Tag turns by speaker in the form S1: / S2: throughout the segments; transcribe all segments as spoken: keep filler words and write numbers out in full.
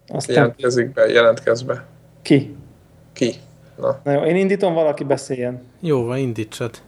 S1: Aztán...
S2: Jelentkezik be, jelentkezz be.
S1: Ki?
S2: Ki? Na.
S1: Na jó, én indítom, valaki beszéljen.
S3: Jó van, indítsad.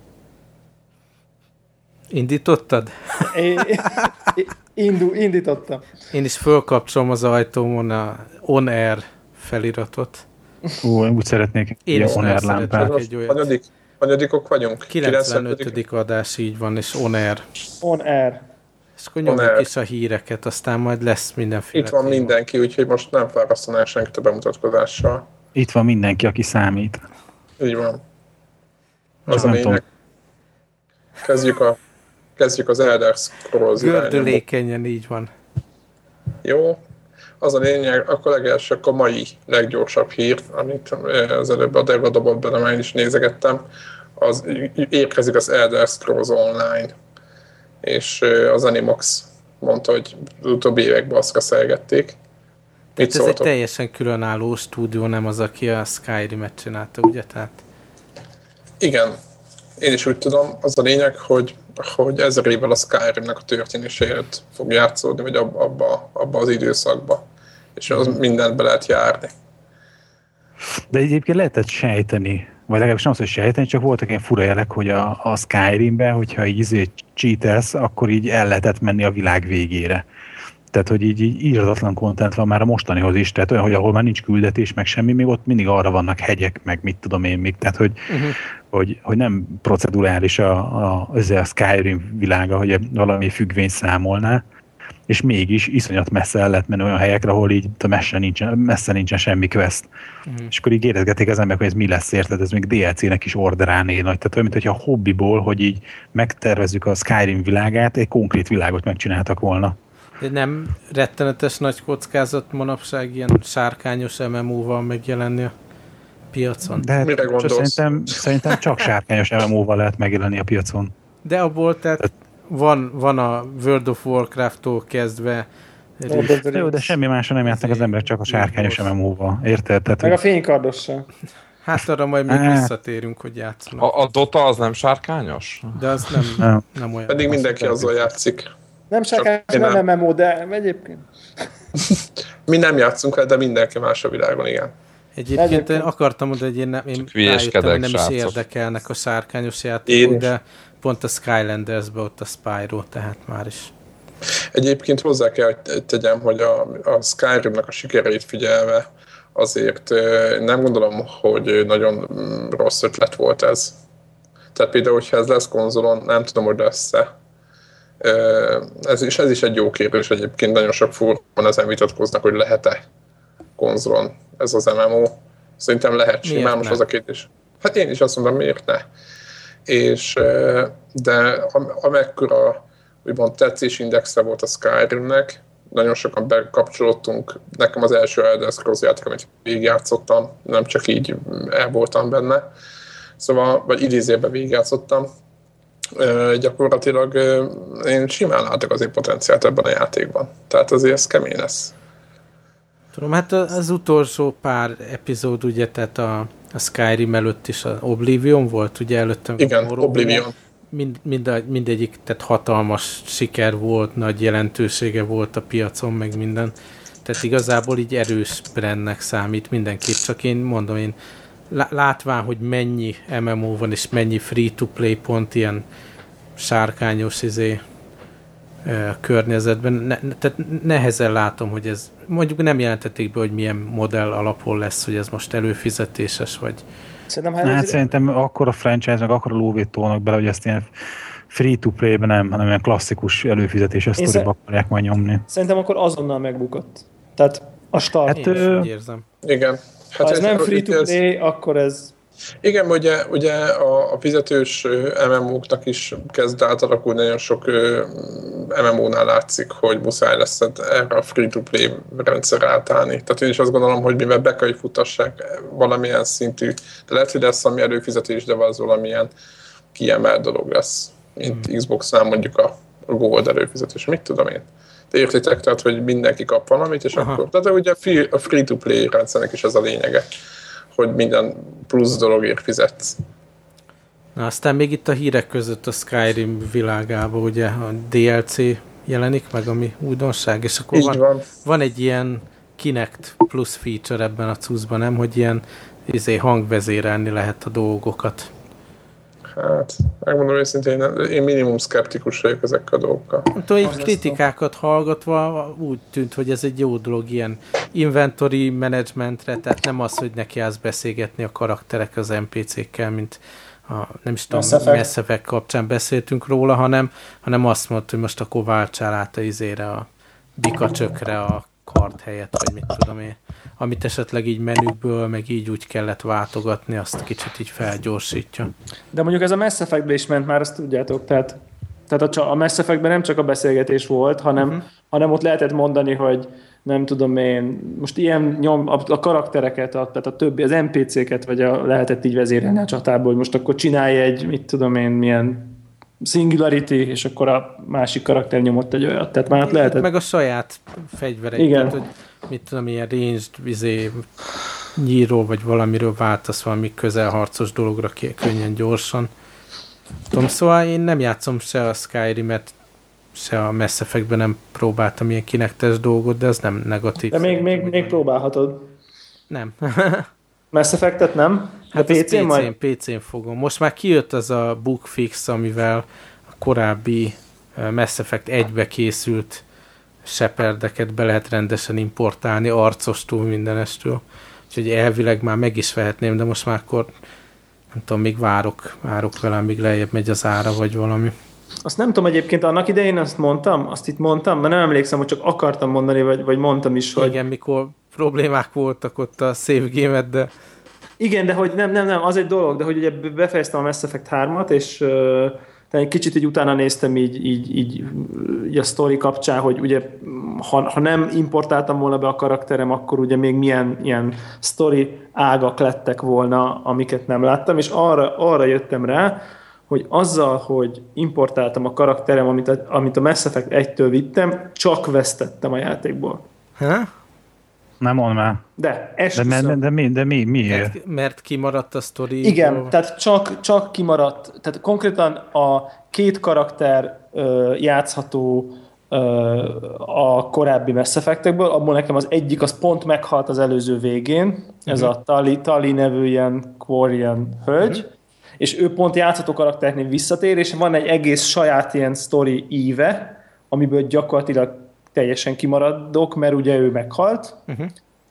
S3: Indítottad?
S1: É, indul, indítottam.
S3: Én is fölkapcsolom az ajtómon a On Air feliratot.
S4: Ú, én úgy szeretnék
S3: én
S4: egy On Air lámpát.
S3: egy olyat.
S2: Hanyadik, hanyadikok vagyunk?
S3: kilencvenötödik adás, így van, és On Air.
S1: On Air.
S3: És akkor nyomjuk is a híreket, aztán majd lesz mindenféle.
S2: Itt van téma. Mindenki, úgyhogy most nem fárasztanál senkit a bemutatkozással.
S4: Itt van mindenki, aki számít.
S2: Így van. Az a lényeg. Kezdjük, a, kezdjük az Elder Scrolls
S3: gördülékenyen, így van.
S2: Jó. Az a lényeg, akkor legelső a mai leggyorsabb hír, amit az előbb a Deva dobott bele, már én is nézegettem, az érkezik az Elder Scrolls Online. És az Animax mondta, hogy az utóbbi években azt kaszelgették.
S3: Mit ez egy teljesen különálló stúdió, nem az, aki a Skyrim-et csinálta, ugye? Tehát...
S2: Igen. Én is úgy tudom, az a lényeg, hogy, hogy ezer évvel a Skyrimnek a történéséért fog játszódni, vagy abba, abba, abba az időszakba. És az mm. mindent be lehet járni.
S4: De egyébként lehetett sejteni, vagy legalábbis nem az, hogy sejteni, csak voltak ilyen fura jelek, hogy a, a Skyrimben, hogyha így izé cheatelsz, akkor így el lehetett menni a világ végére. Tehát, hogy így, így írdatlan content van már a mostanihoz is, tehát olyan, hogy ahol már nincs küldetés, meg semmi, még ott mindig arra vannak hegyek, meg mit tudom én még, tehát, hogy, uh-huh. hogy, hogy nem procedurális a, a, a Skyrim világa, hogy valami függvény számolná, és mégis iszonyat messze el lehet menni olyan helyekre, ahol így messze nincsen, messze nincsen semmi quest. Uh-huh. És akkor így kérdezgették az emberek, hogy ez mi lesz, érted, ez még dé el cé-nek is orderán él nagy. Tehát olyan, mint hogyha a hobbiból, hogy így megtervezzük a Skyrim világát, egy konkrét világot megcsináltak volna.
S3: De nem rettenetes nagy kockázat manapság ilyen sárkányos em em ó-val megjelenni a piacon?
S4: De
S2: mire gondolsz?
S4: Szerintem, szerintem csak sárkányos em em ó-val lehet megjelenni a piacon.
S3: De abból, tehát van, van a World of Warcraft-tól kezdve...
S4: De jó, de semmi másra nem játsznak az emberek, csak a sárkányos em em ó-val. Érted? Tehát,
S1: meg a fénykardossal.
S3: Hát arra majd még visszatérünk, hogy játszanak.
S5: A, a Dota az nem sárkányos?
S3: De az nem, nem. nem olyan.
S2: Pedig mindenki azzal játszik.
S1: Nem sárkányos, nem em em ó, de egyébként.
S2: Mi nem játszunk el, de mindenki más a világon, igen.
S3: Egyébként, egyébként. akartam mondani, hogy én, nem, én rájöttem, hogy nem is érdekelnek a sárkányos játékok, de pont a Skylanders-be ott a Spyro, tehát már is.
S2: Egyébként hozzá kell, hogy tegyem, hogy a, a Skyrimnek a sikereit figyelve azért nem gondolom, hogy nagyon rossz ötlet volt ez. Tehát például, hogyha ez lesz konzolon, nem tudom, hogy lesz-e. Ez is, ez is egy jó kérdés egyébként, nagyon sok fórumon ezen vitatkoznak, hogy lehet-e konzolon ez az em em ó. Szerintem lehet simán, most az a kérdés. Hát én is azt mondom, miért ne? És, de amekkora úgymond tetszésindexre volt a Skyrimnek, nagyon sokan bekapcsolódtunk, nekem az első Elder Scrolls játék, amit végigjátszottam, nem csak így el voltam benne, szóval, vagy idézőben végigjátszottam, gyakorlatilag én simán látok azért potenciált ebben a játékban. Tehát azért ez kemény lesz.
S3: Tudom, hát az utolsó pár epizód, ugye, tehát a, a Skyrim előtt is az Oblivion volt, ugye előtte.
S2: Igen, Oblivion.
S3: Mind, mind, mindegyik, tehát hatalmas siker volt, nagy jelentősége volt a piacon, meg minden. Tehát igazából így erős brandnek számít mindenképp, csak én mondom, én látván, hogy mennyi em em ó van, és mennyi free-to-play pont ilyen sárkányos izé, e, környezetben, ne, tehát nehezen látom, hogy ez, mondjuk nem jelentették be, hogy milyen modell alapon lesz, hogy ez most előfizetéses, vagy...
S4: Szerintem, hát ez... szerintem akkor a franchise, meg akkor a lóvét tolnak bele, hogy ezt ilyen free-to-play-ben nem, hanem ilyen klasszikus előfizetéses sztoriba akarják majd nyomni.
S1: Szerintem akkor azonnal megbukott. Tehát a start.
S3: Hát, én ö... érzem.
S2: Igen. Hát
S1: ha ez, ez nem free-to-play, ez... akkor ez...
S2: Igen, ugye, ugye a, a fizetős em em ó-knak is kezd átalakulni, nagyon sok em em ó-nál látszik, hogy muszáj lesz erre a free-to-play rendszer átállni. Tehát én is azt gondolom, hogy mivel be kell, hogy futassák valamilyen szintű, de lehet, hogy lesz ami előfizetés, de az valamilyen kiemelt dolog lesz, mint hmm. Xbox-nál mondjuk a, a Gold előfizetés, mit tudom én. De értitek, tehát, hogy mindenki kap valamit, és Aha. akkor... Tehát ugye a free-to-play rendszernek is ez a lényege, hogy minden plusz dologért fizetsz.
S3: Na, aztán még itt a hírek között a Skyrim világában ugye a dé el cé jelenik meg, ami újdonság, és akkor van, van. van egy ilyen Kinect plusz feature ebben a cuccban, nem? Hogy ilyen izé, hangvezérelni lehet a dolgokat.
S2: Hát, megmondom őszintén, én minimum szkeptikus vagyok ezekkel a dolgokkal.
S3: Tudom, így kritikákat hallgatva úgy tűnt, hogy ez egy jó dolog ilyen inventory managementre, tehát nem az, hogy neki állsz beszélgetni a karakterek az en pé cékkel, mint a, nem is tudom, Mass Effect kapcsán beszéltünk róla, hanem, hanem azt mondta, hogy most akkor váltsál át a izére, a bikacsökre a kard helyett, vagy mit tudom én. Amit esetleg így menükből, meg így úgy kellett váltogatni, azt kicsit így felgyorsítja.
S1: De mondjuk ez a Mass Effect-be is ment már, azt tudjátok, tehát, tehát a, a Mass Effect-ben nem csak a beszélgetés volt, hanem, uh-huh. hanem ott lehetett mondani, hogy nem tudom én, most ilyen nyom, a, a karaktereket, a, tehát a többi, az en pé céket, vagy a, lehetett így vezérelni a csatából, hogy most akkor csinálj egy, mit tudom én, milyen Singularity, és akkor a másik karakter nyomott egy olyat. Tehát már lehetett...
S3: Meg a saját fegyvereit, tehát, hogy mit tudom, ilyen ranged vizé, nyíról, vagy valamiről váltasz valami közelharcos dologra könnyen, gyorsan. Tudom, szóval én nem játszom se a Skyrimet, se a Mass Effectben nem próbáltam ilyen kinektes dolgot, de ez nem negatív.
S1: De még, még, még próbálhatod.
S3: Nem.
S1: Mass Effectet nem?
S3: Hát pé cén majd? pé cén fogom. Most már kijött az a bugfix, amivel a korábbi Mass Effect egybe készült Shepardeket be lehet rendesen importálni, arcostól, mindenestől. Úgyhogy elvileg már meg is vehetném, de most már akkor nem tudom, még várok, várok vele, míg lejjebb megy az ára, vagy valami.
S1: Azt nem tudom egyébként, annak idején azt mondtam, azt itt mondtam, mert nem emlékszem, hogy csak akartam mondani, vagy, vagy mondtam is, hogy...
S3: Igen, mikor problémák voltak ott a save game-et, de...
S1: Igen, de hogy nem, nem, nem, az egy dolog, de hogy ugye befejeztem a Mass Effect hármat, és uh, egy kicsit így utána néztem így, így, így, így a sztori kapcsán, hogy ugye ha, ha nem importáltam volna be a karakterem, akkor ugye még milyen ilyen sztori ágak lettek volna, amiket nem láttam, és arra, arra jöttem rá, hogy azzal, hogy importáltam a karakterem, amit a, amit a Mass Effect egytől vittem, csak vesztettem a játékból.
S3: Ha?
S4: Nem mondd már.
S1: De,
S4: de, de, de, de, mi, de mi, miért?
S3: Mert, mert kimaradt a sztori.
S1: Igen, tehát csak, csak kimaradt. Tehát konkrétan a két karakter ö, játszható ö, a korábbi Mass Effectekből, abból nekem az egyik az pont meghalt az előző végén, uh-huh. ez a Tali, Tali nevű ilyen Quarian hölgy, uh-huh. és ő pont játszható karakternél visszatér, és van egy egész saját ilyen sztori íve, amiből gyakorlatilag teljesen kimaradok, mert ugye ő meghalt. Uh-huh.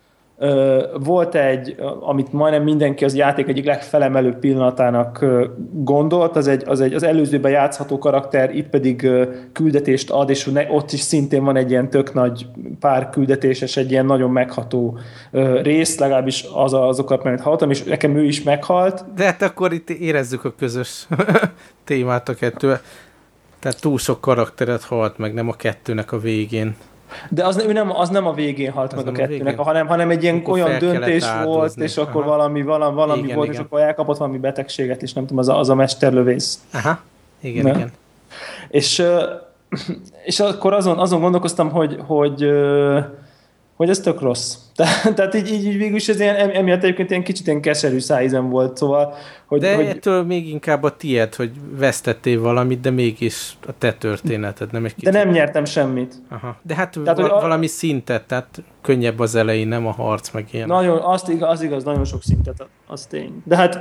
S1: Volt egy, amit majdnem mindenki az játék egyik legfelemelőbb pillanatának gondolt, az, egy, az, egy, az előzőben játszható karakter, itt pedig küldetést ad, és ott is szintén van egy ilyen tök nagy pár küldetéses, egy ilyen nagyon megható rész, legalábbis az, azokat, mert hallottam, és nekem ő is meghalt.
S3: De hát akkor itt érezzük a közös témát a kettő. Tehát túl sok karakteret halt meg, nem a kettőnek a végén.
S1: De az, ő nem, az nem a végén halt az meg a kettőnek, a hanem, hanem egy ilyen akkor olyan döntés volt, és akkor Aha. valami, valami, valami igen, volt, igen. és akkor elkapott valami betegséget, és nem tudom, az a, az a mesterlövész.
S3: Aha, igen, ne? igen.
S1: És, és akkor azon, azon gondolkoztam, hogy, hogy, hogy ez tök rossz. Te, tehát így, így, így végül is ez ilyen, emiatt egyébként ilyen kicsit ilyen keserű szájízem volt, szóval... Hogy,
S3: de
S1: hogy...
S3: ettől még inkább a tied, hogy vesztettél valamit, de mégis a te történeted, nem egy kicsit...
S1: De nem nyertem semmit.
S3: Aha. De hát
S1: tehát,
S3: val- valami a... szintet, tehát könnyebb az elején, nem a harc, meg ilyen.
S1: Nagyon, azt igaz, az igaz, nagyon sok szintet, az tény. De hát...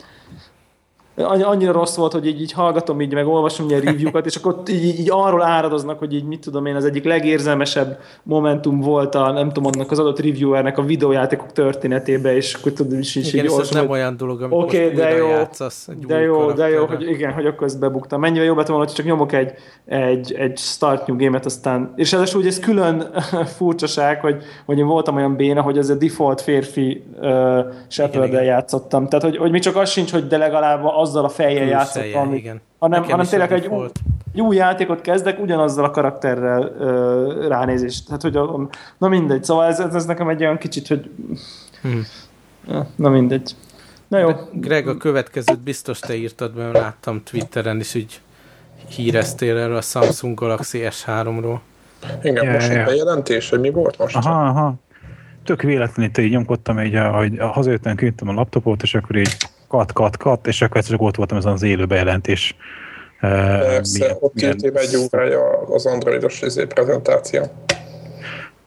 S1: annyira rossz volt, hogy így, így hallgatom, így meg olvasom ilyen review-kat, és akkor így, így arról áradoznak, hogy így mit tudom én, az egyik legérzelmesebb momentum volt a, nem tudom, annak az adott reviewernek a videójátékok történetében, és akkor tudod is így
S3: igen,
S1: így
S3: olvasom, nem hogy... olyan dolog, amikor
S1: okay,
S3: most újra
S1: jó,
S3: játszasz egy
S1: de jó, de jó, hogy igen, hogy akkor ezt bebuktam. Mennyivel jobb lett volna, hogy csak nyomok egy, egy, egy start new game-et, aztán, és ez úgy ez külön furcsaság, hogy, hogy én voltam olyan béna, hogy ez a default férfi uh, Shepard-del játszottam. Tehát, hogy, hogy még csak az sincs, hogy de legalább azzal a fejjel játszottam, hanem, hanem tényleg egy új, egy új játékot kezdek, ugyanazzal a karakterrel uh, ránézést. Tehát, hogy a, na mindegy, szóval ez, ez nekem egy olyan kicsit, hogy hmm. na mindegy. Na jó.
S3: Greg, a következőt biztos te írtad, mert láttam Twitteren is, úgy híreztél erről a Samsung Galaxy es háromról.
S2: Igen, yeah, most yeah. egy bejelentés, hogy mi volt most?
S4: Aha, aha. Tök véletlenül így nyomkodtam, így, hogy hazajöttem, küldtem a laptopot, és akkor így kat, kat, kat, és akkor csak ott voltam ezen az élő bejelentés.
S2: Persze, milyen, ott milyen... egy órája az androidos prezentáció.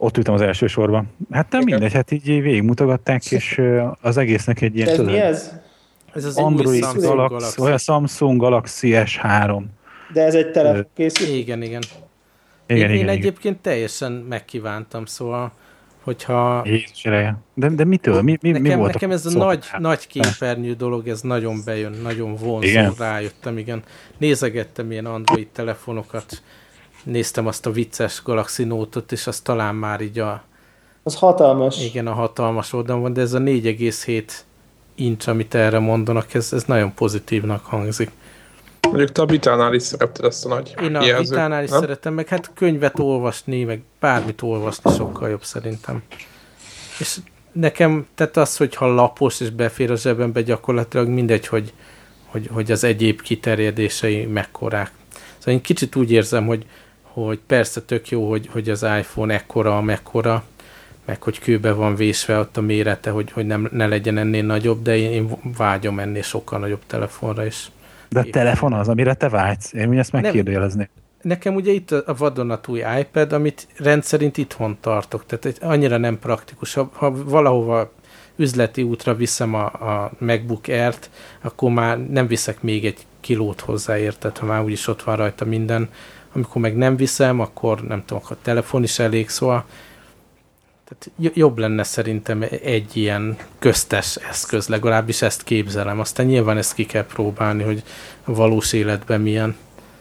S4: Ott ültem az első sorban. Hát nem
S2: Igen.
S4: mindegy, hát így végigmutogatták, és az egésznek egy ilyen...
S1: Ez
S4: tudod,
S1: mi ez?
S3: Ez az
S4: Android
S3: új Samsung
S4: Galaxy,
S3: Galaxy.
S4: vagy a Samsung Galaxy es három.
S1: De ez egy telefonkészítő?
S3: Igen, igen.
S4: Igen,
S3: én,
S4: igen,
S3: én
S4: igen.
S3: egyébként teljesen megkívántam, szóval, hogyha...
S4: Jézus ereje. De, de mitől? Mi, mi, mi
S3: Nekem,
S4: volt
S3: nekem ez a
S4: szó?
S3: nagy, nagy képernyő dolog, ez nagyon bejön, nagyon vonzó,
S4: Igen.
S3: rájöttem, igen. Nézegettem ilyen Android telefonokat, néztem azt a vicces Galaxy Note-ot, és az talán már így a,
S1: Az hatalmas.
S3: igen, a hatalmas oldalon van, de ez a négy egész hét inch, amit erre mondanak, ez, ez nagyon pozitívnak hangzik.
S2: Mondjuk te a Vitánál is szeretted ezt a nagy
S3: Én a
S2: jelzőt,
S3: Vitánál is
S2: nem?
S3: szeretem, meg hát könyvet olvasni, meg bármit olvasni sokkal jobb szerintem. És nekem, tehát az, hogyha lapos és befér a zsebembe, gyakorlatilag mindegy, hogy, hogy, hogy az egyéb kiterjedései mekkorák. Szóval én kicsit úgy érzem, hogy, hogy persze tök jó, hogy, hogy az iPhone ekkora, amekkora, meg hogy kőbe van vésve ott a mérete, hogy, hogy nem, ne legyen ennél nagyobb, de én, én vágyom ennél sokkal nagyobb telefonra is.
S4: De a telefon az, amire te vágysz. Én ugye ezt megkérdőjelezni.
S3: Nekem ugye itt a vadonatúj iPad, amit rendszerint itthon tartok, tehát annyira nem praktikus. Ha, ha valahova üzleti útra viszem a, a MacBook Air-t, akkor már nem viszek még egy kilót hozzá, érted, ha már úgyis ott van rajta minden. Amikor meg nem viszem, akkor nem tudom, a telefon is elég, szóval tehát jobb lenne szerintem egy ilyen köztes eszköz, legalábbis ezt képzelem. Aztán nyilván ezt ki kell próbálni, hogy a valós életben milyen.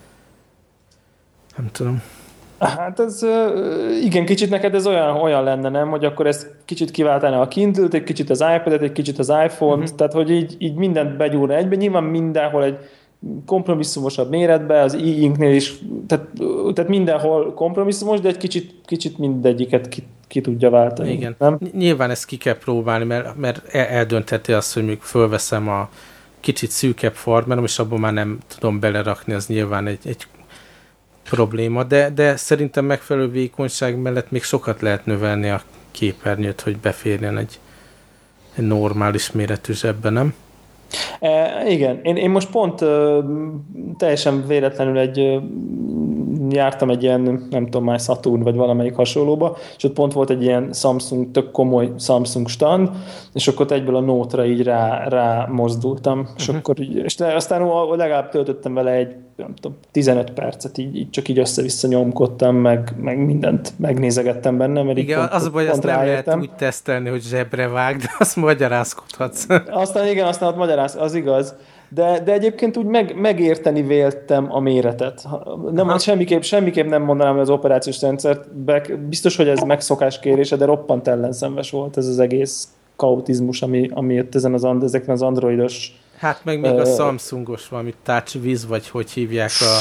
S3: Nem tudom.
S1: Hát ez igen, kicsit neked ez olyan, olyan lenne, nem? Hogy akkor ez kicsit kiváltaná a Kindle-t, egy kicsit az iPad-et, egy kicsit az iPhone-t, uh-huh. Tehát hogy így, így mindent begyúrna egyben. Nyilván mindenhol egy kompromisszumosabb méretbe, az e-inknél is, tehát, tehát mindenhol kompromisszumos, de egy kicsit, kicsit mindegyiket ki, ki tudja váltani.
S3: Igen.
S1: Nem?
S3: Nyilván ezt ki kell próbálni, mert, mert eldöntheti azt, hogy még fölveszem a kicsit szűkebb formánom, és abban már nem tudom belerakni, az nyilván egy, egy probléma, de, de szerintem megfelelő vékonyság mellett még sokat lehet növelni a képernyőt, hogy beférjen egy, egy normális méretű zsebbe, nem?
S1: E, igen, én, én most pont uh, teljesen véletlenül egy uh, jártam egy ilyen, nem tudom már, Saturn vagy valamelyik hasonlóba, és ott pont volt egy ilyen Samsung, tök komoly Samsung stand, és akkor ott egyből a Note-ra így rá, rá mozdultam, uh-huh. és akkor így, és aztán legalább töltöttem vele egy, nem tudom, tizenöt percet, így, így csak így össze-vissza nyomkodtam, meg, meg mindent megnézegettem benne, mert
S3: igen,
S1: pont,
S3: az a baj, azt nem
S1: rájöttem.
S3: lehet úgy tesztelni, hogy zsebre vág, de azt magyarázkodhatsz.
S1: Aztán igen, aztán ott magyaráz, az igaz. De, de egyébként úgy meg, megérteni véltem a méretet. Nem, semmiképp, semmiképp nem mondanám, hogy az operációs rendszert, biztos, hogy ez megszokás kérése, de roppant ellenszenves volt ez az egész kaotizmus, ami, ami jött ezen az, ezeken az androidos...
S3: Hát meg még uh, a Samsungos valami TouchWiz, vagy hogy hívják a,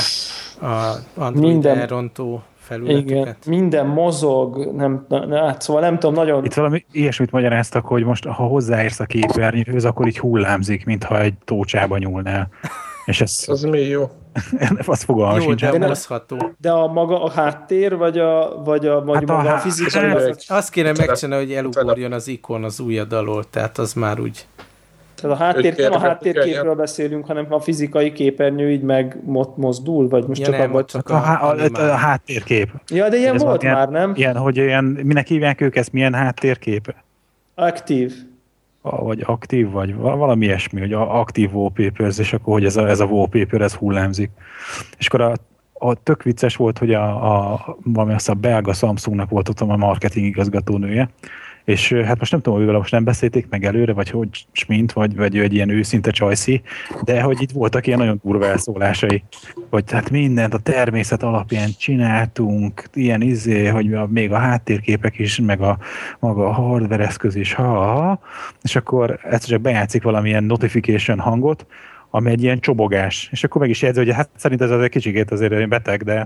S3: a Android minden, elrontó felületeket.
S1: Igen, minden mozog, nem, na, szóval nem tudom, nagyon...
S4: Itt valami ilyesmit magyaráztak, hogy most, ha hozzáérsz a képernyőhöz, akkor így hullámzik, mintha egy tócsába nyúlnál. És ez...
S2: Az mi jó?
S4: Azt fogalmam
S3: jó,
S4: sincs.
S3: de mozható.
S1: De a maga a háttér, vagy a, vagy a, vagy
S4: Hát
S1: maga
S4: a,
S1: a fizikai...
S3: Hát, azt kéne megcsinálni, hogy elugorjon az ikon az ujjad alól, tehát az már úgy...
S1: Tehát a háttér, nem a háttérképről beszélünk, hanem a fizikai képernyő így meg mozdul, vagy most
S3: ja,
S1: csak,
S4: nem,
S1: a,
S4: csak a, a, a, a háttérkép.
S1: Ja, de ilyen
S4: ez
S1: volt
S4: ilyen,
S1: már, nem?
S4: Ilyen, hogy ilyen, minek hívják ők ezt, milyen háttérkép?
S1: Aktív.
S4: Vagy aktív, vagy valami ilyesmi, hogy aktív wallpapers, és akkor, hogy ez a, ez a wallpaper, ez hullámzik. És akkor a, a tök vicces volt, hogy a, a, valami azt a belga Samsungnak volt ott a marketing igazgatónője, és hát most nem tudom, hogy most nem beszélték meg előre, vagy hogy smint, vagy, vagy egy ilyen őszinte csajszi, de hogy itt voltak ilyen nagyon durva elszólásai, hogy hát mindent a természet alapján csináltunk, ilyen izé, hogy a, még a háttérképek is, meg a maga a hardware eszköz is, ha, ha, és akkor ezt csak bejátszik valamilyen notification hangot, ami egy ilyen csobogás, és akkor meg is jegyzi, hogy hát szerint ez az egy kicsikét azért beteg, de...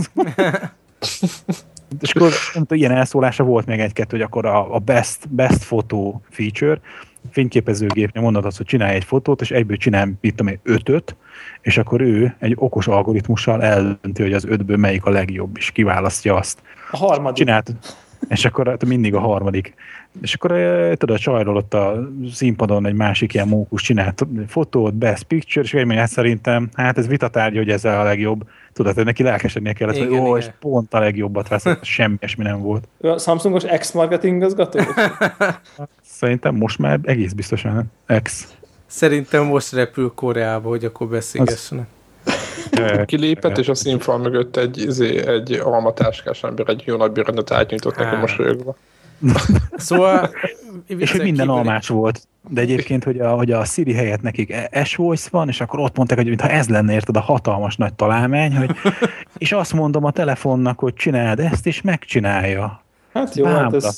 S4: És akkor nem tudom, ilyen elszólása volt még egy-kettő, hogy akkor a, a best, best photo feature, fényképezőgépnél mondod azt, hogy csinálj egy fotót, és egyből csinálj, mit tudom én, ötöt, és akkor ő egy okos algoritmussal eldönti, hogy az ötből melyik a legjobb, és kiválasztja azt.
S1: A harmadik.
S4: Csinált. És akkor mindig a harmadik. És akkor tudod, a csajról ott a színpadon egy másik ilyen mókus csinált fotót, best picture, és véleményem szerintem, hát ez vitatárgya, hogy ez a legjobb. Tudod, hogy neki lelkesednie kellett, igen, hogy ó, és pont a legjobbat vesz, semmi esmi nem volt.
S1: A Samsungos ex-marketing igazgató?
S4: Szerintem most már egész biztosan ex.
S3: Szerintem most repül Koreába, hogy akkor beszélgessenek.
S2: Kilépett, és a színfal mögött egy, egy almatáskás ember egy jó nagy bőröndöt átnyújtott neki mosolyogva.
S3: Szóval...
S4: És hogy minden almás volt. De egyébként, hogy a, hogy a Siri helyett nekik S-Voice van, és akkor ott mondták, hogy mintha ez lenne, érted, a hatalmas nagy találmány, hogy és azt mondom a telefonnak, hogy csináld ezt, és megcsinálja.
S1: Hát jó, hát ez...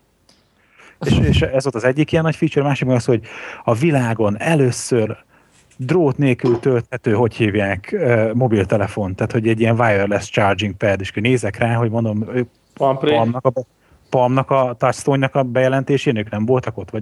S4: és, és ez volt az egyik ilyen nagy feature, a másik az, hogy a világon először drót nélkül tölthető, hogy hívják, uh, mobiltelefon, tehát hogy egy ilyen wireless charging pad, és nézek rá, hogy mondom, Palmnak a, Palmnak a touchstone-nak a bejelentésén, ők nem voltak ott, vagy...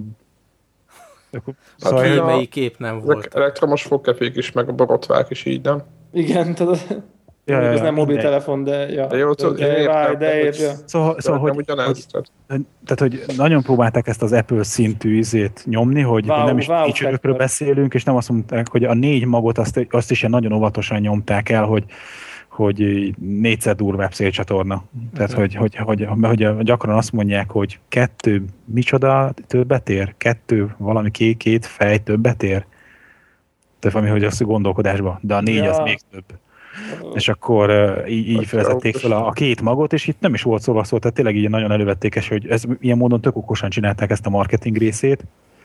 S3: Hát szóval, a... melyik kép nem volt.
S2: Elektromos fogkefék is, meg a borotvák is így, nem?
S1: Igen, tehát ja, ez ja, nem mobiltelefon, de... Ja.
S2: De jó, de, de, de, értem, de
S1: értem.
S4: Szóval, szóval hogy, ugyanez, hogy, tehát, hogy nagyon próbálták ezt az Apple szintű izét nyomni, hogy wow, nem is wow, feature-ökről beszélünk, és nem azt mondták, hogy a négy magot azt, azt is ilyen nagyon óvatosan nyomták el, hogy hogy négyszer durvább szélcsatorna. Tehát, hogy, hogy, hogy, hogy gyakran azt mondják, hogy kettő, micsoda, többet ér? Kettő, valami két, két fej többet ér? Tehát valami, hogy az gondolkodásban. De a négy ja. az még több. És akkor uh, így, így vezették fel a, a két magot, és itt nem is volt szóval szó, tehát tényleg így nagyon elővették, hogy ez ilyen módon tök okosan csinálták ezt a marketing részét.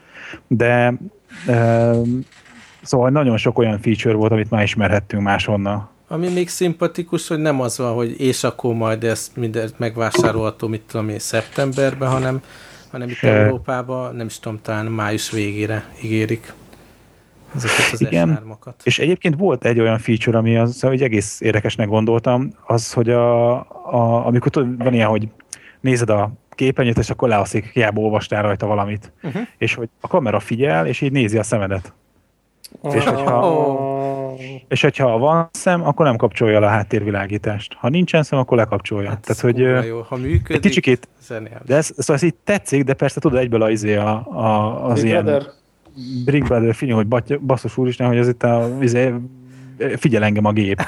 S4: De uh, szóval nagyon sok olyan feature volt, amit már ismerhettünk máshonnan.
S3: Ami még szimpatikus, hogy nem az van, hogy és akkor majd ezt mindent megvásárolható, mit tudom én, szeptemberben, hanem, hanem itt e... Európában, nem is tudom, talán május végére ígérik ezeket az
S4: igen,
S3: es hármakat.
S4: És egyébként volt egy olyan feature, ami az, hogy egész érdekesnek gondoltam, az, hogy a, a, amikor tudod, van ilyen, hogy nézed a képernyőt, és akkor lealszik, hiába olvastál rajta valamit. Uh-huh. És hogy a kamera figyel, és így nézi a szemedet. Oh. És hogyha oh. és hogyha van szem, akkor nem kapcsolja le a háttérvilágítást. Ha nincsen szem, akkor lekapcsolja.
S3: Hát
S4: tehát, hogy
S3: jó. Ha működik,
S4: egy kicsikét, de ez, szóval ez így tetszik, de persze tudod egyből az, a, a, az
S1: Big
S4: ilyen
S1: Brother.
S4: Big Brother figyelj, hogy basszus úristen, hogy az itt a, izé, figyel engem a gép.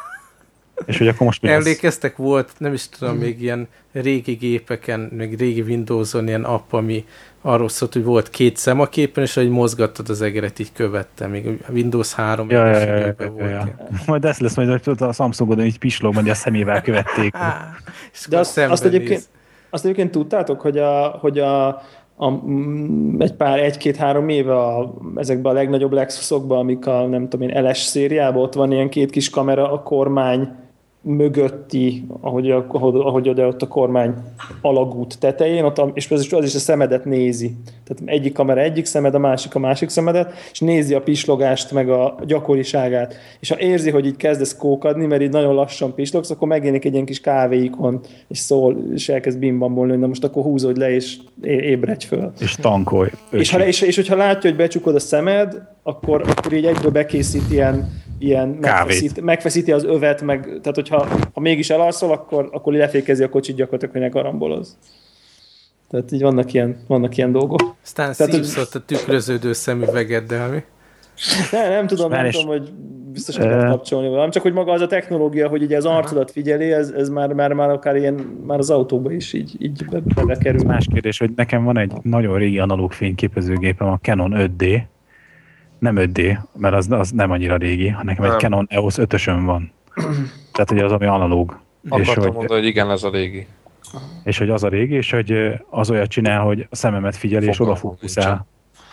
S4: És hogy akkor most mi
S3: emlékeztek, lesz? Volt, nem is tudom, hmm. még ilyen régi gépeken, még régi Windowson ilyen app, ami arról szólt, hogy volt két szem a képen, és hogy mozgattad az egeret, így követtem. Még a Windows három
S4: ja, ja, ja, ja, volt. Ja, ja. Majd ez lesz, majd a Samsungodon így pislog, hogy a szemével követték.
S1: De azt, azt, egyébként, azt egyébként tudtátok, hogy, a, hogy a, a, egy pár, egy-két-három éve a, ezekben a legnagyobb Lexusokban, amik a nem tudom én, el es szériában, ott van ilyen két kis kamera a kormány mögötti, ahogy, ahogy, ahogy oda ott a kormány alagút tetején, ott a, és az is a szemedet nézi. Tehát egyik kamera egyik szemed, a másik a másik szemedet, és nézi a pislogást, meg a gyakoriságát. És ha érzi, hogy így kezdesz kókadni, mert így nagyon lassan pislogsz, akkor megjelenik egy ilyen kis kávéikon, és szól, és elkezd bimbambolni, hogy na most akkor húzódj le, és ébredj föl.
S4: És tankolj.
S1: És, ha, és, és hogyha látja, hogy becsukod a szemed, akkor, akkor így egyből bekészít ilyen ilyen megfeszít, megfeszíti az övet, meg, tehát hogyha ha mégis elalszol, akkor, akkor lefékezi a kocsit gyakorlatilag, hogy ne karamboloz. Tehát így vannak ilyen, vannak ilyen dolgok.
S3: Aztán szívsz ott a tükröződő szemüvegeddel, mi?
S1: Ne, nem tudom, nem tudom, hogy biztosan lehet kapcsolni valam, csak hogy maga az a technológia, hogy ugye az arcodat figyeli, ez, ez már, már, már akár ilyen, már az autóba is így, így be, bekerül.
S4: Ez más kérdés, hogy nekem van egy nagyon régi analóg fényképezőgépem, a Canon öt dé, nem öt dé, mert az, az nem annyira régi, hanem nekem egy Canon E O S ötösön van. Tehát, hogy az, ami analóg.
S5: Akartam hogy, mondani, hogy igen, ez a régi.
S4: És hogy az a régi, és hogy az olyat csinál, hogy a szememet figyeli, és odafókuszál.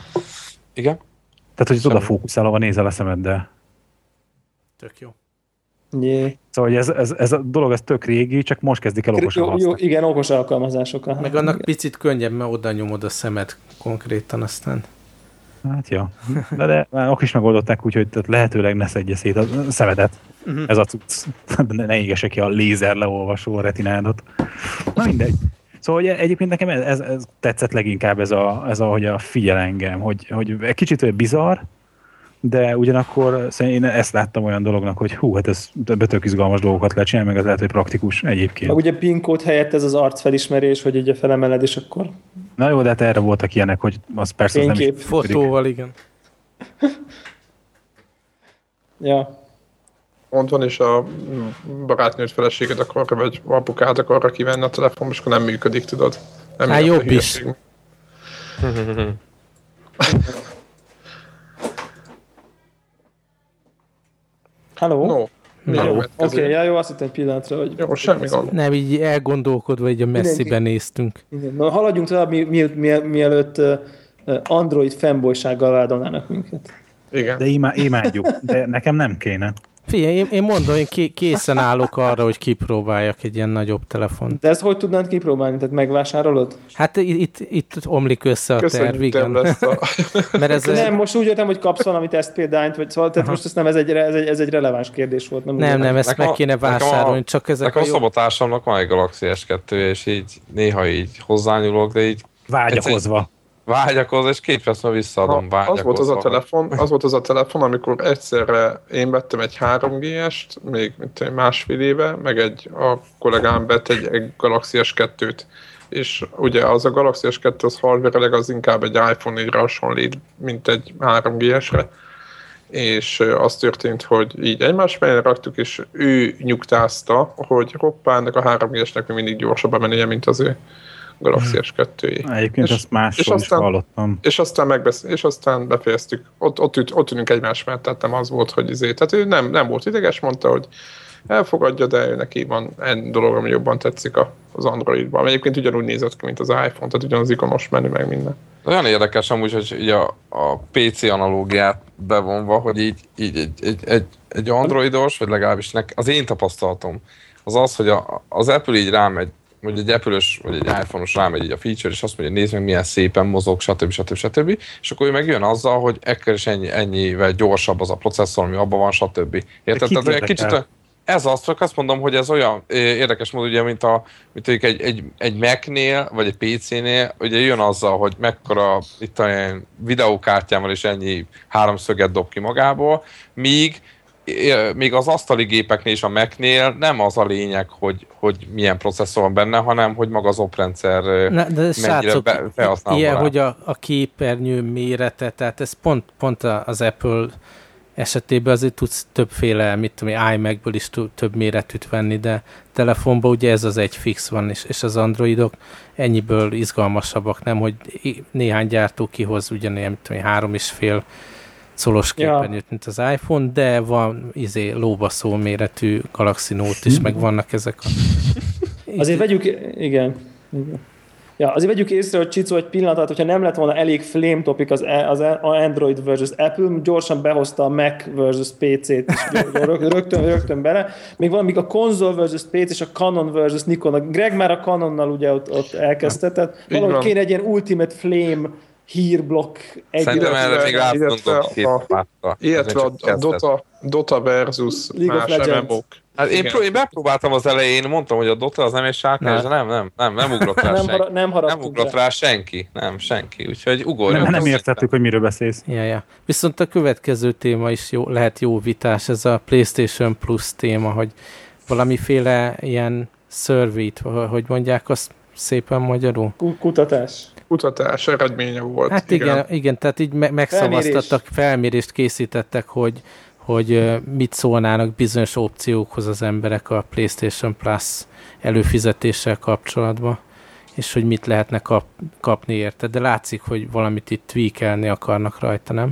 S5: Igen?
S4: Tehát, hogy odafókuszál, ahol nézel a szemeddel.
S3: Tök jó.
S1: Yeah.
S4: Szóval ez, ez, ez a dolog, ez tök régi, csak most kezdik el okosan használni.
S1: Igen, okos alkalmazásokkal.
S3: Meg annak picit könnyebb, mert oda nyomod a szemed konkrétan aztán.
S4: Hát ja, de, de már ok is megoldották úgy, hogy lehetőleg ne szedje szét a szemedet. Uh-huh. Ez a cucc. Ne, ne égesse ki a lézer leolvasó a retinádot. Na mindegy. Szóval ugye, egyébként nekem ez, ez, ez tetszett leginkább ez a, ez a, hogy a figyel engem, hogy, hogy egy kicsit olyan bizarr, de ugyanakkor én ezt láttam olyan dolognak, hogy hú, hát ez tök izgalmas dolgokat lehet csinálni, meg ez lehet, hogy praktikus egyébként.
S1: Meg ugye PIN kód helyett ez az arcfelismerés, hogy ugye felemeled, és akkor...
S4: Na jó, de hát erre voltak ilyenek, hogy az persze az nem is
S3: fotóval, igen.
S1: Ja.
S2: Pont van, és a barátnőt, feleséged akarra, vagy apukád akarra kivenni a telefon, és akkor nem működik, tudod. Nem
S3: hát jobb is.
S1: Hello?
S2: No.
S1: Oké, okay, ja, jó, azt hittem egy pillanatra, hogy...
S2: Jó, semmi gond.
S3: Nem, így elgondolkodva, így a messziben néztünk.
S1: Igen. Na, haladjunk tovább, mi, mi, mi, mielőtt Android fanboysággal vádolnának minket.
S2: Igen.
S4: De imá, imádjuk, de nekem nem kéne.
S3: Figyelj, én, én mondom, én készen állok arra, hogy kipróbáljak egy ilyen nagyobb telefont.
S1: De ezt hogy tudnád kipróbálni? Tehát megvásárolod?
S3: Hát itt, itt omlik össze a
S2: Köszönjük,
S3: terv, igen.
S2: A...
S3: Mert ez
S1: nem, most úgy értem, hogy kapsz valami tesztpéldányt, vagy szóval, tehát most ez nem, ez egy, ez, egy, ez egy releváns kérdés volt. Nem,
S3: nem, nem, ezt
S5: nekem
S3: meg kéne vásárolni, csak ezek
S5: nekem a,
S3: a
S5: a szobotársamnak van egy Galaxy es kettő, és így néha így hozzányúlok, de így...
S4: Vágyakozva.
S5: Vágyakozva, és két perc múlva visszaadom vágyakozva.
S2: Az volt az a telefon, az volt az a telefon, amikor egyszerre én vettem egy három G-est, még mint másfél éve, meg egy a kollégám vett egy, egy Galaxy es kettőt. És ugye az a Galaxy es kettő az hardware-leg az inkább egy iPhone négyre hasonlít, mint egy három G-esre. És az történt, hogy így egymás mellé raktuk, és ő nyugtázta, hogy hoppának a három G-esnek mindig gyorsabban mennie, mint az ő Galaxy es kettőjé.
S4: Egyébként és, ezt máshol is hallottam.
S2: És aztán, megbesz, és aztán befejeztük. Ott, ott, ott, ott ülünk egymás mellett, tehát nem az volt, hogy izé. Tehát ő nem, nem volt ideges, mondta, hogy elfogadja, de ő neki van egy dolog, ami jobban tetszik az Androidban. Egyébként ugyanúgy nézett ki, mint az iPhone, tehát ugyanaz ikonos menü, meg minden.
S5: Olyan érdekes amúgy, hogy ugye a, a pé cé analógiát bevonva, hogy így, így egy, egy, egy, egy androidos, vagy legalábbis nek, az én tapasztalatom, az az, hogy a, az Apple így rámegy, hogy egy Apple-ös vagy egy iPhone-os rámegy így a feature, és azt mondja, nézd meg, milyen szépen mozog, stb. stb. stb. És akkor ő megjön azzal, hogy ekkor is ennyi, ennyivel gyorsabb az a processzor, ami abban van, stb. Érted? Tehát egy kicsit ez az, csak azt mondom, hogy ez olyan érdekes mód, ugye, mint, a, mint egy, egy, egy Mac-nél, vagy egy pé cé-nél, ugye jön azzal, hogy mekkora itt olyan videókártyával és ennyi háromszöget dob ki magából, míg még az asztali gépeknél és a Mac-nél nem az a lényeg, hogy, hogy milyen processzor van benne, hanem hogy maga az oprendszer mennyire
S3: srácok,
S5: be, felhasználva.
S3: Ilyen, hogy a, a képernyő mérete, tehát ez pont, pont az Apple esetében azért tudsz többféle, mit tudom, iMac-ből is több méretűt venni, de telefonban ugye ez az egy fix van, és, és az Androidok ennyiből izgalmasabbak, nem, hogy néhány gyártó kihoz ugyanilyen, mit tudom, három és fél szolos képernyőt, ja. mint az iPhone, de van izé lóbaszó méretű Galaxy Note is, meg vannak ezek a...
S1: Azért vegyük, igen. igen. Ja, azért vegyük észre, hogy Csicó egy pillanat, hogyha nem lett volna elég flame topic az, az Android versus Apple, gyorsan behozta a Mac versus pé cét, és rögtön, rögtön bele. Még valamik a Console versus pé cé, és a Canon versus Nikon. A Greg már a Canonnal ugye ott, ott elkezdte, tehát valahogy kéne egy ilyen ultimate flame hírblokk.
S5: Szerintem erre még átmondom két pártra.
S2: Illetve a, a Dota, Dota versus
S1: League
S2: más em em ó-k.
S5: Hát én, pró- én bepróbáltam az elején, mondtam, hogy a Dota az nem egy sárkányos, de nem, nem, nem, nem ugrott rá
S1: nem
S5: senki.
S1: Har- nem,
S5: nem ugrott rá senki, nem, senki, úgyhogy ugorjunk.
S4: Nem, nem értettük, hogy miről beszélsz.
S3: Ja, ja. Viszont a következő téma is jó, lehet jó vitás, ez a PlayStation Plus téma, hogy valamiféle ilyen survey-t, hogy mondják azt szépen magyarul?
S1: Kutatás.
S2: Kutatás eredménye volt.
S3: Hát igen, igen, igen tehát így me- megszavaztattak, felmérés. felmérést készítettek, hogy, hogy mit szólnának bizonyos opciókhoz az emberek a PlayStation Plus előfizetéssel kapcsolatban, és hogy mit lehetne kap- kapni érte. De látszik, hogy valamit itt tweakelni akarnak rajta, nem?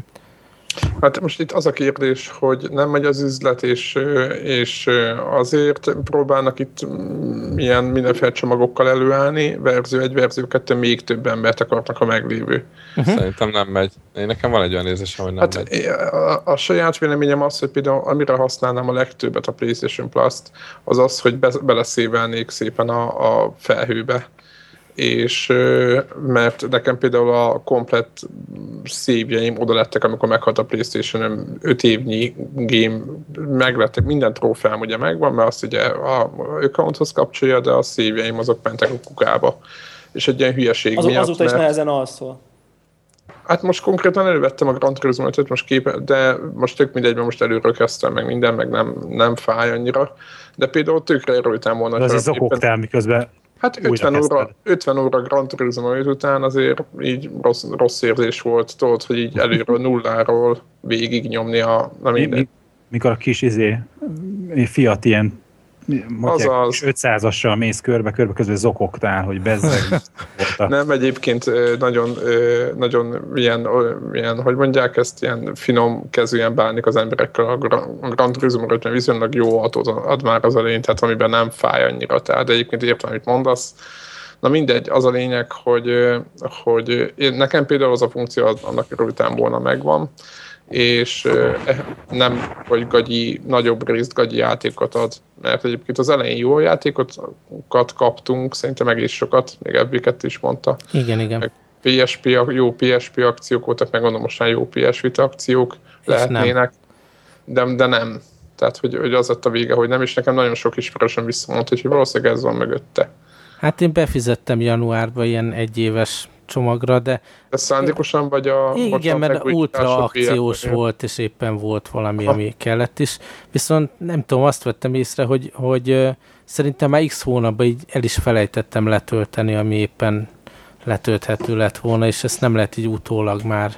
S2: Hát most itt az a kérdés, hogy nem megy az üzlet, és, és azért próbálnak itt ilyen mindenféle csomagokkal előállni, verzió egy, verzió kettő, még több embert akarnak a meglévő.
S5: Uh-huh. Szerintem nem megy. Én nekem van egy olyan érzésem, hogy nem
S2: hát
S5: megy.
S2: A, a saját véleményem az, hogy például amire használnám a legtöbbet a PlayStation Plus-t, az az, hogy be, beleszévelnék szépen a, a felhőbe. És mert nekem például a komplett szívjeim oda lettek, amikor meghalt a PlayStation, öt évnyi game meglettek, minden trófeám ugye megvan, mert azt ugye a accounthoz kapcsolja, de a szívjeim azok mentek a kukába. És egy ilyen hülyeség
S1: az,
S2: miatt.
S1: Azóta mert... is nehezen alszol.
S2: Hát most konkrétan elővettem a Gran Turismo ötöt, most képe, de most tök mindegyben most előről kezdtem meg minden, meg nem, nem fáj annyira. De például tökre örültem volna.
S4: De azért zokoktál, miközben
S2: hát ötven óra, ötven óra Gran Turismo öt után azért így rossz, rossz érzés volt, tudod, hogy így előről nulláról végig nyomni a... Na
S4: mi, mi, mikor a kis izé, Fiat ilyen az ötszázassal mész körbe-körbe, közben zokoktál, hogy bezzeg.
S2: Nem, egyébként nagyon, nagyon ilyen, ilyen, hogy mondják ezt, ilyen finom kezűen bánik az emberekkel. A Gran Turismo ötven viszonylag jó autót ad már az elején, tehát amiben nem fáj annyira. Tehát, de egyébként értem, amit mondasz. Na mindegy, az a lényeg, hogy, hogy nekem például az a funkció annak röviden volna megvan, és nem, hogy gagyi, nagyobb részt gagyi játékot ad, mert egyébként az elején jó játékokat kaptunk, szerintem egész sokat, még Ebbéket is mondta.
S3: Igen, igen.
S2: Meg pé es pé, jó pé es pé akciók voltak, meg gondolom most már jó pé es Vita akciók és lehetnének, de, de nem. Tehát, hogy, hogy az lett a vége, hogy nem, és nekem nagyon sok ismerősen visszamondta, hogy valószínűleg ez van mögötte.
S3: Hát én befizettem januárban ilyen egyéves csomagra, de...
S2: De szándékosan vagy a...
S3: Igen, mert ultra akciós volt, és éppen volt valami, ha. ami kellett is. Viszont nem tudom, azt vettem észre, hogy, hogy uh, szerintem már x hónapban így el is felejtettem letölteni, ami éppen letölthető lett volna, és ezt nem lehet így utólag már...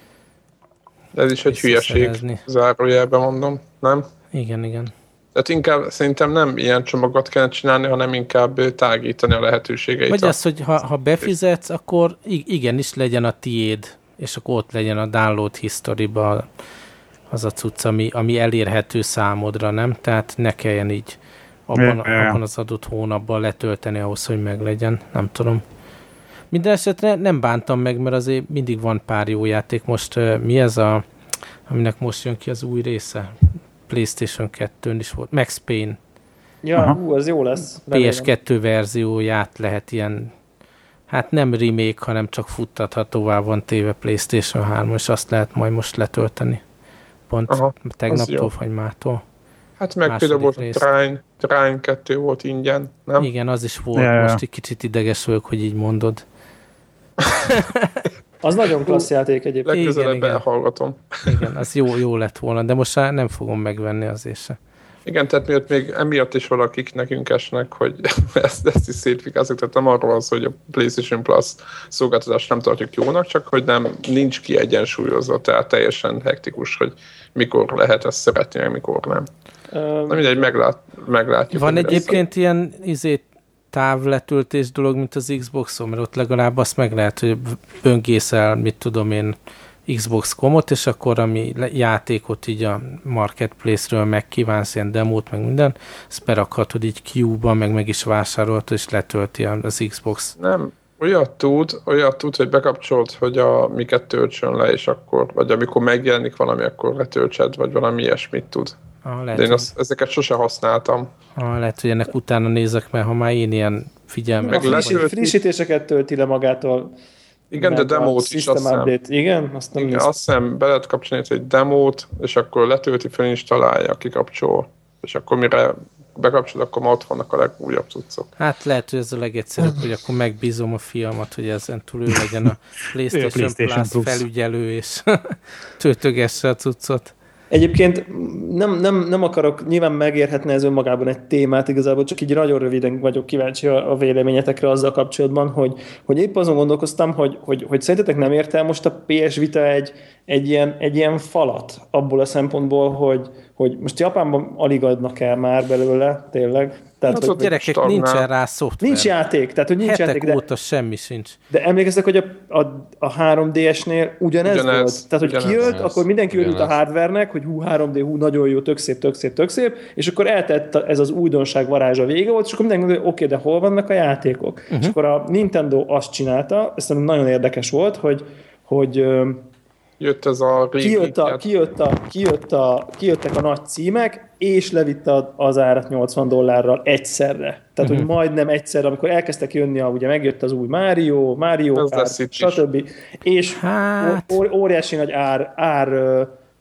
S2: De ez is egy hülyeség, zárójelben mondom, nem?
S3: Igen, igen.
S2: Tehát inkább szerintem nem ilyen csomagot kell csinálni, hanem inkább tágítani a lehetőségeit.
S3: Vagy az, hogy ha, ha befizetsz, akkor igenis legyen a tiéd, és akkor ott legyen a download history-ba az a cucc, ami, ami elérhető számodra, nem? Tehát ne kelljen így abban, abban az adott hónapban letölteni ahhoz, hogy meglegyen. Nem tudom. Minden esetre nem bántam meg, mert azért mindig van pár jó játék. Most uh, mi ez a, aminek most jön ki az új része? PlayStation kettőn is volt. Max Payne.
S1: Ja, hú, az jó lesz.
S3: pé es kettő verzióját lehet ilyen, hát nem remake, hanem csak futtathatóvá van téve PlayStation hármon, és azt lehet majd most letölteni. Pont aha, tegnaptól vagy mától.
S2: Hát meg például volt a Trine, Trine kettő volt ingyen, nem?
S3: Igen, az is volt. Ja, most egy kicsit ideges vagyok, hogy így mondod.
S1: Az nagyon klassz játék egyébként.
S2: Legközelebb elhallgatom.
S3: Igen, az jó, jó lett volna, de most nem fogom megvenni azért se.
S2: Igen, tehát miatt még emiatt is valakik nekünk esnek, hogy ezt, ezt is szétfikázzuk, tehát nem arról az, hogy a PlayStation Plus szolgáltatást nem tartjuk jónak, csak hogy nem, nincs kiegyensúlyozva, tehát teljesen hektikus, hogy mikor lehet ezt szeretni, meg mikor nem. Um, Na mindegy, meglát, meglátjuk.
S3: Van egyébként ilyen izét, távletöltés dolog, mint az Xboxon, mert ott legalább azt meg lehet, hogy böngészel, mit tudom én, Xbox komot, és akkor ami játékot így a Marketplace-ről megkívánsz, ilyen demót, meg minden, ezt berakhatod így Q-ba, meg meg is vásárolhatod, és letölti az Xbox.
S2: Nem, olyat tud, olyat tud, hogy bekapcsolt, hogy a miket töltsön le, és akkor, vagy amikor megjelenik valami, akkor letöltsed, vagy valami ilyesmit tud. Ah, lehet, de én azt, ezeket sose használtam.
S3: Ah, lehet, hogy ennek utána nézek, mert ha már én ilyen figyelmet...
S1: Meg frissítéseket tölti le magától.
S2: Igen, de demót is azt hiszem.
S1: Igen, azt nem
S2: Igen, azt hiszem, be lehet kapcsolni egy demót, és akkor letölti, felinstalálja, kikapcsol. És akkor mire bekapcsol, akkor már ott vannak a legújabb cuccok.
S3: Hát lehet, hogy ez a legegyszerűbb, hogy akkor megbízom a fiamat, hogy ezen túl ő legyen a PlayStation, PlayStation Plus, Plus felügyelő, és töltögesse a cuccot.
S1: Egyébként nem, nem, nem akarok, nyilván megérhetne ez önmagában egy témát, igazából csak így nagyon röviden vagyok kíváncsi a, a véleményetekre azzal kapcsolatban, hogy, hogy épp azon gondolkoztam, hogy, hogy, hogy szerintetek nem ért el most a pé es Vita egy, egy, ilyen, egy ilyen falat abból a szempontból, hogy, hogy most Japánban alig adnak el már belőle, tényleg. Tehát,
S3: hát, hogy gyerekek, stagnál. Nincsen rá szoftver.
S1: Nincs játék. Tehát, hogy nincs
S3: Hetek
S1: játék, de,
S3: óta semmi sincs.
S1: De emlékeztek, hogy a, a, a három dé esnél ugyanez, ugyanez volt? Tehát, hogy ugyanez, kijött, ugyanez, akkor mindenki örült a hardvernek, hogy hú, három dé, hú, nagyon jó, tök szép, tök szép, tök szép, és akkor eltett ez az újdonság varázsa vége volt, és akkor mindenki mondja, oké, de hol vannak a játékok? Uh-huh. És akkor a Nintendo azt csinálta, ez nagyon érdekes volt, hogy, hogy
S2: jött ez a
S1: kijött a, kijött a, kijött a, kijöttek a nagy címek, és levitte az árat nyolcvan dollárral egyszerre. Tehát, uh-huh. hogy majdnem egyszerre, amikor elkezdtek jönni, a, ugye megjött az új Mario, Mario Kart, stb. És hát. ó, óriási nagy ár, ár ö,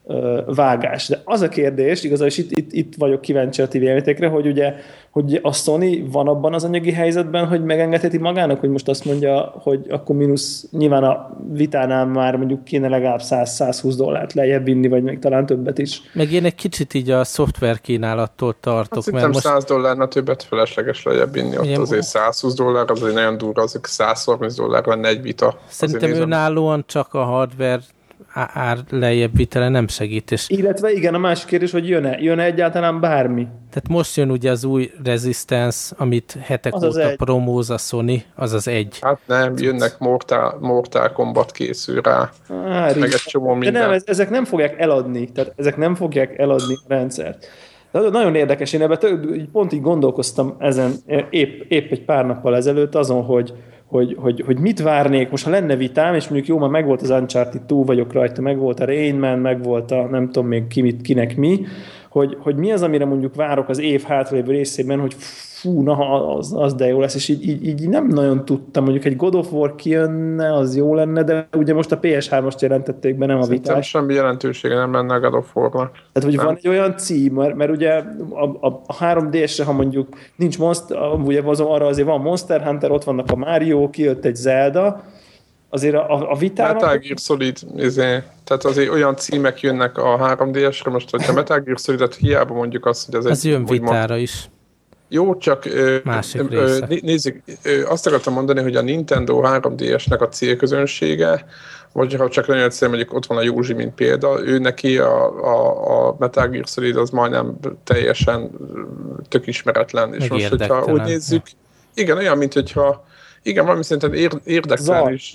S1: vágás. De az a kérdés, igazán, és itt, itt, itt vagyok kíváncsi a ti véleményetekre, hogy ugye hogy a Sony van abban az anyagi helyzetben, hogy megengedheti magának, hogy most azt mondja, hogy akkor mínusz, nyilván a Vitánál már mondjuk kéne legalább száz-százhúsz dollárt lejjebb vinni, vagy még talán többet is.
S3: Meg én egy kicsit így a szoftver kínálattól tartok.
S2: Hát mert most... száz dollárnál többet felesleges lejjebb vinni, ott igen, azért százhúsz dollár, az egy nagyon durva, azok százharminc dollár lenne egy Vita.
S3: Szerintem önállóan csak a hardware ár lejjebb vitele nem segít. És
S1: illetve igen, a másik kérdés, hogy jön-e? Jön-e egyáltalán bármi?
S3: Tehát most jön ugye az új Resistance, amit hetek az óta az promóz a Sony, az az egy.
S2: Hát nem, jönnek Mortal, Mortal Kombat készül rá.
S1: Á, meg egy csomó minden. De nem, ezek nem fogják eladni, tehát ezek nem fogják eladni a rendszert. De nagyon érdekes, én ebben pont így gondolkoztam ezen épp, épp egy pár nappal ezelőtt azon, hogy Hogy, hogy, hogy mit várnék, most ha lenne vitám, és mondjuk jó, már megvolt az Uncharted, túl vagyok rajta, megvolt a Rain Man, megvolt a nem tudom még ki, mit, kinek mi, hogy, hogy mi az, amire mondjuk várok az év hátralévő részében, hogy fú, na, az, az de jó lesz, és így, így, így nem nagyon tudtam, mondjuk egy God of War kijönne, az jó lenne, de ugye most a pé es hármast jelentették be, nem a vitát.
S2: Szerintem semmi jelentősége nem lenne a God of War-nak.
S1: Tehát, hogy nem. Van egy olyan cím, mert, mert ugye a, a, a három dé-esre, ha mondjuk nincs Monster, ugye arra azért van Monster Hunter, ott vannak a Mario, kijött egy Zelda, azért a, a vitának...
S2: Metal Gear Solid, izé, tehát azért olyan címek jönnek a három dé-esre, most hogyha Metal Gear Solid-et hiába mondjuk azt, hogy az
S3: egy... Az jön vitára mond, is.
S2: Jó, csak
S3: Másik
S2: ö, ö, nézzük, ö, azt akartam mondani, hogy a Nintendo három dé-esnek a célközönsége, vagy ha csak nagyon egyszerűen mondjuk ott van a Józsi, mint példa, ő neki a, a, a Metal Gear Solid az majdnem teljesen tök ismeretlen. És most, hogyha úgy nézzük, ja. igen, olyan, mint hogyha igen, valami szinten érdekel is,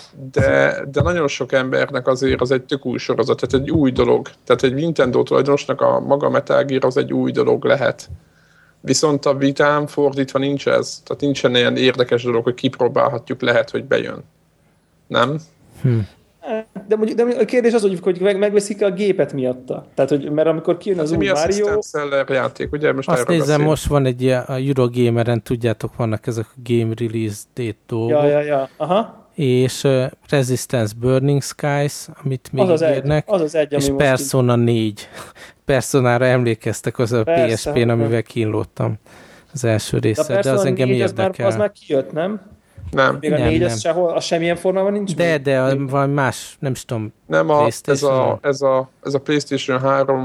S2: de, de nagyon sok embernek azért az egy tök új sorozat, tehát egy új dolog. Tehát egy Nintendo tulajdonosnak a maga Metal Gear az egy új dolog lehet. Viszont a vitám fordítva nincs ez. Tehát nincsen ilyen érdekes dolog, hogy kipróbálhatjuk, lehet, hogy bejön. Nem?
S3: Hm.
S1: De, mondjuk, de a kérdés az, hogy meg, megveszik a gépet miatta. Tehát, hogy, mert amikor kijön az, az új Mario... Mi
S2: a Seller játék, ugye? Most
S3: azt nézem, beszél. Most van egy a Eurogameren, tudjátok, vannak ezek a Game Release Date dolgok.
S1: Ja, ja, ja. Aha.
S3: És uh, Resistance Burning Skies, amit még
S1: az
S3: ígérnek,
S1: az az egy,
S3: és Persona így... négy. Personára emlékeztek, az a persze, pé es pén, amivel kínlódtam az első része, de, de az engem érdekel.
S1: Az már, az már kijött, nem?
S2: Nem.
S1: Még a
S2: nem,
S1: négy, az sehol, az semmilyen formában nincs?
S3: De, még? de a, valami más, nem is tudom.
S2: Nem, a, ez, a, ez, a, ez a PlayStation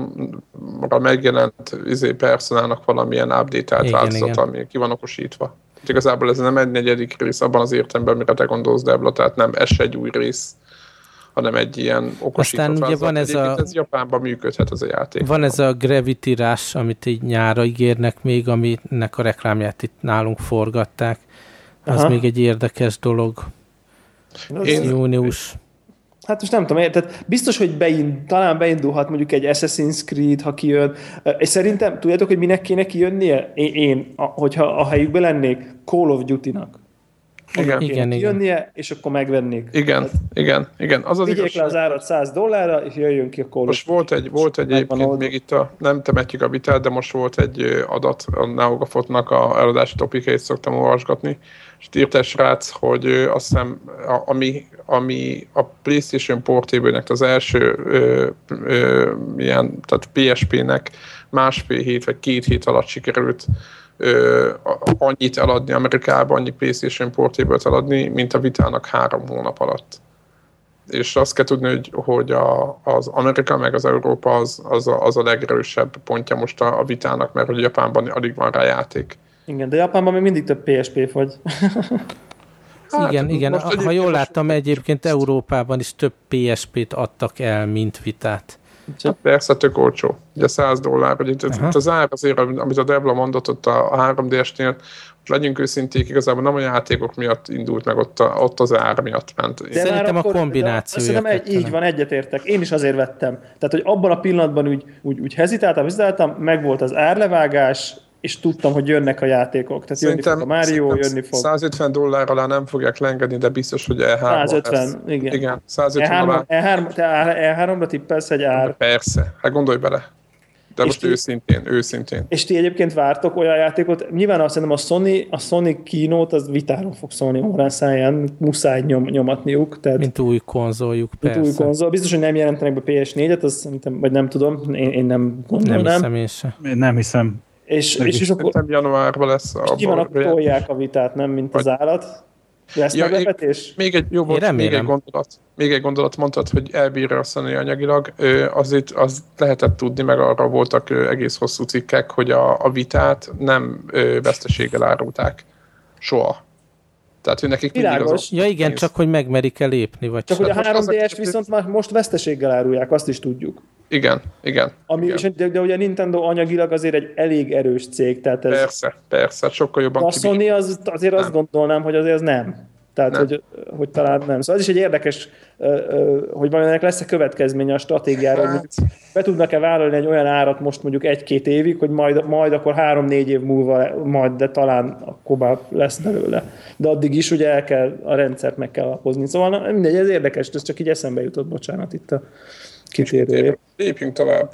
S2: háromra megjelent izé, Personának valamilyen update-ált változat, ami ki van okosítva. Tehát igazából ez nem egy negyedik rész abban az értelemben, mire te gondolsz, Debla, tehát nem, ez se egy új rész, hanem egy ilyen okosított
S3: aztán ugye van ez a...
S2: ez Japánban működhet az a játék.
S3: Van ez a Gravity Rush, amit így nyára ígérnek még, aminek a reklámját itt nálunk forgatták. Az aha. még egy érdekes dolog. Én... Június.
S1: Hát most nem tudom, tehát biztos, hogy beind, talán beindulhat mondjuk egy Assassin's Creed, ha kijön. És szerintem, tudjátok, hogy minek kéne kijönnie? Én, én hogyha a helyükben lennék, Call of Duty-nak.
S3: Igen, igen,
S1: kijönnie,
S3: igen.
S1: És akkor megvennék.
S2: Igen, hát, igen, igen. Az az
S1: vigyék igazság. Le az árat száz dollárra, és jöjjön ki a Call of Duty.
S2: Most volt egy, volt egy egyébként még itt a, nem temetjük a vitát, de most volt egy adat, a Neogafotnak a eladási topikait szoktam olvasgatni, és írt egy srác, hogy azt hiszem, ami, ami a PlayStation Portable-nek az első ö, ö, ilyen, tehát pé es pé-nek másfél hét vagy két hét alatt sikerült ö, annyit eladni Amerikában, annyi PlayStation Portable-t eladni, mint a Vitának három hónap alatt. És azt kell tudni, hogy, hogy a, az Amerika meg az Európa az, az, a, az a legerősebb pontja most a, a Vitának, mert hogy Japánban alig van rá játék.
S1: Igen, de Japánban még mindig több pé es pé fogy.
S3: Hát, igen, igen. Ha jól láttam, egyébként Európában is több pé es pét adtak el, mint Vitát.
S2: Hát persze, tök olcsó. Ugye száz dollár, hogy itt, itt az ár azért, amit a Debla mondott ott a, a három dé-esnél, legyünk őszinték, igazából nem a játékok miatt indult meg, ott, a, ott az ár miatt ment.
S3: De szerintem a kombinációja.
S1: Szerintem egy, így van, egyetértek. Én is azért vettem. Tehát, hogy abban a pillanatban úgy, úgy, úgy hezitáltam, hezitáltam, meg volt az árlevágás, és tudtam, hogy jönnek a játékok. Tehát
S2: szerintem,
S1: jönni fog a Mario, jönni fog.
S2: százötven dollár alá nem fogják leengedni, de biztos, hogy E három
S1: százötven,
S2: lesz.
S1: igen.
S2: Igen, százötven
S1: E három, alá. E három, te E háromra tippelsz egy ár.
S2: De persze, hát gondolj bele. De
S1: És
S2: most
S1: ti-
S2: őszintén, őszintén.
S1: És ti egyébként vártok olyan játékot, nyilván azt szerintem a Sony, a Sony keynote az vitáról fog szólni órán száján, muszáj nyom, nyomatniuk. Tehát
S3: Mint új konzoljuk,
S1: mint
S3: persze.
S1: új konzol. Biztos, hogy nem jelentenek be pé es négyet, azt szerintem, vagy nem tudom, én, én nem
S3: Nem
S1: gondolnám.
S3: hiszem én se.
S4: Nem hiszem.
S1: És, és, és akkor
S2: Szerintem januárban lesz a...
S1: nyilván tolják a vitát, nem mint az állat. Lesz
S2: Ja,
S1: meglepetés?
S2: Még egy, jó, bocs, még egy
S3: remélem.
S2: gondolat. Még egy gondolat, mondtad, hogy elbírja a Sony anyagilag. Ö, azért az lehetett tudni, meg arra voltak ö, egész hosszú cikkek, hogy a, a vitát nem ö, veszteséggel árulták. Soha. Tehát, hogy nekik mindig az
S1: Világos.
S2: a
S3: Ja igen,
S2: pénz.
S3: csak hogy megmerik-e lépni, vagy
S1: Csak hogy a
S2: most
S1: három
S2: az a
S1: dé-est
S2: kérdés-
S1: viszont már most veszteséggel árulják, azt is tudjuk.
S2: Igen, igen.
S1: Ami,
S2: igen.
S1: és, de, de ugye a Nintendo anyagilag azért egy elég erős cég, tehát ez,
S2: Persze, persze, sokkal jobban
S1: a
S2: kibír.
S1: Sony az, azért azt
S2: Nem.
S1: gondolnám, hogy azért az nem. Tehát,
S2: Nem.
S1: hogy, hogy talán nem. Szóval ez is egy érdekes, ö, ö, hogy vajon ennek lesz-e következménye a stratégiára, hogy
S2: Hát,
S1: be tudnak-e vállalni egy olyan árat most mondjuk egy-két évig, hogy majd, majd akkor három-négy év múlva majd, de talán akkor már lesz belőle. De addig is ugye el kell, a rendszert meg kell alapozni. Szóval na, mindegy, ez érdekes, ez csak így eszembe jutott, bocsánat, itt a kitérője.
S2: lépjünk tovább.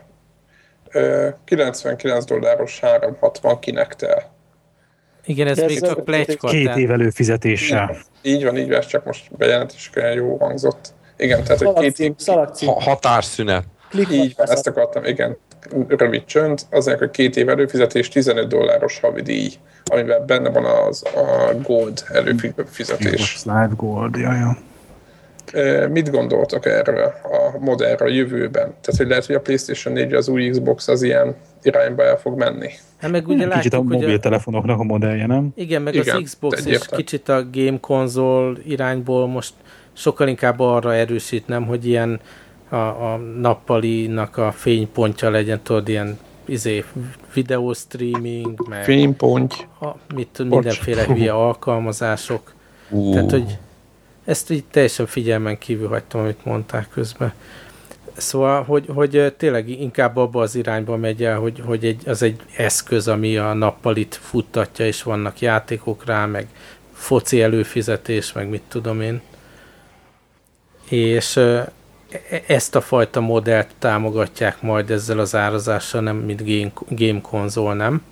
S2: Ö, kilencvenkilenc dolláros háromszázhatvan Kinect-tel.
S3: igen, ez
S1: De ez
S3: még
S1: a-
S3: csak pletyka.
S4: Két
S3: tehát-
S4: év előfizetéssel.
S2: Így van, így van, ez csak most bejelentéskor jó hangzott. Igen, tehát hogy két
S1: Szalagcím,
S2: év,
S1: szalagcím.
S5: Ha, határszünet.
S1: Klik
S2: így van, ezt akartam, igen, rövid csönd, azért, hogy két év előfizetés, tizenöt dolláros havidíj, amiben benne van az a Gold előfizetés.
S4: Live Gold, jaj, jaj.
S2: Ö, Mit gondoltok erről a modellről a jövőben? Tehát, hogy lehet, hogy a PlayStation négy, az új Xbox az ilyen irányba el fog menni.
S3: Hát meg ugye
S4: Kicsit a
S3: látjuk, hogy a,
S4: mobiltelefonoknak a modellje, nem?
S3: igen, meg
S2: Igen,
S3: az Xbox is
S2: egyértelmű.
S3: kicsit a game konzol irányból most sokkal inkább arra erősít, nem, hogy ilyen a, a nappalinak a fénypontja legyen, tudod, ilyen izé, videó streaming, meg
S2: Fényponty.
S3: a, mit tud, mindenféle hülye alkalmazások. Tehát, hogy ezt így teljesen figyelmen kívül hagytam, amit mondták közben. Szóval, hogy, hogy tényleg inkább abba az irányba megy el, hogy, hogy egy, az egy eszköz, ami a nappalit futtatja, és vannak játékok rá, meg foci előfizetés, meg mit tudom én. És e- ezt a fajta modellt támogatják majd ezzel az árazással, nem mint game, game konzol, nem?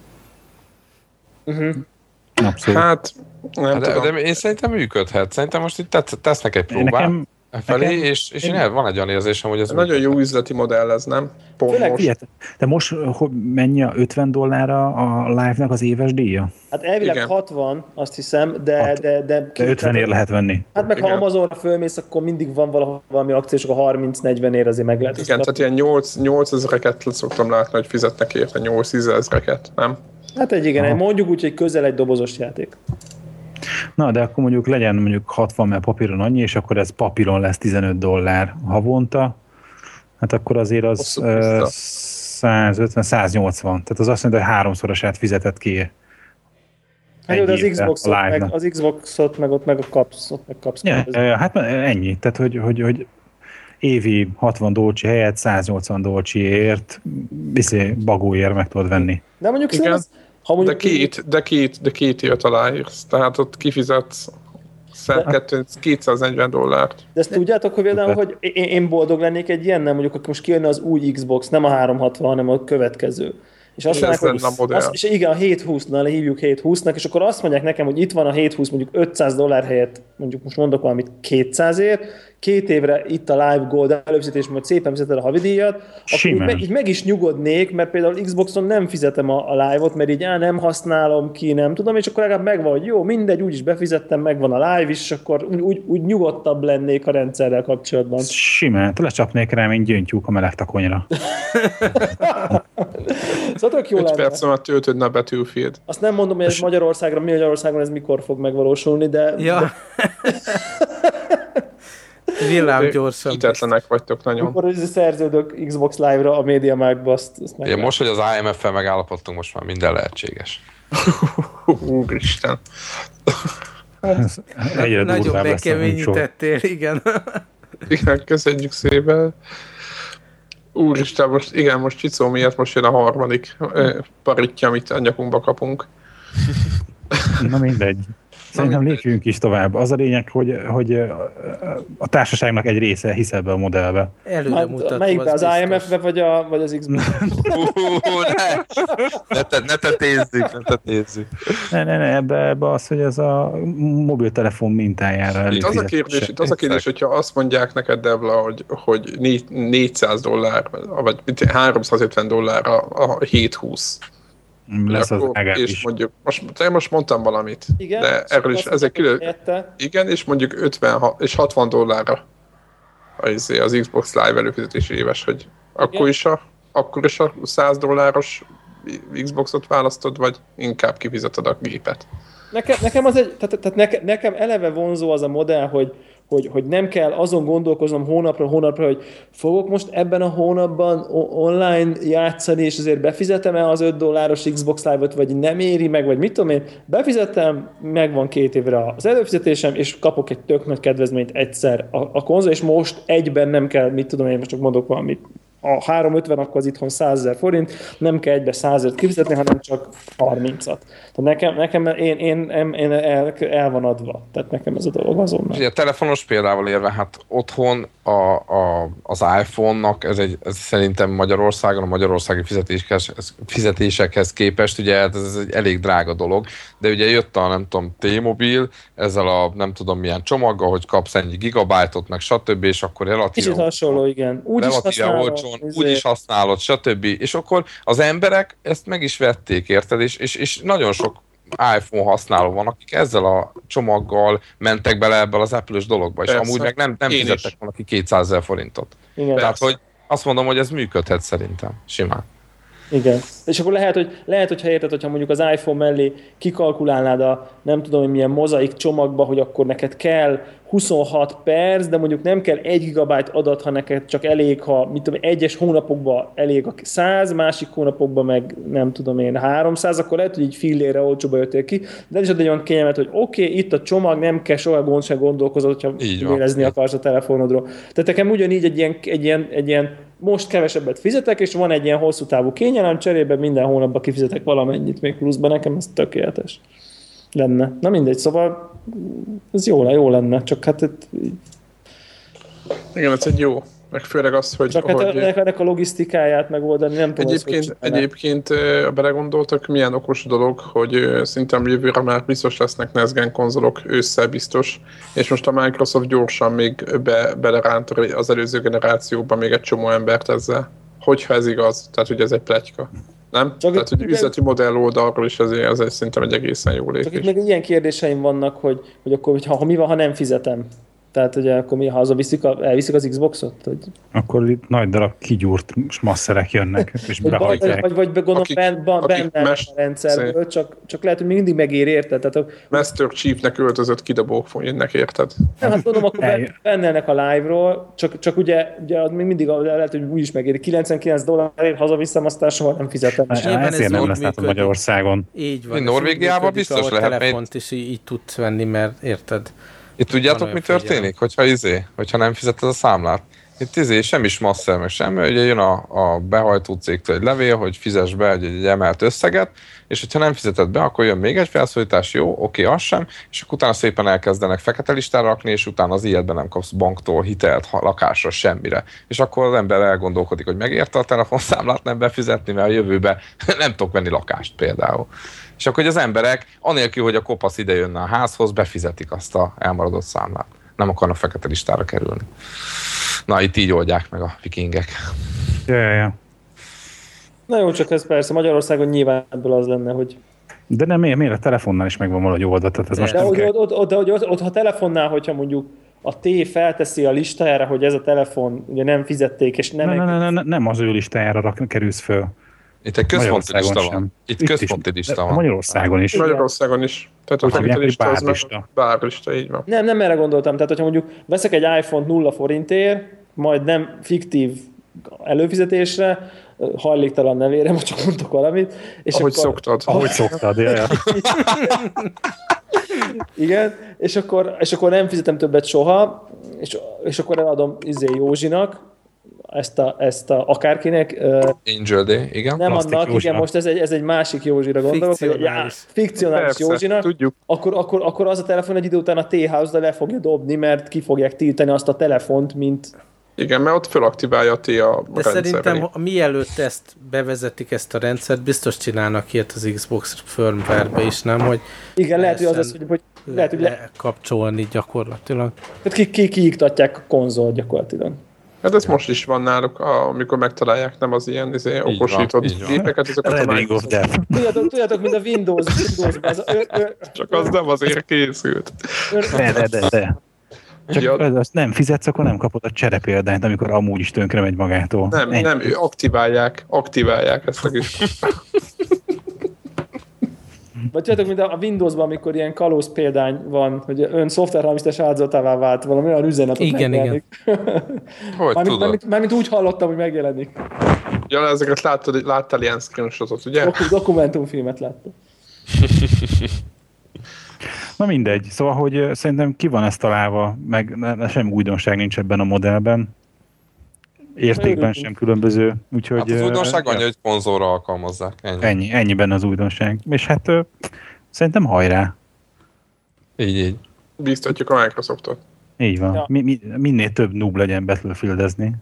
S4: Abszolút.
S2: Hát, nem
S5: De,
S2: tudom.
S5: de én szerintem működhet. Szerintem most itt tesz- tesznek egy próbát
S4: Nekem,
S5: felé,
S4: nekem-
S5: és, és én el, van egy olyan érzésem, hogy ez
S2: Nagyon jó üzleti modell ez, nem? Pont
S1: Főleg
S2: most.
S4: Ilyet. De most hogy mennyi a ötven dollárra a live-nak az éves díja?
S1: Hát elvileg
S2: Igen.
S1: hatvan, azt hiszem, de...
S4: Hat.
S1: de, de,
S4: De ötvenért lehet venni.
S1: Hát meg ha
S2: Igen.
S1: Amazonra fölmész, akkor mindig van valahol valami akció, és akkor harminc-negyven ér azért meg lehet.
S2: Igen,
S1: azt
S2: tehát ilyen nyolc ezreket szoktam látni, hogy fizetnek érte, nyolc-tíz ezreket, nem?
S1: Hát egy igen,
S4: Aha.
S1: mondjuk úgy, hogy közel egy dobozos játék.
S4: Na, de akkor mondjuk legyen mondjuk hatvan, mert papíron annyi, és akkor ez papíron lesz tizenöt dollár havonta, hát akkor azért az
S2: Hosszú
S4: ö,
S2: vissza.
S4: százötven, száznyolcvan. Tehát az azt mondja, hogy háromszorosát fizetett ki.
S1: Hát jó, de az
S4: Egy évre
S1: Xboxot,
S4: a
S1: meg,
S4: live-nak.
S1: az Xboxot, meg ott meg a kapsz, ott meg kapsz.
S4: Ja,
S1: Ez-
S4: ö, hát ennyi. Tehát, hogy, hogy, hogy évi hatvan dolcsi helyett száznyolcvan dolcsiért viszé bagóért meg tudod venni.
S1: De mondjuk
S2: Igen.
S1: szerintem, az- ha
S2: De
S1: mondjuk
S2: két, de két, de két évet aláírsz, tehát ott kifizetsz kétszáznegyven dollárt.
S1: De ezt tudjátok, hogy például, hogy én, én boldog lennék egy ilyen, nem mondjuk, akkor most kijönne az új Xbox, nem a háromszázhatvan, hanem a következő. És azt
S2: És
S1: mondják,
S2: ez
S1: hogy
S2: lenne a modell.
S1: azt, és igen, a hétszázhúsznál hívjuk hétszázhúsznak, és akkor azt mondják nekem, hogy itt van a hétszázhúsz mondjuk ötszáz dollár helyett, mondjuk most mondok valamit kétszázért, két évre itt a Live Gold előfizetés, majd szépen fizeted a havidíjat, akkor így
S4: Simán.
S1: meg, így meg is nyugodnék, mert például Xboxon nem fizetem a, a Live-ot, mert így á, nem használom ki, nem tudom, és akkor legalább megvan, hogy jó, mindegy, úgyis befizettem, megvan a Live is, és akkor úgy, úgy, úgy nyugodtabb lennék a rendszerrel kapcsolatban.
S4: Simán, lecsapnék rá, mint gyöngytyúk a meleg takonyra.
S1: Szóval tök jó
S2: Öt
S1: lenne.
S2: perc alatt töltödne a Battlefield.
S1: Azt nem mondom, hogy ez Magyarországra, mi Magyarországon ez mikor fog megvalósulni, de,
S3: Ja.
S1: de
S3: Villám gyorsan.
S2: Hitetlenek vagytok nagyon.
S1: akkor is szerződök Xbox Live-ra a MediaMarktba, azt, azt meg
S5: Ugye most, hogy az I M F-fel megállapodtunk, most már minden lehetséges.
S2: Úristen.
S4: Egyre
S3: Nagyon
S4: durvább lesz a műsor.
S3: bekeményítettél, igen.
S2: Igen, köszönjük szépen. Úristen, most igen, most Csicó miatt most jön a harmadik ö, paritja, amit a nyakunkba kapunk.
S4: Na mindegy. Szerintem lépjünk is tovább. Az a lényeg, hogy, hogy a társaságnak egy része hisz ebbe a modellbe.
S3: Előre mutatva,
S1: melyikbe, az, az I M F-be vagy, a, vagy az Xbox?
S5: ne, ne, ne tetézzük, ne tetézzük.
S4: Ne, ne, ne, ebbe, ebbe az, hogy ez a mobiltelefon mintájára
S2: itt az a kérdés, itt az a kérdés, hogyha azt mondják neked, Devla, hogy, hogy négyszáz dollár, vagy háromszázötven dollár a, a hét húsz.
S4: Lesz az
S2: akkor, és is. Mondjuk, most, én most mondtam valamit,
S1: igen,
S2: de erről is ezek külön. Igen, és mondjuk ötven és hatvan dollárra az, az Xbox Live előfizetési éves, hogy akkor is, a, akkor is a száz dolláros Xboxot választod, vagy inkább kifizeted a gépet?
S1: Nekem, nekem, az egy, tehát, tehát nekem, nekem eleve vonzó az a modell, hogy Hogy, hogy nem kell azon gondolkoznom hónapra, hónapra, hogy fogok most ebben a hónapban online játszani, és azért befizetem-e az öt dolláros Xbox Live-ot, vagy nem éri meg, vagy mit tudom én, befizettem, megvan két évre az előfizetésem, és kapok egy tök nagy kedvezményt egyszer a, a konzol, és most egyben nem kell, mit tudom én, most csak mondok valamit, a háromszázötven, akkor az itthon százezer forint, nem kell egybe százezret kifizetni, hanem csak harmincat. Tehát nekem, nekem én, én, én, én el, el van adva. Tehát nekem ez a dolog azonnal.
S5: Ugye a telefonos példával érve, hát otthon a, a, az iPhone-nak ez, egy, ez szerintem Magyarországon, a magyarországi fizetésekhez, fizetésekhez képest, ugye ez, ez egy elég drága dolog, de ugye jött a, nem tudom, T-Mobile, ezzel a nem tudom milyen csomaggal, hogy kapsz ennyi gigabájtot, meg stb., és akkor relatív...
S1: Kicsit hasonló, igen. Úgy is használod.
S5: Úgy is használod, stb. És akkor az emberek ezt meg is vették, érted? És, és, és nagyon sok iPhone használó van, akik ezzel a csomaggal mentek bele ebből az Apple-ös dologba, és Persze. amúgy meg nem, nem fizettek valaki kétszázezer forintot. Igen. Tehát, hogy azt mondom, hogy ez működhet szerintem, simán.
S1: Igen. És akkor lehet, hogy, lehet, hogyha érted, hogyha mondjuk az iPhone mellé kikalkulálnád a nem tudom, hogy milyen mozaik csomagba, hogy akkor neked kell huszonhat perc, de mondjuk nem kell egy gigabyte adat, ha neked csak elég, ha mit tudom, egyes hónapokban elég a száz, másik hónapokban meg nem tudom én háromszáz, akkor lehet, hogy így fillére olcsóba jöttél ki, de ez is egy olyan kényelmet, hogy oké, okay, itt a csomag, nem kell soha gond sem gondolkozol, hogyha vélezni akarsz a telefonodról. Tehát nekem ugyanígy egy ilyen, egy ilyen, egy ilyen most kevesebbet fizetek, és van egy ilyen hosszú távú kényelem, cserében minden hónapban kifizetek valamennyit még pluszban, nekem ez tökéletes lenne. Na mindegy, szóval ez jó, jó lenne, csak hát itt...
S2: Igen, ez egy jó, meg főleg az, hogy...
S1: Csak
S2: hogy...
S1: hát ennek a logisztikáját megoldani, nem tudom,
S2: egyébként, az, hogy egyébként belegondoltak, milyen okos dolog, hogy szerintem jövőre már biztos lesznek Next-Gen konzolok, ősszel biztos, és most a Microsoft gyorsan még be, beleránt az előző generációban még egy csomó embert ezzel, hogyha ez igaz, tehát ugye ez egy pletyka. Nem? Csak Tehát, hogy üzleti modell oldalról is azért, azért szerintem egy egészen jó lépés.
S1: Csak itt még ilyen kérdéseim vannak, hogy, hogy akkor hogy ha, ha mi van, ha nem fizetem? Tehát ugye akkor mi hazaviszik, a, elviszik az Xboxot? Hogy...
S4: Akkor itt nagy darab kigyúrt masszerek jönnek, és behajtják.
S1: Vagy, vagy gondolom benne benne a rendszerből, csak, csak lehet, hogy mindig megér, érted? Tehát,
S2: Master Chiefnek öltözött kidobók jönnek, érted?
S1: Nem, hát mondom, akkor bennelnek a live-ról, csak, csak ugye, ugye az még mindig lehet, hogy úgy is megéri. kilencvenkilenc dollárért hazaviszem, aztán soha nem fizetem.
S4: Ezért nem lesz látod Magyarországon.
S3: Így van.
S5: Norvégiában biztos lehet.
S3: Telefont is így tudsz venni, mert érted?
S5: Itt tudjátok, mi történik? Hogyha izé, hogyha nem fizeted a számlát. Itt izé, semmi masszer, meg semmi, ugye jön a, a behajtó cégtől egy levél, hogy fizess be egy, egy emelt összeget, és hogyha nem fizeted be, akkor jön még egy felszólítás, jó, oké, az sem, és akkor utána szépen elkezdenek fekete listára rakni, és utána az ilyetben nem kapsz banktól hitelt, lakásra, semmire. És akkor az ember elgondolkodik, hogy megérte a telefonszámlát nem befizetni, mert a jövőben nem tudok venni lakást például. És akkor hogy az emberek, anélkül, hogy a kopasz ide jönne a házhoz, befizetik azt a elmaradott számlát. Nem akarnak fekete listára kerülni. Na, itt így oldják meg a vikingek.
S4: Ja, ja, ja.
S1: Na jó, csak ez persze Magyarországon nyilván ebből az lenne, hogy...
S4: De nem, miért, miért a telefonnál is megvan valahogy oldva? Tehát ez
S1: de
S4: most
S1: de
S4: nem
S1: ott,
S4: kell...
S1: ott, ott, ott, ott, ott, ha telefonnál, hogyha mondjuk a T felteszi a listájára, hogy ez a telefon ugye nem fizették, és nem...
S4: Ne, ne, ne, ne, nem az ő listájára rak, kerülsz föl.
S5: Itt egy központi lista van. Itt, Itt központi
S4: is,
S5: lista van.
S4: Magyarországon is.
S2: Magyarországon is. Tehát a fekete lista az meg bárlista, így van.
S1: Nem, nem erre gondoltam. Tehát, hogyha mondjuk veszek egy iPhone-t nulla forintért, majd nem fiktív előfizetésre, hajléktalan nevére, most csak mondtok valamit. És
S2: ahogy
S1: akkor...
S2: szoktad.
S4: Ahogy szoktad, jaj.
S1: Igen, és akkor, és akkor nem fizetem többet soha, és, és akkor eladom izé Józsinak, ezt a, ezt a akárkinek.
S5: Angel Day, igen.
S1: Nem annak, Józsina. Igen, most ez egy, ez egy másik Józsira gondolok. Fikcionális. Fikcionális Józsina.
S2: Tudjuk.
S1: Akkor, akkor, akkor az a telefon egy idő után a T-House-da le fogja dobni, mert ki fogják tiltani azt a telefont, mint...
S2: Igen, mert ott felaktiválja a T a
S3: De szerintem, mielőtt ezt bevezetik, ezt a rendszert, biztos csinálnak ilyet az Xbox firmware-be is, nem? Hogy
S1: igen, lehet, hogy az az, hogy, hogy lehet, hogy le...
S3: kapcsolni gyakorlatilag.
S1: Tehát ki, ki, kiiktatják a konzol gyakorlatilag.
S2: Hát ez most is van náluk, amikor megtalálják nem az ilyen izé, okosított gépeket, ezeket a
S4: Microsoft.
S1: Tudjátok, tudjátok, mint a Windows, Windowsban. Az, ö, ö,
S2: Csak az nem azért készült.
S4: De, de, de, de. Csak ja. az, azt nem fizetsz, akkor nem kapod a cserepéldányt, amikor amúgy is tönkre megy magától.
S2: Nem, Ennyi. nem, ő aktiválják, aktiválják ezt a kis...
S1: Vagy tudjátok, mint a Windowsban, amikor ilyen kalóz példány van, hogy ön szoftverhamisítás áldozatává vált, valami olyan üzenetet
S3: igen, megjelenik.
S5: Igen. Hogy
S1: mármint,
S5: tudod?
S1: Mármint, mármint úgy hallottam, hogy megjelenik.
S2: Ja, ezeket láttad, láttál ilyen screenshotot, ugye?
S1: Dok- dokumentumfilmet láttam.
S4: Na mindegy, szóval, hogy szerintem ki van ezt találva, meg semmi újdonság nincs ebben a modellben. Értékben sem különböző, úgyhogy...
S5: Hát az újdonság annyi, hogy konzolra alkalmazzák. Ennyi.
S4: Ennyi, ennyi benne az újdonság. És hát ö, szerintem hajrá.
S5: Így, így.
S2: Bíztatjuk a Microsoftot.
S4: Így van.
S1: Ja.
S4: Mi, mi, minél több noob legyen Battlefieldezni.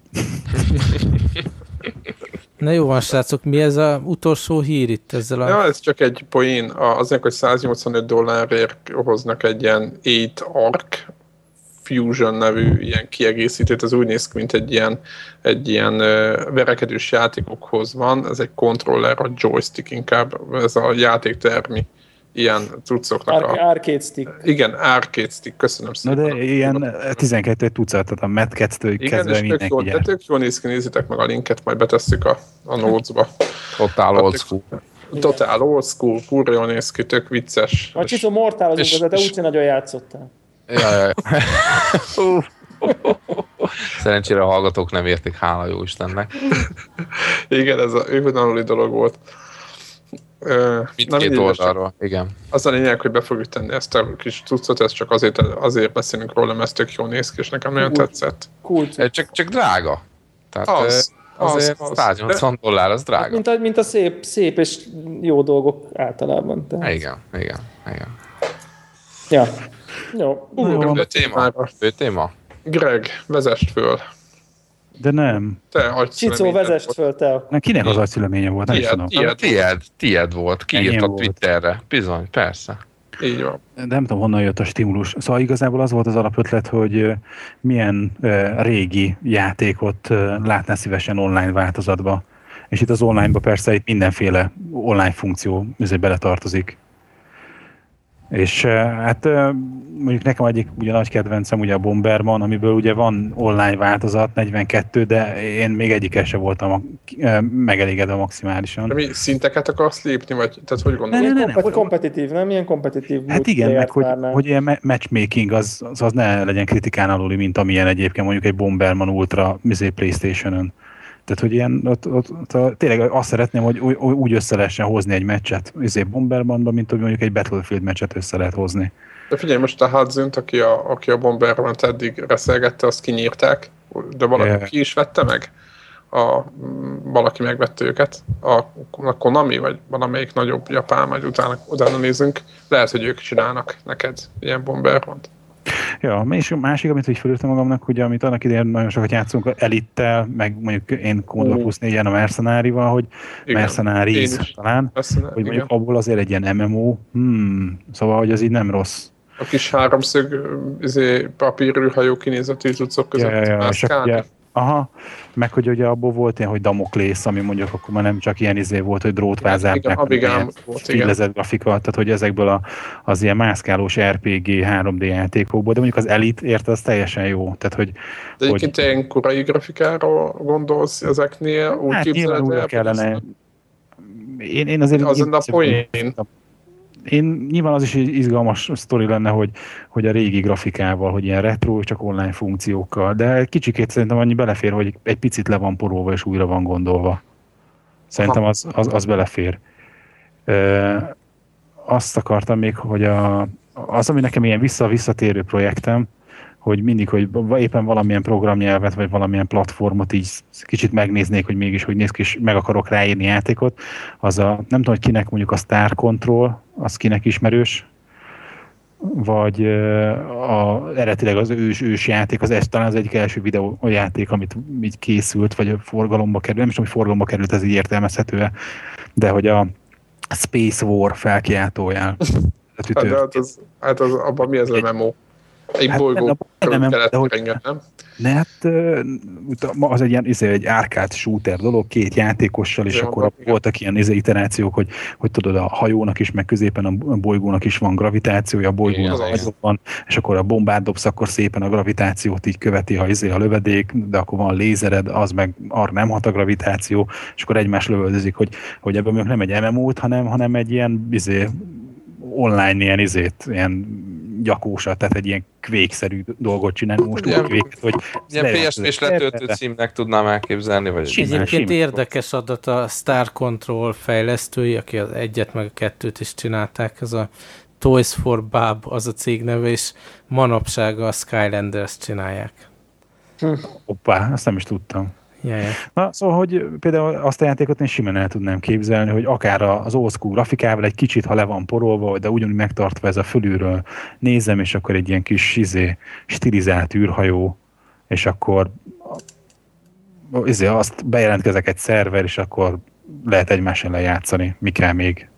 S3: Na jó van, srácok, mi ez az utolsó hír itt ezzel a...
S2: Ja, ez csak egy poén. Azért, hogy száznyolcvanöt dollárért hoznak egy ilyen öt Arc Fusion nevű ilyen kiegészítőt, az úgy néz ki, mint egy ilyen, egy ilyen uh, verekedős játékokhoz van. Ez egy controller, a joystick inkább, ez a játéktermi ilyen cuccoknak
S1: Ar-
S2: a...
S1: Arcade stick.
S2: Igen, arcade stick, köszönöm
S4: Na
S2: szépen.
S4: de ilyen tizenkettő tucatot, a Mad Cat-től kezdve
S2: igen, és tök jól, de tök jól néz ki, nézzétek meg a linket, majd betesszük a, a notes-ba.
S5: Totál old school.
S2: Totál old school, kurva jól néz ki, tök vicces.
S1: A Csicó mortálozunk, de te úgy nagyon játszottál.
S5: Ja, ja, ja. Szerencsére a hallgatók nem értik, hála jó Istennek.
S2: Igen, ez a ővonalúli dolog volt.
S5: Mindkét oldalról, igen.
S2: Az a lényeg, hogy be fogjuk tenni ezt a kis cuccot, ez csak azért, azért beszélünk róla, mert ez tök jól néz ki, és nekem nagyon tetszett.
S1: Cool.
S5: Csak, csak drága. Tehát
S2: az,
S5: azért
S2: az, az,
S5: száznyolcvan de... dollár, az drága.
S1: Mint a, mint a szép, szép és jó dolgok általában. Tehát.
S5: Igen, igen, igen.
S1: Ja. Jó.
S2: Uh,
S5: Fő téma. Fő téma.
S2: Greg, vezest föl.
S4: De nem.
S2: Te
S1: Csicó, vezest föl, te.
S4: Na, kinek az agyszüleménye volt? Nem is tudom.
S5: Tied, tied, tied volt. Kiírt a Twitterre. Bizony, persze.
S2: Így van.
S4: De nem tudom, honnan jött a stimulus. Szóval igazából az volt az alapötlet, hogy milyen uh, régi játékot uh, látná szívesen online változatba. És itt az online-ba persze itt mindenféle online funkció beletartozik. És hát mondjuk nekem egyik ugye nagy kedvencem ugye a Bomberman, amiből ugye van online változat, negyvenkettő, de én még egyikkel sem voltam megelégedve maximálisan.
S2: De mi szinteket akarsz lépni, vagy tehát hogy gondolod?
S1: Ne, ne, ne, ne. Kompetitív, nem? Ilyen kompetitív.
S4: Hát igen, meg hogy, hogy ilyen matchmaking az, az, az ne legyen kritikán aluli, mint amilyen egyébként mondjuk egy Bomberman Ultra PlayStation-ön. Tehát, hogy ilyen, ott, ott, ott, tényleg azt szeretném, hogy úgy össze lehessen hozni egy meccset izé Bombermanban, mint hogy mondjuk egy Battlefield meccset össze lehet hozni.
S2: De figyelj, most a Hudson-t, aki a, aki a Bomberman-t eddig reszelgette, azt kinyírták, de valaki yeah. ki is vette meg? A, valaki megvette őket, a, a Konami, vagy valamelyik nagyobb japán, vagy utána, utána nézünk. Lehet, hogy ők csinálnak neked ilyen Bomberman-t.
S4: Ja, és a másik, amit így felültem magamnak, ugye, amit annak idején nagyon sokat játszunk a Elittel, meg mondjuk én Commodore huszonnégy-en a Mercenárival, hogy Mercenaries talán,
S2: Mercenár,
S4: hogy mondjuk igen. abból azért egy ilyen em em o, hmm, szóval, hogy az így nem rossz.
S2: A kis háromszög izé, papírűhajó kinézetű cuccok között
S4: ja, ja, ja, aha, meg hogy ugye abból volt ilyen, hogy Damoklész, ami mondjuk akkor már nem csak ilyen izé volt, hogy drótvázák,
S2: ja, meg ilyen
S4: fillezett grafika, tehát hogy ezekből a, az ilyen mászkálós er pé gé három dé játékokból, de mondjuk az Elite érte, az teljesen jó. Tehát, hogy,
S2: de egyébként hogy... ilyen korai grafikáról gondolsz ezeknél? Úgy
S4: hát nyilván újra kellene. Én, én azért...
S2: Az a poén.
S4: Én nyilván az is egy izgalmas sztori lenne, hogy, hogy a régi grafikával, hogy ilyen retro, csak online funkciókkal, de kicsikét szerintem annyi belefér, hogy egy picit le van porolva és újra van gondolva. Szerintem az, az, az belefér. E, azt akartam még, hogy a, az, ami nekem ilyen vissza-visszatérő projektem, hogy mindig, hogy éppen valamilyen programnyelvet, vagy valamilyen platformot így kicsit megnéznék, hogy mégis hogy néz ki, és meg akarok ráírni játékot, az a, nem tudom, hogy kinek mondjuk a Star Control, az kinek ismerős, vagy a, eredetileg az ős, ős játék, az talán az egyik első videójáték, amit így készült, vagy forgalomba került, nem is tudom, hogy forgalomba került, ez így értelmezhető, de hogy a Space War felkiáltójál.
S2: Hát, de hát, az, hát az, abban mi az a memo? Egy hát bolygó kellett renget, nem?
S4: Ne, hát az egy ilyen izé, egy arcade shooter dolog, két játékossal, és ja, akkor igen. voltak ilyen izé, iterációk, hogy, hogy tudod, a hajónak is, meg középen a bolygónak is van gravitációja, a bolygónak van, és akkor a bombát dobsz, akkor szépen a gravitációt így követi, ha izé a lövedék, de akkor van lézered, az meg arra nem hat a gravitáció, és akkor egymás lövöldözik, hogy, hogy ebben még nem egy em em o-t, hanem, hanem egy ilyen izé, online ilyen izét, ilyen gyakósat, tehát egy ilyen kvékszerű dolgot csinálni. Most
S2: ilyen,
S4: kvéket, hogy
S5: ilyen pé es pés letöltő címnek tudnám elképzelni. Vagy
S3: egyébként érdekes adat a Star Control fejlesztői, aki az egyet meg a kettőt is csinálták, ez a Toys for Bob az a cég neve, és manapság a Skylanders csinálják.
S4: Hm. Hoppá, azt nem is tudtam.
S3: Yeah, yeah.
S4: Na, szóval, hogy például azt a játékot én simán el tudnám képzelni, hogy akár az old school grafikával egy kicsit, ha le van porolva, de ugyanúgy megtartva ez a fölülről nézem, és akkor egy ilyen kis izé, stilizált űrhajó, és akkor izé, azt bejelentkezek egy szerver, és akkor lehet egymás ellen játszani. Mi kell még?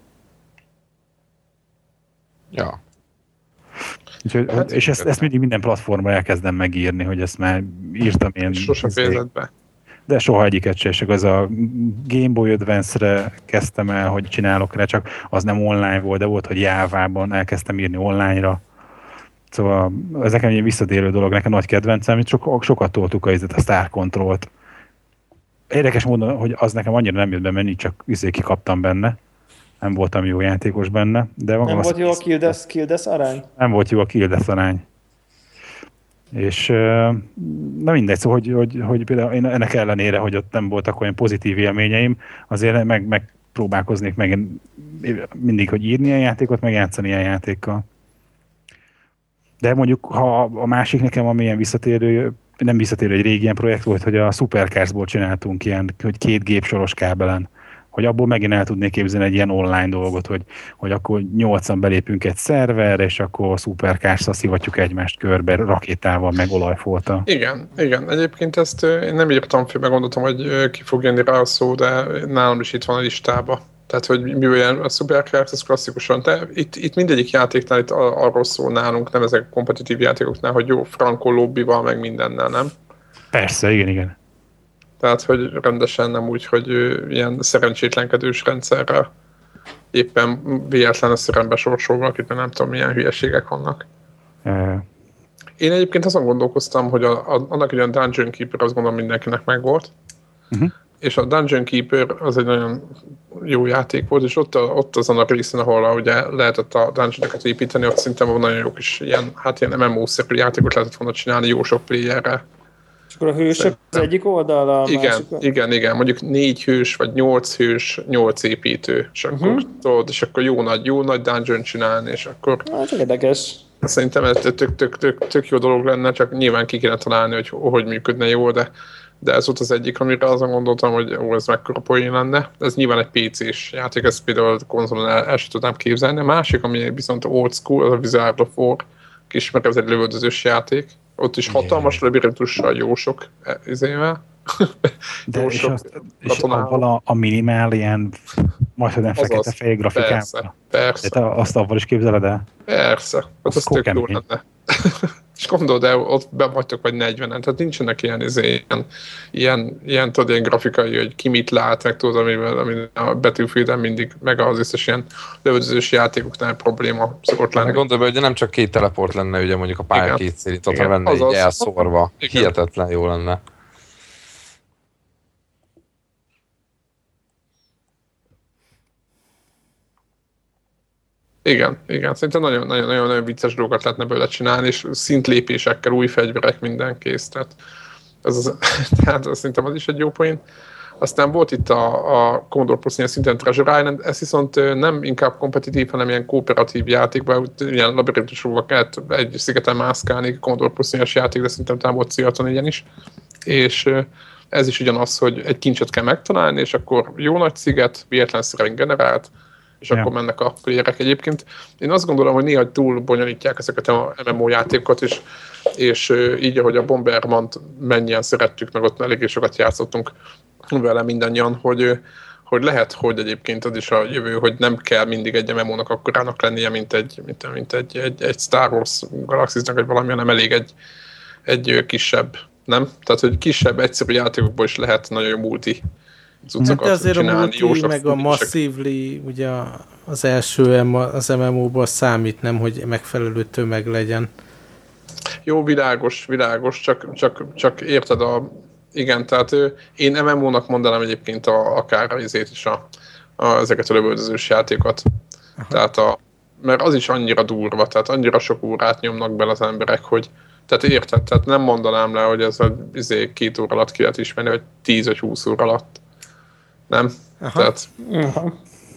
S5: Ja.
S4: Úgyhogy, hát, és ezt, ezt mindig minden platformra elkezdem megírni, hogy ezt már írtam én.
S2: Sose fejezett be.
S4: De soha egyiket se, és az a Game Boy Advance-re kezdtem el, hogy csinálok rá, csak az nem online volt, de volt, hogy Jávában elkezdtem írni online-ra. Szóval ez nekem egy visszatérő dolog, nekem nagy kedvencem, hogy sok, sokat toltuk a, a Star Control-t. Érdekes módon, hogy az nekem annyira nem jött be, mert csak izé kikaptam benne. Nem voltam jó játékos benne. De
S1: nem volt jó a kill-death, kill-death arány?
S4: Nem volt jó a kill-death arány. És na mindegy, szóval, hogy, hogy, hogy például én ennek ellenére, hogy ott nem voltak olyan pozitív élményeim, azért meg, megpróbálkoznék meg mindig, hogy írni ilyen játékot, meg játszani ilyen játékkal. De mondjuk, ha a másik nekem, ami ilyen visszatérő, nem visszatérő, egy régi ilyen projekt volt, hogy a Supercarsból csináltunk ilyen, hogy két gép soros kábelen. Hogy abból megint el tudnék képzelni egy ilyen online dolgot, hogy, hogy akkor nyolcan belépünk egy szerverre, és akkor Supercars-szal szivatjuk egymást körbe rakétával, meg olajfolttal.
S2: Igen, igen. Egyébként ezt én nem írtam fel, meg gondoltam, hogy ki fog jönni rá a szó, de nálam is itt van a listába. Tehát, hogy mi olyan a Supercars, ez klasszikusan. De itt, itt mindegyik játéknál itt arról szól nálunk, nem ezek a kompetitív játékoknál, hogy jó franco lobbival, meg mindennel, nem?
S4: Persze, igen, igen.
S2: Tehát, hogy rendesen nem úgy, hogy ilyen szerencsétlenkedős rendszerrel éppen véletlen összerembe sorsolva, akit nem tudom, milyen hülyeségek vannak. Uh. Én egyébként azon gondolkoztam, hogy a, a, annak olyan Dungeon Keeper, azt gondolom mindenkinek megvolt, uh-huh. és a Dungeon Keeper az egy nagyon jó játék volt, és ott, ott azon a részen, ahol ugye lehetett a dungeonokat építeni, ott szintén van nagyon jó kis ilyen, hát ilyen em em o-szerű játékot lehetett volna csinálni jó sok playerrel.
S1: És akkor a hősök szerintem az egyik oldal, a
S2: igen,
S1: másik?
S2: Igen, igen. Mondjuk négy hős, vagy nyolc hős, nyolc építő. És akkor, uh-huh. tudod, és akkor jó nagy, jó nagy dungeon csinálni, és akkor...
S1: Hát érdekes.
S2: Szerintem ez tök, tök, tök, tök jó dolog lenne, csak nyilván ki kéne találni, hogy hogy működne jól, de, de ez volt az egyik, amire azon gondoltam, hogy ó, ez mekkora poén lenne. Ez nyilván egy pé cés játék, ezt például a konzolon el, el sem tudnám képzelni. A másik, ami viszont old school, az a Wizard of War, kismer, ez egy lövöldözős játék. Ott is hatalmas labirintussal, jó sok izével.
S4: De és, azt, és avval a, a minimál ilyen majd nem fekete-fehér grafikával.
S2: Persze, persze.
S4: De te azt avval is képzeled el?
S2: Persze, hát az, az tök jó lenne. És gondolod el, ott be vagytok vagy negyvenen, tehát nincsenek ilyen, izé, ilyen, ilyen, ilyen, tudod, ilyen grafikai, hogy ki mit lát, meg tudod, amivel, ami a Battlefielden mindig, meg az összes ilyen lövöldözős játékoknál probléma szokott lenni.
S5: Gondolj be, hogy nem csak két teleport lenne, ugye mondjuk a pálya két szélit, ott lenne így elszórva. Hihetetlen jó lenne.
S2: Igen, igen. Szerintem nagyon, nagyon, nagyon, nagyon vicces dolgokat lehetne belőle csinálni, és szintlépésekkel, új fegyverek, minden kész. Tehát, ez az, tehát az, szerintem az is egy jó poén. Aztán volt itt a, a Commodore Plus szinten Treasure Island, ez viszont nem inkább kompetitív, hanem ilyen kooperatív játékban, ilyen labirintusokban kellett egy szigeten mászkálni, Commodore Plus játék, de szerintem talán volt Ciaton ilyen is. És ez is ugyanaz, hogy egy kincset kell megtalálni, és akkor jó nagy sziget, véletlenszerűen generált, és ja. akkor mennek a playerek egyébként. Én azt gondolom, hogy néha túl bonyolítják ezeket a em em o játékokat, és, és így, ahogy a Bombermant mennyien szerettük, meg ott eléggé sokat játszottunk vele mindannyian, hogy, hogy lehet, hogy egyébként az is a jövő, hogy nem kell mindig egy em em o-nak akkorának lennie, mint egy, mint, mint egy, egy, egy Star Wars Galaxy-nak, vagy valami, hanem elég egy, egy kisebb, nem? Tehát, hogy kisebb, egyszerű játékokból is lehet nagyon jó multi cuccokat
S3: hát azért
S2: csinálni.
S3: A multi, meg a Massively, ugye az első az em em o-ból számít, nem, hogy megfelelő tömeg legyen.
S2: Jó, világos, világos, csak, csak, csak érted a... Igen, tehát én em em o-nak mondanám egyébként a, akár azért is a, a, ezeket a lövöldözős játékokat. Aha. Tehát a, mert az is annyira durva, tehát annyira sok órát nyomnak bele az emberek, hogy tehát érted, tehát nem mondanám le, hogy ez a izé, két óra alatt ki lehet ismerni, vagy tíz vagy húsz óra alatt. Nem? Aha. Tehát... Aha.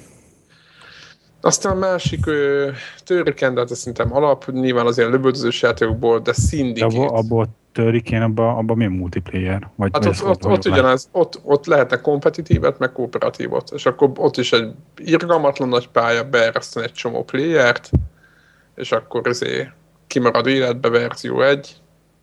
S2: Aztán a másik Turrican, de hát ez szerintem alap, nyilván az ilyen lövöldözős játékokból, de Syndicate.
S4: Abból, abból Turrican, abban abba mi multiplayer? Vagy
S2: hát ott, ott, ott ugyanaz, ott, ott lehetne kompetitívet, meg kooperatívot, és akkor ott is egy irgalmatlan nagy pálya, beereszteni egy csomó playert, és akkor ezért kimarad életbe verzió egy,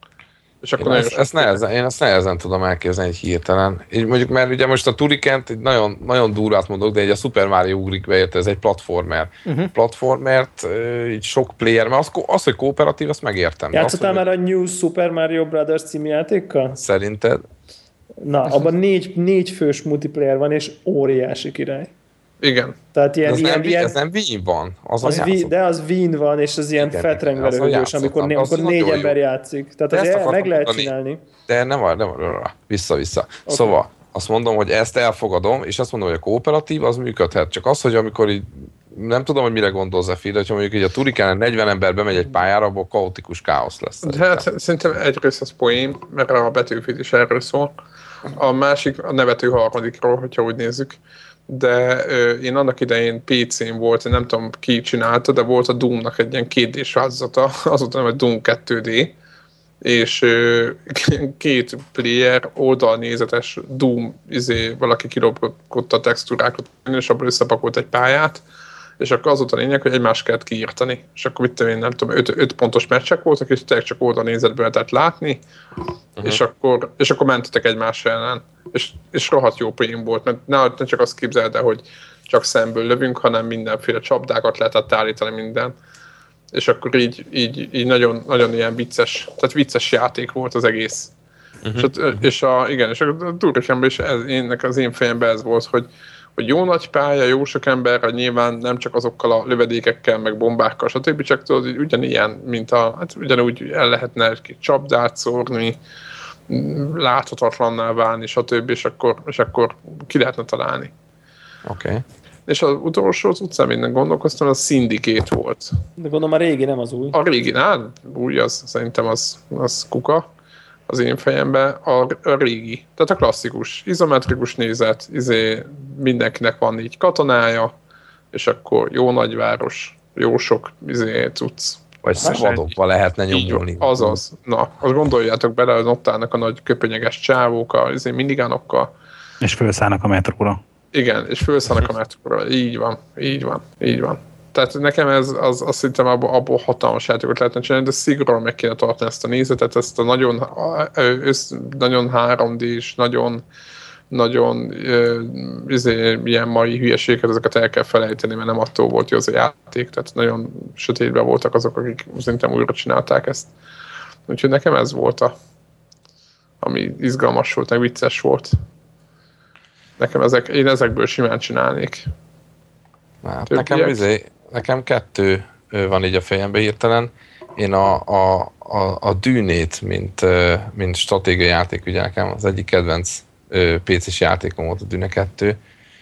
S2: és akkor
S5: én, ezt, ezt nehezen, én ezt nehezen tudom elképzelni egy hirtelen. Így mondjuk, mert ugye most a Turricant egy nagyon, nagyon durvát mondok, de egy a Super Mario ugrik be, érte, ez egy platformer. Uh-huh. Platformert, így sok player, mert az, az hogy kooperatív, azt megértem.
S1: Játszottál már a New Super Mario Brothers című játékkal?
S5: Szerinted?
S1: Na, abban négy, négy fős multiplayer van, és óriási király.
S2: Igen.
S1: Tehát ilyen,
S5: ez,
S1: ilyen,
S5: nem,
S1: ilyen,
S5: ez nem Wien van. Az
S1: az vi, de az Wien van, és az ilyen fetrengverőhős, amikor, né, amikor négy ember jó. játszik. Tehát azért meg lehet mondani, csinálni.
S5: De nem van, nem van, vissza-vissza. Okay. Szóval azt mondom, hogy ezt elfogadom, és azt mondom, hogy a kooperatív az működhet. Csak az, hogy amikor így, nem tudom, hogy mire gondol Zephyr, de hogyha mondjuk így a Turricán negyven ember bemegy egy pályára, abból kaotikus káosz lesz.
S2: De hát szerintem egyrészt az poén, mert a Battlefield is erről szól. A másik a nevető harmadikról, hogyha úgy nézzük. De ö, én annak idején pé cén volt, nem tudom ki csinálta, de volt a Doom-nak egy ilyen két dés változata, azóta nem, Doom kettő dé, és ö, két player oldalnézetes Doom, izé, valaki kilopott a textúrákat, és abból összepakolt egy pályát, és akkor az volt a lényeg, hogy egymást kellett kiírtani. És akkor mit tudom én, nem tudom, öt, öt pontos meccsek voltak, és tényleg csak oldalnézetből lehetett látni, uh-huh. és, akkor, és akkor mentetek egymás ellen. És, és rohadt jó poén volt, mert ne, ne csak azt képzeld el, hogy csak szemből lövünk, hanem mindenféle csapdákat lehetett állítani minden. És akkor így, így, így nagyon, nagyon ilyen vicces, tehát vicces játék volt az egész. Uh-huh. És, és a, igen, és a Turricanben is ez, énnek az én fejemben ez volt, hogy hogy jó nagy pálya, jó sok emberre, nyilván nem csak azokkal a lövedékekkel, meg bombákkal, stb. Csak tudod, ugyanilyen, mint a, hát ugyanúgy el lehetne egy csapdát szórni, láthatatlanná válni, stb. És akkor, és akkor ki lehetne találni.
S5: Oké. Okay.
S2: És az utolsó, az utcán minden gondolkoztam, az Syndicate volt.
S1: De gondolom a régi, nem az új.
S2: A régi, hát új, az, szerintem az, az kuka. Az én fejemben a, a régi, tehát a klasszikus, izometrikus nézet, izé, mindenkinek van így katonája, és akkor jó nagyváros, jó sok izé, cucc.
S5: Vagy szabadokba lehetne nyomulni.
S2: Azaz. Na, azt gondoljátok bele, hogy ott állnak a nagy köpenyeges csávók, a izé, minigánokkal.
S4: És felszállnak a metróra.
S2: Igen, és felszállnak a metróra. Így van, így van, így van. Tehát nekem ez, az, azt hittem, abból, abból hatalmas játékot lehetne csinálni, de szigorúan meg kéne tartani ezt a nézetet, ezt a nagyon, össz, nagyon három dés, nagyon, nagyon izé, ilyen mai hülyeséget, ezeket el kell felejteni, mert nem attól volt jó az a játék, tehát nagyon sötétben voltak azok, akik szerintem újra csinálták ezt. Úgyhogy nekem ez volt a, ami izgalmas volt, meg vicces volt. Nekem ezek, én ezekből simán csinálnék.
S5: Hát nekem, izé, nekem kettő van így a fejembe hirtelen. Én a, a, a, a Dűnét, mint, mint stratégiai játék, ugye nekem az egyik kedvenc pé cés játékom volt a Dűne kettő.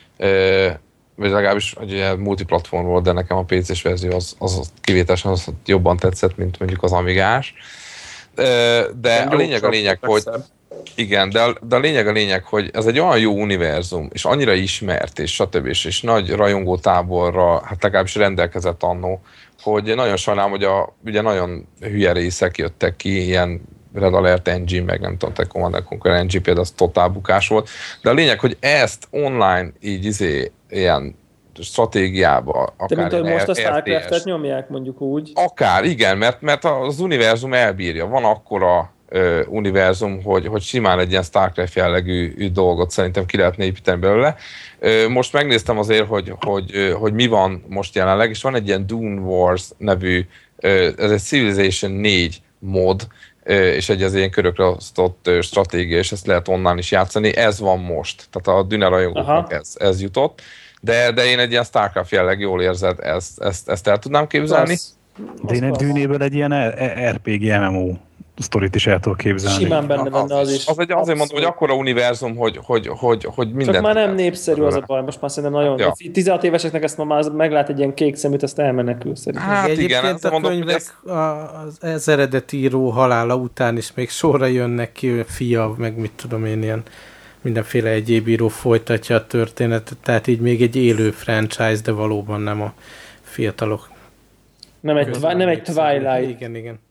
S5: Vagy legalábbis ugye multiplatform volt, de nekem a pé cés verzió az, az kivételesen az jobban tetszett, mint mondjuk az Amigás. De a lényeg a lényeg, hogy Igen, de a, de a lényeg a lényeg, hogy ez egy olyan jó univerzum, és annyira ismert, és stb. És, és nagy rajongó táborra, hát legalábbis rendelkezett annó, hogy nagyon sajnálom, hogy a, ugye nagyon hülye részek jöttek ki, ilyen Red Alert Engine, meg nem tudom, te Command Conquer Engine például az totál bukás volt, de a lényeg, hogy ezt online így izé, ilyen stratégiába, akár...
S1: De mint ahogy most a
S5: er té es
S1: Starcraft-et nyomják, mondjuk úgy.
S5: Akár, igen, mert, mert az univerzum elbírja. Van akkora uh, univerzum, hogy, hogy simán egy ilyen Starcraft jellegű dolgot szerintem ki lehetne építeni belőle. Uh, most megnéztem azért, hogy, hogy, uh, hogy mi van most jelenleg, és van egy ilyen Dune Wars nevű, uh, ez egy Civilization négy mod, és egy az ilyen körökre osztott stratégia, és ezt lehet onnan is játszani. Ez van most. Tehát a Dune rajongóknak ez, ez jutott. De, de én egy ilyen Starcraft jelleg jól érzed, ezt, ezt, ezt el tudnám képzelni.
S1: Az,
S4: de én egy Dűnéből egy ilyen er pé gé em em o sztorit is el tudok képzelni.
S1: Simán benne lenne az is.
S5: Az egy, azért mondom, hogy akkora univerzum, hogy, hogy, hogy, hogy minden...
S1: Csak már nem népszerű az a baj, most már szerintem nagyon... Ja. tizenhat éveseknek ezt már meglát egy ilyen kék szeműt, azt elmenekül szerintem.
S5: Hát
S3: egyébként
S5: igen,
S3: a
S5: mondom,
S3: könyvek
S5: ez...
S3: az, az eredeti író halála után is még sorra jönnek ki, fia, meg mit tudom én, ilyen mindenféle egyéb író folytatja a történetet, tehát így még egy élő franchise, de valóban nem a fiatalok.
S1: Nem egy, twi- nem egy Twilight.
S3: Igen, igen.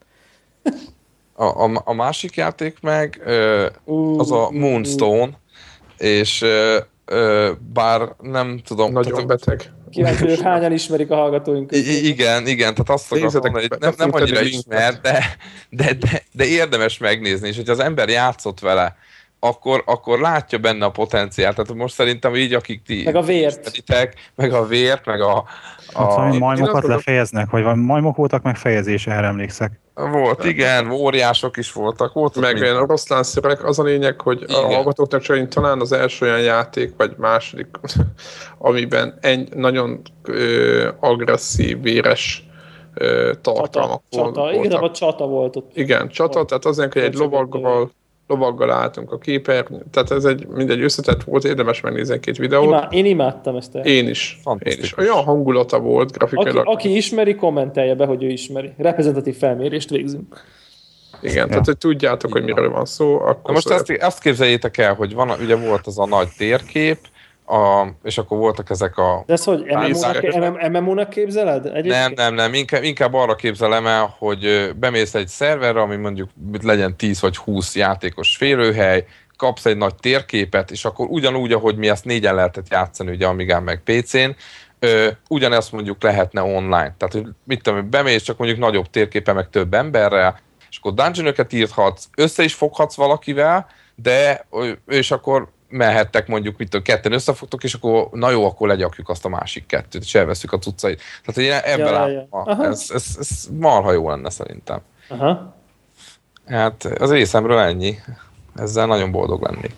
S5: A, a, a másik játék meg uh, az a Moonstone, és uh, bár nem tudom...
S2: Nagyon
S5: tehát,
S2: beteg.
S1: Kíváncsi vagyok, hányan ismerik a hallgatóink.
S5: I- igen, igen, tehát azt akarom mondani, hogy nem, nem annyira ismert, de, de, de, de érdemes megnézni, és hogyha az ember játszott vele, akkor, akkor látja benne a potenciált. Tehát most szerintem így, akik ti
S1: meg a vért.
S5: Ismeritek, meg a vért, meg a... a
S4: hát valami majmokat lefejeznek, vagy valami majmok voltak megfejezése, erre emlékszek.
S5: Volt, igen, óriások is voltak. Volt
S2: meg olyan oroszlánszerek, az a lényeg, hogy igen. A hallgatóknak csak én talán az első olyan játék, vagy második, amiben egy nagyon ö, agresszív, véres ö, tartalmak
S1: csata,
S2: voltak.
S1: Csata, igazából csata volt ott.
S2: Igen, csata, tehát azért, hogy egy lovaggal lovaggal álltunk a képernyőn, tehát ez egy mindegy összetett volt, érdemes megnézni egy-két videót.
S1: Imá, én imádtam ezt el.
S2: Én is, én is. Olyan hangulata volt grafikailag.
S1: Aki, aki ismeri, kommentelje be, hogy ő ismeri. Reprezentatív felmérést végzünk.
S2: Igen, ja. Tehát hogy tudjátok, hogy miről van szó. Akkor
S5: most ezt, ezt képzeljétek el, hogy van, ugye volt az a nagy térkép, A, és akkor voltak ezek a...
S1: De ez hogy, em em o-nak képzeled? Egyébként?
S5: Nem, nem, nem, inkább, inkább arra képzelem el, hogy bemész egy szerverre, ami mondjuk legyen tíz vagy húsz játékos férőhely, kapsz egy nagy térképet, és akkor ugyanúgy, ahogy mi ezt négyen lehetett játszani, ugye Amigán meg pé cén, ugyanezt mondjuk lehetne online. Tehát, hogy mit tudom, bemész csak mondjuk nagyobb térképen, meg több emberrel, és akkor dungeonöket írhatsz, össze is foghatsz valakivel, de, és akkor mehettek mondjuk, mit tudom, ketten összefogtok, és akkor na jó, akkor legyakjuk azt a másik kettőt, és elveszük a cuccait. Tehát, hogy én ebben ja, látom, ja. ez, ez, ez marha jó lenne szerintem.
S1: Aha.
S5: Hát az részemről ennyi. Ezzel nagyon boldog lennék.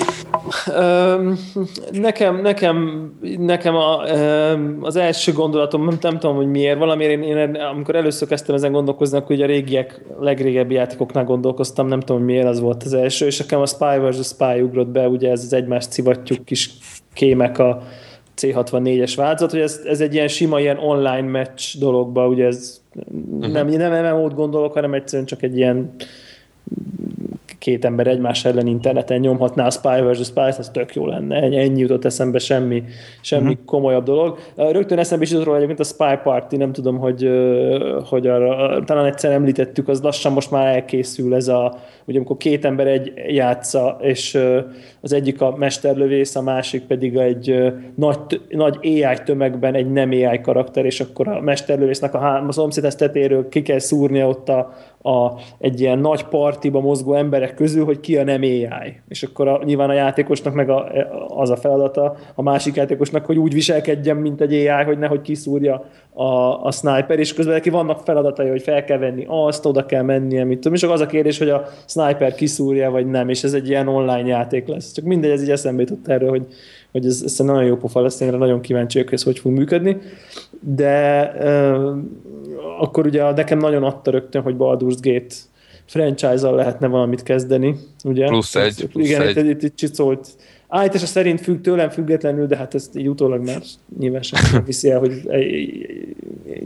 S1: Nekem, nekem, nekem a, az első gondolatom, nem, nem tudom, hogy miért, valamiért én, én amikor először kezdtem ezen gondolkozni, akkor ugye a régiek, legrégebbi játékoknál gondolkoztam, nem tudom, hogy miért az volt az első, és nekem a Spy versus. Spy ugrott be, ugye ez az egymást szivattyúk kis kémek a cé hatvannégyes változat, hogy ez, ez egy ilyen sima, ilyen online match dologba, ugye ez uh-huh. nem, nem em em o-t gondolok, hanem egyszerűen csak egy ilyen két ember egymás ellen interneten nyomhatná a Spy versus. Spy, az tök jó lenne. Ennyi jutott eszembe, semmi, semmi uh-huh. komolyabb dolog. Rögtön eszembe is jutott róla egyébként a Spy Party, nem tudom, hogy, hogy arra, talán egyszer említettük, az lassan most már elkészül ez a, ugye amikor két ember egy játsza, és az egyik a mesterlövész, a másik pedig egy nagy, nagy á i tömegben egy nem á i karakter, és akkor a mesterlövésznek a, a szomszédhez tetéről ki kell szúrnia ott a, a, egy ilyen nagy partiba mozgó emberek közül, hogy ki a nem á i. És akkor a, nyilván a játékosnak meg a, az a feladata, a másik játékosnak, hogy úgy viselkedjen, mint egy á i, hogy nehogy kiszúrja a, a sniper, és közben neki vannak feladatai, hogy fel kell venni azt, oda kell mennie, mit tudom, és csak az a kérdés, hogy a sniper kiszúrja, vagy nem, és ez egy ilyen online játék lesz. Csak mindegy, ez így eszembe jutott erről, hogy, hogy ez, ez nagyon jó pofa lesz, én nagyon kíváncsi vagyok, hogy ez hogy fog működni. De euh, akkor ugye nekem nagyon adta rögtön, hogy Baldur's Gate franchise-al lehetne valamit kezdeni, ugye?
S5: Plusz egy. Plusz
S1: igen,
S5: egy.
S1: itt, itt, itt szólt. Állítása szerint függ tőlem függetlenül, de hát ezt így utólag már nyilván sem viszi el, hogy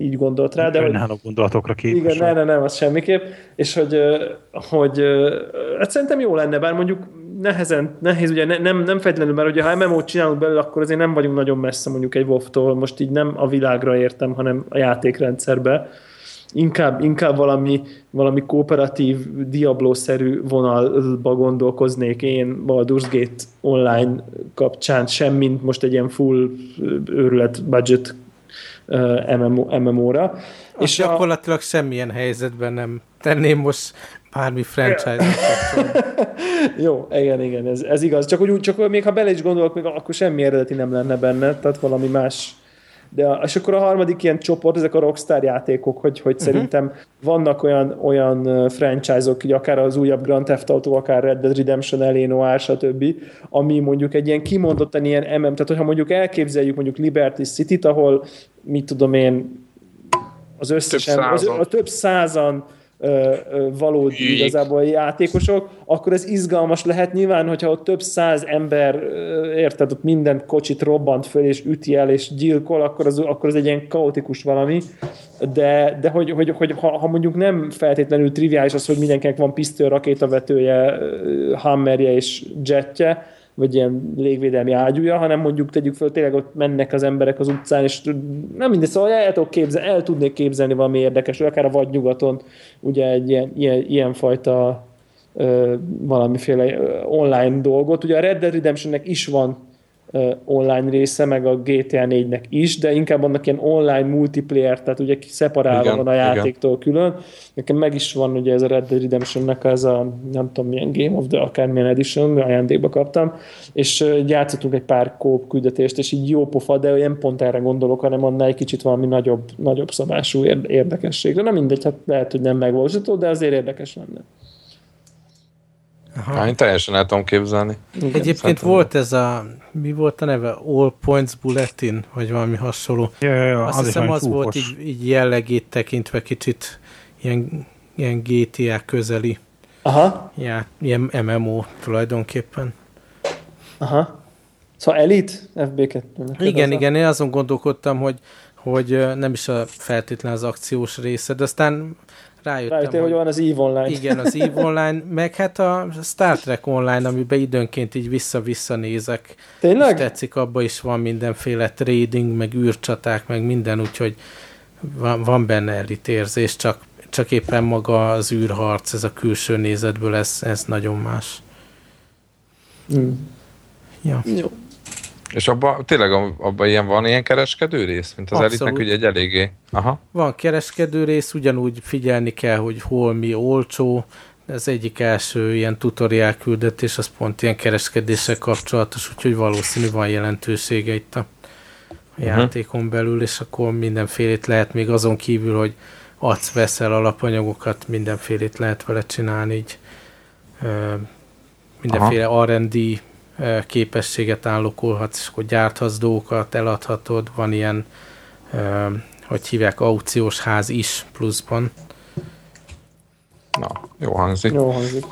S1: így gondolt rá. De
S4: önálló gondolatokra képes.
S1: Igen, nem, nem, nem, az semmiképp. És hogy, hogy hát szerintem jó lenne, bár mondjuk nehezen, nehéz, ugye ne, nem, nem feltétlenül, mert ugye ha em em o-t csinálunk belőle, akkor azért nem vagyunk nagyon messze mondjuk egy WoW-tól, most így nem a világra értem, hanem a játékrendszerbe. Inkább, inkább valami, valami kooperatív, Diablo-szerű vonalba gondolkoznék én Baldur's Gate online kapcsán, semmint most egy ilyen full őrület budget uh, em em o, em em o-ra.
S3: És gyakorlatilag a... semmilyen helyzetben nem tenném most bármi franchise-ot.
S1: Jó, igen, igen, ez, ez igaz. Csak, úgy, csak még ha bele is gondolok, még akkor semmi eredeti nem lenne benne, tehát valami más. De a, és akkor a harmadik ilyen csoport, ezek a Rockstar játékok, hogy, hogy uh-huh. szerintem vannak olyan, olyan franchise-ok, akár az újabb Grand Theft Auto, akár Red Dead Redemption, L A Noire, stb., ami mondjuk egy ilyen kimondottan ilyen em em, tehát hogyha mondjuk elképzeljük mondjuk Liberty City-t, ahol, mit tudom én, az összesen, több százan, az, a több százan ö, ö, valódi igazából játékosok, akkor ez izgalmas lehet nyilván, hogyha ott több száz ember, ö, érted, ott minden kocsit robbant föl, és üti el, és gyilkol, akkor az, akkor az egy ilyen kaotikus valami, de, de hogy, hogy, hogy ha, ha mondjuk nem feltétlenül triviális az, hogy mindenkinek van pisztoly, rakétavetője, hammerje és jetje, vagy ilyen légvédelmi ágyúja, hanem mondjuk tegyük föl, tényleg ott mennek az emberek az utcán, és nem mindegy, szóval el, tudok képzelni, el tudnék képzelni valami érdekes, vagy akár a vadnyugaton, ugye egy ilyen, ilyen, ilyenfajta ö, valamiféle online dolgot. Ugye a Red Dead Redemptionnek is van ö, online része, meg a gé té á négynek is, de inkább annak ilyen online multiplayer, tehát ugye szeparálva igen, van a játéktól igen. külön. Nekem meg is van ugye ez a Red Dead Redemptionnek ez a, nem tudom milyen Game of the akármilyen edition, ajándékba kaptam, és játszottunk egy pár kóp küldetést, és így jó pofa, de olyan pont erre gondolok, hanem annál egy kicsit valami nagyobb, nagyobb szabású érdekességre. Nem mindegy, hát lehet, hogy nem megvalósítható, de azért érdekes lenne.
S5: Aha. Én teljesen el tudom képzelni.
S3: Igen, egyébként szerintem volt ez a, mi volt a neve? All Points Bulletin, vagy valami hasonló.
S4: Ja, ja, ja,
S3: azt
S4: az
S3: hiszem az volt így, így jellegét tekintve kicsit ilyen, ilyen gé té á közeli.
S1: Aha.
S3: Ja, ilyen em em o tulajdonképpen.
S1: Aha. Szóval Elite? ef bé kettő.
S3: Igen, igen, én azon gondolkodtam, hogy, hogy nem is a feltétlen az akciós része, de aztán rájöttem,
S1: Rájöttél, hogy, hogy van az EVE Online.
S3: Igen, az EVE Online, meg hát a Star Trek Online, amiben időnként így vissza-vissza nézek.
S1: Tényleg?
S3: És tetszik, abban is van mindenféle trading, meg űrcsaták, meg minden, úgyhogy van, van benne elitérzés, csak, csak éppen maga az űrharc, ez a külső nézetből, ez, ez nagyon más.
S1: Mm.
S3: Ja.
S1: Jó.
S5: És abban tényleg abban ilyen van ilyen kereskedő rész, mint az Elite-nek ugye egy eléggé. Aha.
S3: Van kereskedő rész, ugyanúgy figyelni kell, hogy hol mi olcsó. Ez egyik első ilyen tutoriál küldetés, az pont ilyen kereskedéssel kapcsolatos, úgyhogy valószínű van jelentősége itt a uh-huh. játékon belül, és akkor mindenfélét lehet még azon kívül, hogy adsz, veszel alapanyagokat, mindenfélét lehet vele csinálni, így mindenféle Aha. er and dé képességet állokolhatsz, és akkor gyárthatsz dolgokat, eladhatod, van ilyen, hogy hívják, aukciós ház is pluszban.
S5: Na, jó hangzik.
S1: Jó hangzik.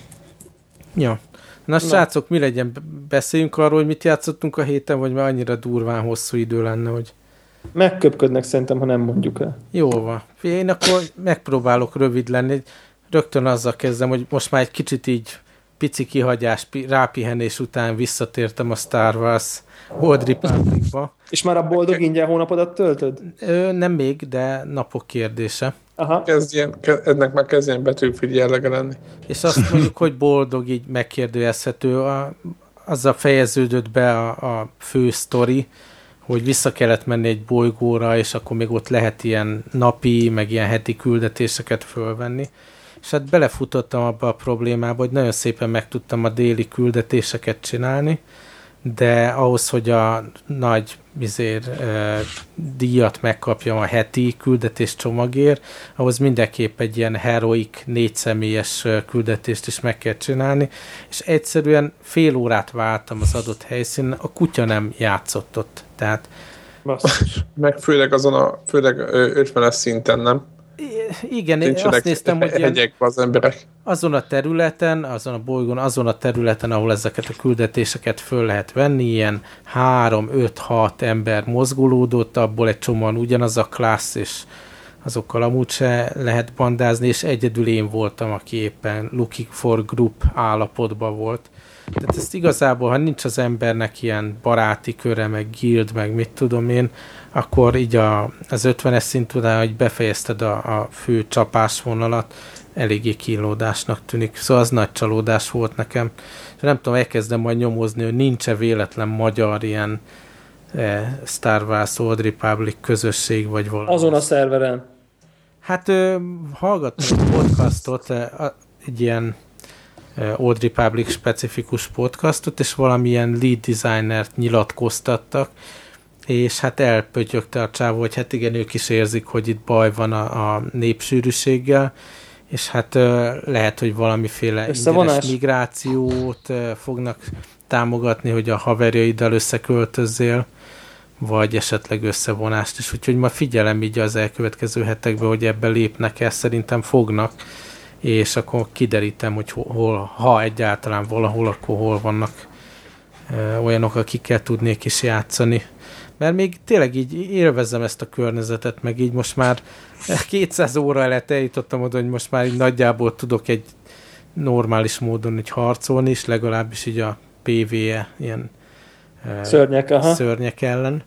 S3: Ja. Na, srácok, mi legyen? Beszéljünk arról, hogy mit játszottunk a héten, vagy már annyira durván hosszú idő lenne, hogy...
S1: Megköpködnek szerintem, ha nem mondjuk el.
S3: Jó van. Én akkor megpróbálok rövid lenni. Rögtön azzal kezdem, hogy most már egy kicsit így pici kihagyás, rápihenés után visszatértem a Star Wars Old Republicba.
S1: És már a boldog ingyen hónapodat töltöd?
S3: Ö, nem még, de napok kérdése.
S1: Aha.
S2: Kezdjen, ennek már kezdjen betűfid jellege lenni.
S3: És azt mondjuk, hogy boldog így megkérdőjelezhető. A, azzal fejeződött be a, a fő sztori, hogy vissza kellett menni egy bolygóra, és akkor még ott lehet ilyen napi, meg ilyen heti küldetéseket fölvenni. És hát belefutottam abba a problémába, hogy nagyon szépen meg tudtam a déli küldetéseket csinálni, de ahhoz, hogy a nagy bizér, eh, díjat megkapjam a heti küldetés csomagért, ahhoz mindenképp egy ilyen heroik négyszemélyes küldetést is meg kell csinálni, és egyszerűen fél órát vártam az adott helyszínen, a kutya nem játszott ott. Tehát
S2: meg főleg azon a, főleg ötvenes szinten, nem?
S3: igen, én azt néztem, hogy
S2: az emberek.
S3: azon a területen, azon a bolygón, azon a területen, ahol ezeket a küldetéseket föl lehet venni, ilyen három, öt, hat ember mozgolódott, abból egy csomóan ugyanaz a klassz, és azokkal amúgy se lehet bandázni, és egyedül én voltam, aki éppen looking for group állapotban volt. Tehát ezt igazából, ha nincs az embernek ilyen baráti köre, meg guild, meg mit tudom én, akkor így a, az ötvenes szint után, hogy befejezted a, a fő csapásvonalat, eléggé kínlódásnak tűnik. Szóval az nagy csalódás volt nekem. És nem tudom, elkezdem majd nyomozni, hogy nincs-e véletlen magyar ilyen eh, Star Wars Old Republic közösség, vagy valami.
S1: Azon a szerveren.
S3: Hát ö, hallgattam egy podcastot, egy ilyen Old Republic specifikus podcastot, és valamilyen lead designert nyilatkoztattak, és hát elpötyögte a csávó, hogy hát igen, ők is érzik, hogy itt baj van a, a népsűrűséggel, és hát ö, lehet, hogy valamiféle ingyenes migrációt ö, fognak támogatni, hogy a haverjaiddal összeköltözzél, vagy esetleg összevonást is. Úgyhogy ma figyelem így az elkövetkező hetekben, hogy ebbe lépnek el, szerintem fognak, és akkor kiderítem, hogy hol, ha egyáltalán valahol, akkor hol vannak ö, olyanok, akikkel tudnék is játszani. Mert még tényleg így élvezem ezt a környezetet, meg így most már kétszáz óra előtt eljutottam oda, hogy most már így nagyjából tudok egy normális módon így harcolni, és legalábbis így a pé vé e ilyen
S1: szörnyek, aha.
S3: szörnyek ellen.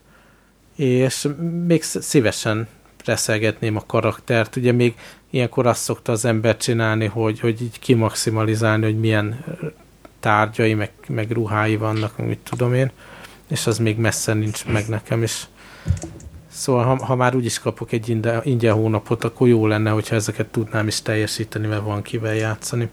S3: És még szívesen reszelgetném a karaktert. Ugye még ilyenkor azt szokta az ember csinálni, hogy, hogy így kimaximalizálni, hogy milyen tárgyai, meg, meg ruhái vannak, mit tudom én. És az még messze nincs meg nekem is. Szóval, ha, ha már úgyis kapok egy ingyen, ingyen hónapot, akkor jó lenne, hogyha ezeket tudnám is teljesíteni, mert van kivel játszani.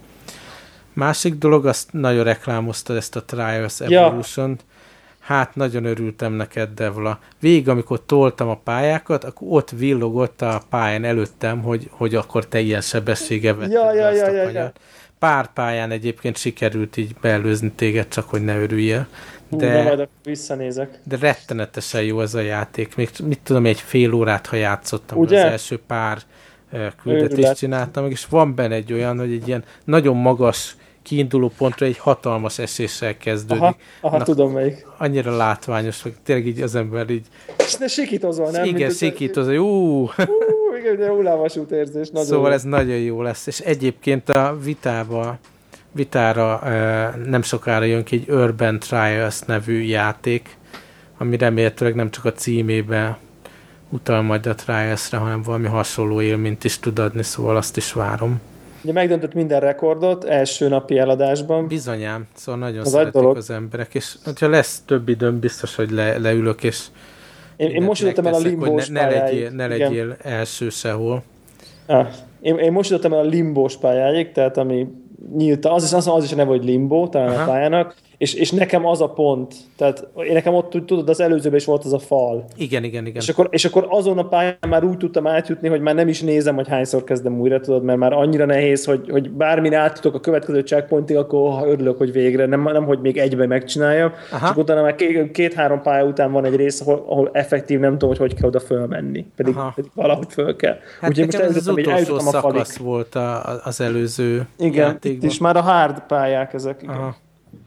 S3: Másik dolog, azt nagyon reklámoztad, ezt a Trials Evolution-t. Ja. Hát nagyon örültem neked, Devla. Végig, amikor toltam a pályákat, akkor ott villogott a pályán előttem, hogy, hogy akkor te ilyen sebességgel vetted
S1: ja,
S3: be
S1: ja,
S3: azt
S1: ja,
S3: a
S1: ja,
S3: kanyart.
S1: ja.
S3: Pár pályán egyébként sikerült így beelőzni téged, csak hogy ne örüljél.
S1: De, Hú, de majd visszanézek.
S3: De rettenetesen jó ez a játék. Még mit tudom, egy fél órát, ha játszottam, az első pár uh, küldetést Őrület. csináltam, és van benne egy olyan, hogy egy ilyen nagyon magas kiinduló pontra egy hatalmas eséssel kezdődik.
S1: Aha, aha Na, tudom melyik.
S3: Annyira látványos, hogy tényleg így az ember így...
S1: És ne sikítozol, nem?
S3: Igen, sikítozol, jó!
S1: Hú, igen, de hullámvasút érzés. Nagyon
S3: szóval
S1: jó.
S3: Ez nagyon jó lesz. És egyébként a vitába, vitára nem sokára jön ki egy Urban Trials nevű játék, ami remélhetőleg nem csak a címébe utal majd a Trials-re, hanem valami hasonló élményt is tud adni, szóval azt is várom.
S1: Ugye megdöntött minden rekordot első napi eladásban.
S3: Bizonyám, szóval nagyon
S1: az
S3: szeretik az emberek, és ha lesz több időm, biztos, hogy le, leülök, és
S1: én, én most jutottam el a limbós
S3: ne, ne legyél, ne legyél első sehol.
S1: Ah, én, én most jutottam el a limbós pályáig, tehát ami nyílt, az is, az, az is a neve, hogy limbo, talán Aha. a pályának, és, és nekem az a pont, tehát én nekem ott, tudod, az előzőben is volt az a fal.
S3: Igen, igen, igen.
S1: És akkor, és akkor azon a pályán már úgy tudtam átjutni, hogy már nem is nézem, hogy hányszor kezdem újra, tudod, mert már annyira nehéz, hogy, hogy bármin át tudok a következő checkpointig, akkor ha örülök, hogy végre, nem, nem hogy még egyben megcsináljam, Aha. és utána már két, két-három pálya után van egy rész, ahol, ahol effektív nem tudom, hogy hogy kell oda fölmenni, pedig, pedig valahogy föl kell.
S3: Hát úgyhogy most ez az utolsó szakasz volt a, az előző
S1: igen, játékban. Itt is már a hard pályák ezek, igen. Aha.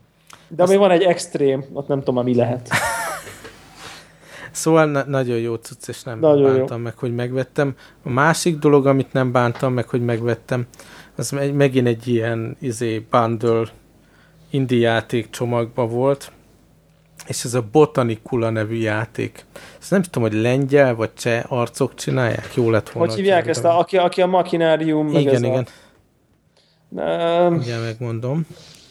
S1: De ami van egy extrém, ott nem tudom, mi lehet.
S3: Szóval na- nagyon jó cucc, és nem nagyon bántam jó. meg, hogy megvettem. A másik dolog, amit nem bántam meg, hogy megvettem, az megint egy ilyen izé, bundle indie játék csomagban volt, és ez a Botanicula nevű játék. Ezt nem tudom, hogy lengyel vagy cseh arcok csinálják, jó lett volna.
S1: Hogy hívják ezt, a, aki, aki a Machinarium, meg
S3: igen,
S1: ez
S3: igen.
S1: a... Um...
S3: Igen, megmondom.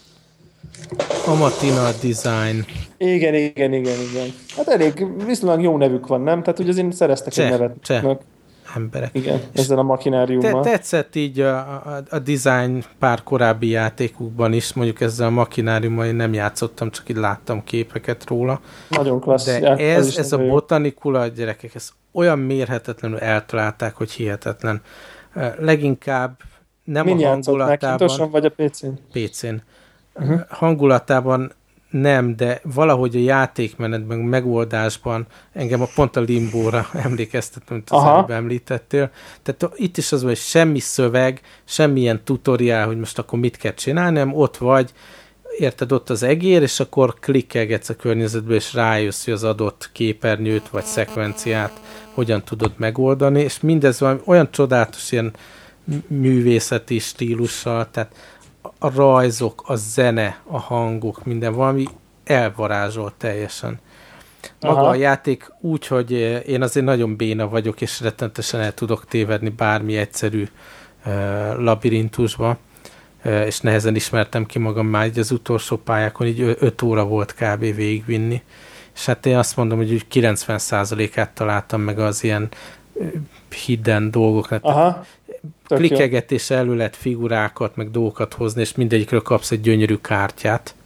S3: Amatina Design.
S1: Igen, igen, igen, igen. Hát elég, viszonylag jó nevük van, nem? Tehát, hogy azért szereztek
S3: cseh,
S1: egy nevet.
S3: Cseh emberek.
S1: Igen, ezzel a machináriummal.
S3: Te, tetszett így a, a, a design pár korábbi játékukban is, mondjuk ezzel a machináriummal én nem játszottam, csak így láttam képeket róla.
S1: Nagyon klassz.
S3: De ja, ez, ez a Botanicula, gyerekek, ez olyan mérhetetlenül eltalálták, hogy hihetetlen. Leginkább nem
S1: Min
S3: a hangulatában...
S1: Macintoson vagy a pé cén?
S3: pé cén. Uh-huh. Hangulatában Nem, de valahogy a játékmenetben, megoldásban engem a pont a Limbóra emlékeztet, amit az előbb említettél. Tehát itt is az, hogy semmi szöveg, semmilyen tutoriál, hogy most akkor mit kell csinálni, hanem ott vagy, érted, ott az egér, és akkor klikkelgetsz a környezetbe, és rájössz, hogy az adott képernyőt, vagy szekvenciát hogyan tudod megoldani, és mindez valami olyan csodálatos ilyen művészeti stílussal, tehát a rajzok, a zene, a hangok, minden valami elvarázsol teljesen. Maga Aha. a játék úgy, hogy én azért nagyon béna vagyok, és rettenetesen el tudok tévedni bármi egyszerű uh, labirintusba, uh, és nehezen ismertem ki magam már így az utolsó pályákon, így öt óra volt kb. Végigvinni. És hát én azt mondom, hogy úgy kilencven százalékát találtam meg az ilyen uh, hidden dolgoknak. Aha. Klikkegetés elő lehet figurákat, meg dolgokat hozni, és mindegyikről kapsz egy gyönyörű kártyát.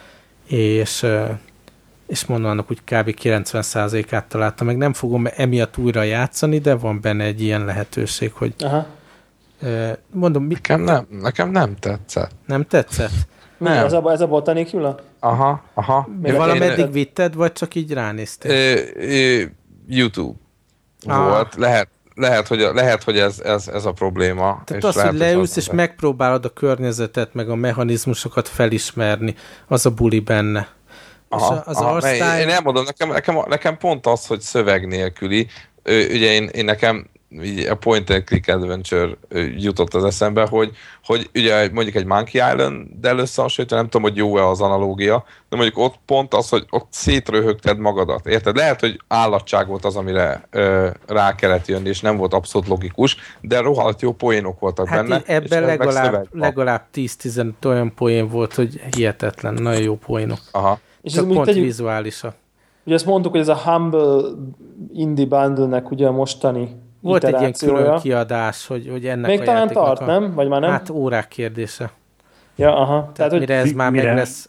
S3: És, és mondom, annak úgy kb. kilencven százalékát találtam meg. Nem fogom emiatt újra játszani, de van benne egy ilyen lehetőség, hogy Aha. mondom, mi...
S5: nekem, nem, nekem nem tetszett.
S3: Nem tetszett?
S1: Nem. Ez a, ez a Botanic Jula?
S5: Aha, aha.
S3: Valameddig vitted, vagy csak így ránéztél?
S5: Ö, ö, YouTube ah. volt, lehet. Lehet, hogy, lehet, hogy ez, ez, ez a probléma.
S3: Tehát
S5: és
S3: az,
S5: lehet,
S3: hogy leülsz,
S5: az
S3: és megpróbálod a környezetet, meg a mechanizmusokat felismerni, az a buli benne.
S5: Aha,
S3: és az
S5: aha, style... Én elmondom, nekem, nekem, nekem pont az, hogy szöveg nélküli, ugye én, én nekem a point and click adventure jutott az eszembe, hogy, hogy ugye mondjuk egy Monkey Island-del összehasonlítva, nem tudom, hogy jó-e az analógia, de mondjuk ott pont az, hogy ott szétröhögted magadat, érted? Lehet, hogy állatság volt az, amire ö, rá kellett jönni, és nem volt abszolút logikus, de rohadt jó poénok voltak
S3: hát
S5: benne.
S3: Ebben legalább, legalább tíz-tizenöt olyan poén volt, hogy hihetetlen, nagyon jó poénok.
S5: Aha.
S3: És csak pont tegyük... vizuálisak.
S1: Ugye ezt mondtuk, hogy ez a Humble Indie Bundle-nek ugye a mostani
S3: volt egy ilyen külön kiadás, hogy, hogy ennek
S1: még
S3: a
S1: talán tart,
S3: a...
S1: nem? Vagy már nem?
S3: Hát órák kérdése.
S1: Ja, aha.
S3: Tehát, Tehát mire ez már
S4: mire,
S3: meg lesz...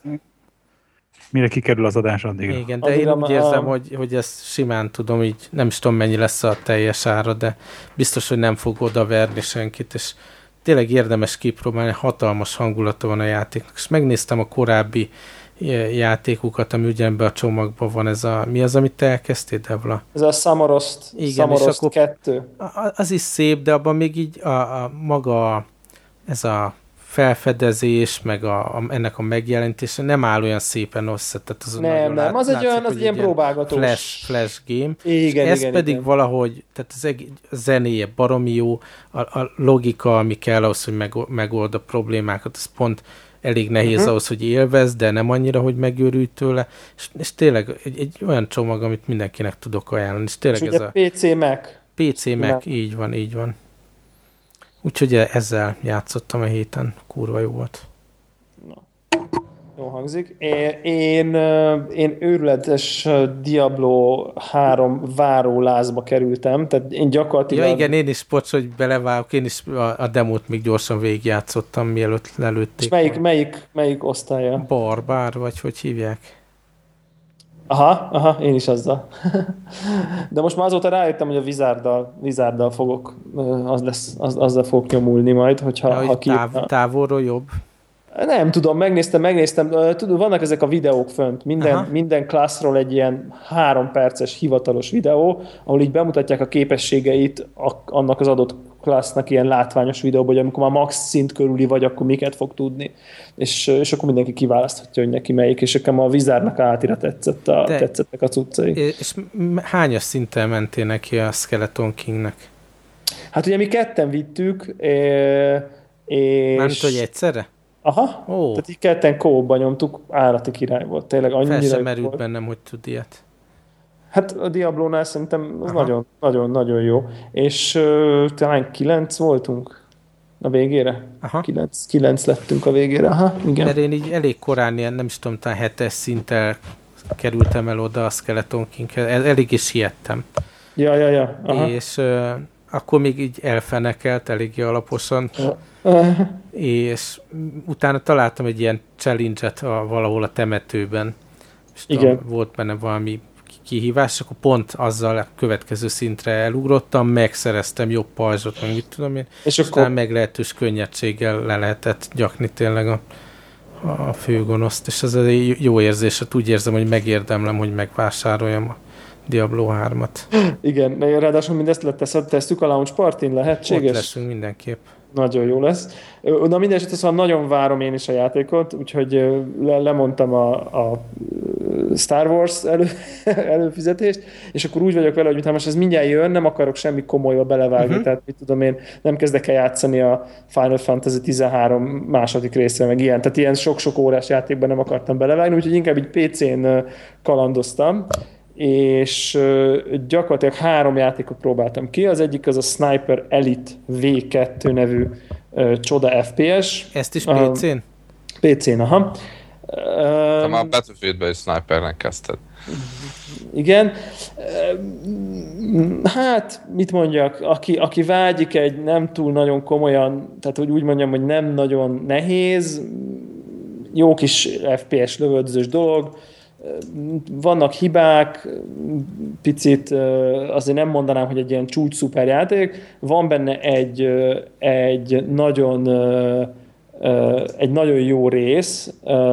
S4: Mire kikerül az adás addigra.
S3: Igen, de addigra én úgy érzem, a... hogy, hogy ezt simán tudom, így nem is tudom, mennyi lesz a teljes ára, de biztos, hogy nem fog odaverni senkit, és tényleg érdemes kipróbálni, hatalmas hangulata van a játéknak. És megnéztem a korábbi játékokat, ami ugyanebben a csomagban van, ez a, mi az, amit te elkezdtél, Devla?
S1: Ez a Samorost, Samorost kettő.
S3: Az is szép, de abban még így a, a maga ez a felfedezés, meg a, a, ennek a megjelentése nem áll olyan szépen össze. Tehát az
S1: nem, nem, lát, az, látszik, egy olyan, az egy ilyen próbálgatós.
S3: Flash, flash game.
S1: Igen,
S3: ez
S1: igen,
S3: pedig
S1: igen.
S3: valahogy, tehát az egész zenéje baromi jó, a, a logika, ami kell ahhoz, hogy meg, megold a problémákat, az pont elég nehéz uh-huh. ahhoz, hogy élvezd, de nem annyira, hogy megőrülj tőle, és, és tényleg egy, egy olyan csomag, amit mindenkinek tudok ajánlani. És tényleg
S1: és
S3: ez
S1: ugye
S3: a
S1: pé cé Mac.
S3: pé cé Mac, így van, így van. Úgyhogy ezzel játszottam a héten, kurva jó volt.
S1: Na. Jó hangzik. Én, én, én őrületes Diablo három várólázba kerültem, tehát én gyakorlatilag...
S3: Ja igen, én is, bocs, hogy beleválok, én is a, a demót még gyorsan végigjátszottam, mielőtt lelőtték.
S1: És melyik, melyik, melyik osztálya?
S3: Barbár, vagy hogy hívják?
S1: Aha, aha, én is azzal. De most már azóta rájöttem, hogy a Wizarddal, Wizarddal fogok, az lesz, az, azzal fogok nyomulni majd, hogyha...
S3: Ja,
S1: ha
S3: táv, távolról jobb?
S1: Nem tudom, megnéztem, megnéztem. Tudod, vannak ezek a videók fönt. Minden, minden classról egy ilyen három perces hivatalos videó, ahol így bemutatják a képességeit a, annak az adott classnak ilyen látványos videóban, hogy amikor már max szint körüli vagy, akkor miket fog tudni. És, és akkor mindenki kiválaszthatja, hogy neki melyik, és nekem a Wizardnak átira tetszett a, tetszettek a cuccai.
S3: És hányas szinten mentél neki a Skeleton Kingnek?
S1: Hát ugye mi ketten vittük, és...
S3: Mármint, hogy egyszerre?
S1: Aha, oh. Tehát így ketten kóba nyomtuk, állati király volt. Tényleg annyira
S3: fel sem merült volt. Bennem, hogy tud ilyet.
S1: Hát a Diablónál szerintem az nagyon-nagyon jó. És uh, talán kilenc voltunk a végére. Aha. Kilenc, kilenc lettünk a végére. Aha, igen.
S3: Mert én így elég korán ilyen, nem is tudom, talán hetes szinttel kerültem el oda a Skeleton Kinghez. Elég is hiettem.
S1: Ja, ja, ja. Aha.
S3: És uh, akkor még így elfenekelt eléggé alaposan. Ja. És utána találtam egy ilyen challenge-et a, valahol a temetőben. És tudom, volt benne valami kihívás, akkor pont azzal a következő szintre elugrottam, megszereztem jobb pajzsot, meg mit tudom én, és, és akkor meglehetős könnyedséggel le lehetett gyakni tényleg a, a főgonoszt, és ez egy jó érzés, hogy úgy érzem, hogy megérdemlem, hogy megvásároljam a Diablo hármat.
S1: Igen, ráadásul mindezt letesztük a Launch Party-n, lehetséges?
S3: Ott leszünk mindenképp.
S1: Nagyon jó lesz. Na minden esetre szóval nagyon várom én is a játékot, úgyhogy le, lemondtam a, a Star Wars elő, előfizetést, és akkor úgy vagyok vele, hogy mintha most ez mindjárt jön, nem akarok semmi komolyba belevágni, uh-huh. tehát mit tudom én, nem kezdek el játszani a Final Fantasy tizenhárom második részre, meg ilyen, tehát ilyen sok-sok órás játékban nem akartam belevágni, úgyhogy inkább így pé cén kalandoztam, és gyakorlatilag három játékot próbáltam ki. Az egyik az a Sniper Elite vé kettő nevű uh, csoda ef pé es.
S3: Ezt is pé cén?
S1: Uh, pé cén, aha.
S5: Te uh, már a Battlefield-ben is Snipernek kezdted.
S1: Igen. Uh, hát, mit mondjak, aki, aki vágyik egy nem túl nagyon komolyan, tehát hogy úgy mondjam, hogy nem nagyon nehéz, jó kis ef pé es lövöldözős dolog, vannak hibák, picit azért nem mondanám, hogy egy ilyen csúcs szuper játék. Van benne egy, egy, nagyon, egy nagyon jó rész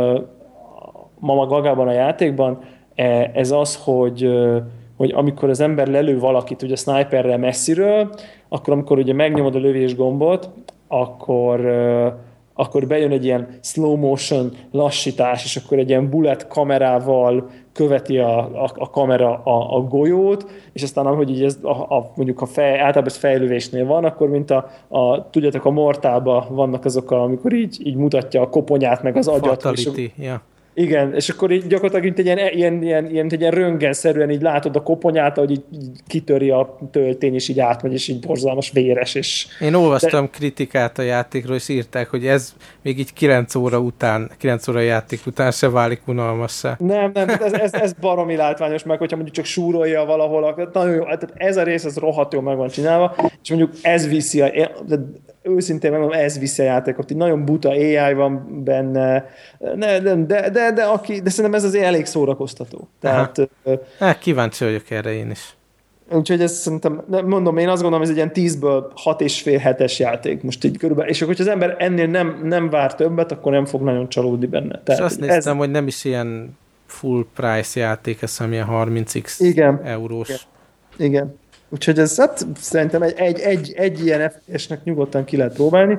S1: ma magában a játékban. Ez az, hogy, hogy amikor az ember lelő valakit ugye sniperrel messziről, akkor amikor ugye megnyomod a lövés gombot, akkor akkor bejön egy ilyen slow motion lassítás, és akkor egy ilyen bullet kamerával követi a, a, a kamera a, a golyót, és aztán ahogy így ez, a, a, mondjuk a fej, általában ez fejlővésnél van, akkor mint a, a tudjátok, a Mortálban vannak azok, amikor így, így mutatja a koponyát, meg az agyat.
S3: Fatality,
S1: és,
S3: ja.
S1: Igen, és akkor így gyakorlatilag így egy ilyen, ilyen, ilyen, ilyen, egy ilyen röntgenszerűen így látod a koponyát, ahogy így, így kitöri a töltény, és így átmegy, és így borzalmas véres. És...
S3: Én olvastam de... kritikát a játékról, és írták, hogy ez még így kilenc óra után, kilenc óra játék után se válik unalmassá.
S1: Nem, nem, ez, ez, ez baromi látványos meg, hogyha mondjuk csak súrolja valahol, nagyon jó, tehát ez a rész, ez rohadt jól meg van csinálva, és mondjuk ez viszi a... őszintén megmondom, ez viszi a játékot. Így nagyon buta á i van benne, de, de, de, de, de, aki, de szerintem ez azért elég szórakoztató. Tehát,
S3: hát kíváncsi vagyok erre én is.
S1: Úgyhogy ez szerintem, mondom, én azt gondolom, ez egy ilyen tízből hat és fél hetes játék most így körülbelül. És akkor, hogyha az ember ennél nem, nem vár többet, akkor nem fog nagyon csalódni benne. Tehát,
S3: és azt
S1: ez...
S3: néztem, hogy nem is ilyen full price játék, ez ilyen harminc x
S1: igen,
S3: eurós.
S1: Igen. Igen. Úgyhogy ez hát, szerintem egy, egy, egy, egy ilyen ef pé esnek nyugodtan ki lehet próbálni.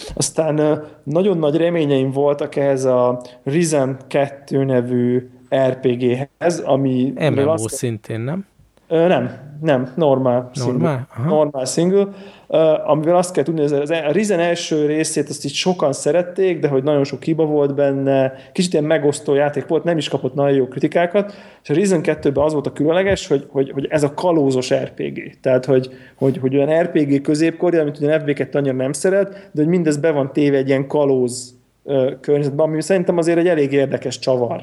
S1: Aztán nagyon nagy reményeim voltak ehhez a Risen kettő nevű er pé géhez, ami...
S3: em em o azt... szintén, nem?
S1: Nem, nem, normál
S3: single.
S1: Normál single. Uh, amivel azt kell tudni, hogy a Risen első részét azt így sokan szerették, de hogy nagyon sok hiba volt benne, kicsit ilyen megosztó játék volt, nem is kapott nagyon jó kritikákat, és a Risen kettőben az volt a különleges, hogy, hogy, hogy ez a kalózos er pé gé. Tehát, hogy, hogy, hogy olyan er pé gé középkori, amit ugyan ef bé kettő annyira nem szeret, de hogy mindez be van téve egy ilyen kalóz uh, környezetben, ami szerintem azért egy elég érdekes csavar.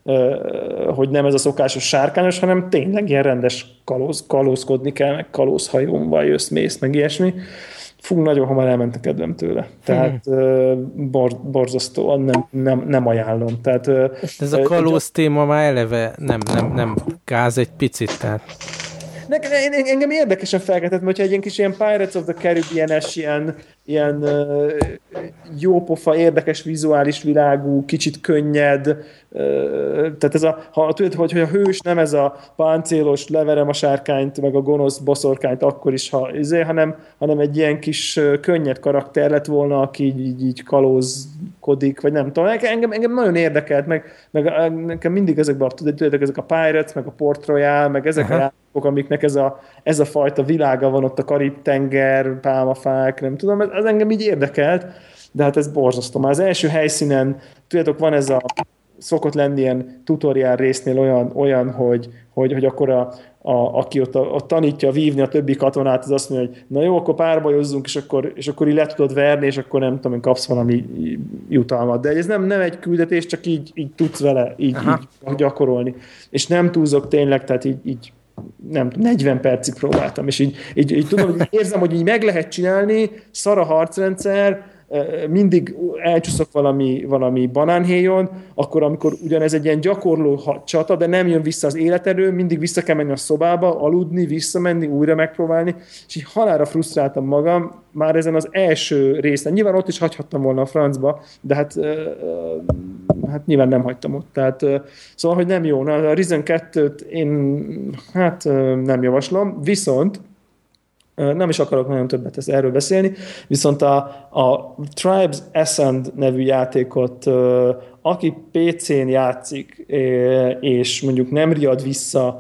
S1: Hogy nem ez a szokásos sárkányos, hanem tényleg ilyen rendes kalóz, kalózkodni kell, meg kalózhajómval jössz, mész, meg ilyesmi. Fú, nagyon hamar elment a kedvem tőle. Tehát hmm. bor, borzasztóan nem, nem, nem ajánlom. Tehát,
S3: ez a kalóz téma már eleve nem, nem, nem gáz egy picit, tehát...
S1: Nekem, engem érdekesen felkeltett, hogyha egy ilyen kis ilyen Pirates of the Caribbean-es, ilyen, ilyen uh, jópofa, érdekes vizuális világú, kicsit könnyed, uh, tehát ez a, ha tudod, hogy, hogy a hős nem ez a páncélos, leverem a sárkányt, meg a gonosz boszorkányt akkor is, ha, ezért, hanem, hanem egy ilyen kis uh, könnyed karakter lett volna, aki így, így, így kalózkodik, vagy nem tudom. Engem, engem nagyon érdekelt, meg, meg nekem mindig ezekben, tudod, ezek a Pirates, meg a Port Royal, meg ezek Aha. a amiknek ez a, ez a fajta világa van ott, a Karib-tenger, pálmafák, nem tudom, ez, ez engem így érdekelt, de hát ez borzasztó. Már az első helyszínen, tudjátok, van ez a, szokott lenni ilyen tutoriál résznél olyan, olyan hogy, hogy, hogy akkor a, a, aki ott, a, ott tanítja vívni a többi katonát, az azt mondja, hogy na jó, akkor párbajozzunk, és akkor, és akkor így le tudod verni, és akkor nem tudom, kapsz valami jutalmat. De ez nem, nem egy küldetés, csak így, így tudsz vele így, így gyakorolni. És nem túlzok tényleg, tehát így, így nem negyven percig próbáltam, és így, így, így tudom, hogy érzem, hogy így meg lehet csinálni, szar a harcrendszer, mindig elcsúszok valami, valami banánhéjon, akkor amikor ugyanez egy ilyen gyakorló csata, de nem jön vissza az életerő, mindig vissza kell menni a szobába, aludni, visszamenni, újra megpróbálni, és így halálra frusztráltam magam már ezen az első részen. Nyilván ott is hagyhattam volna a francba, de hát, hát nyilván nem hagytam ott. Tehát, szóval, hogy nem jó. Na, a Risen kettőt én hát nem javaslom, viszont nem is akarok nagyon többet ezt erről beszélni, viszont a, a Tribes Ascend nevű játékot, aki pé cén játszik, és mondjuk nem riad vissza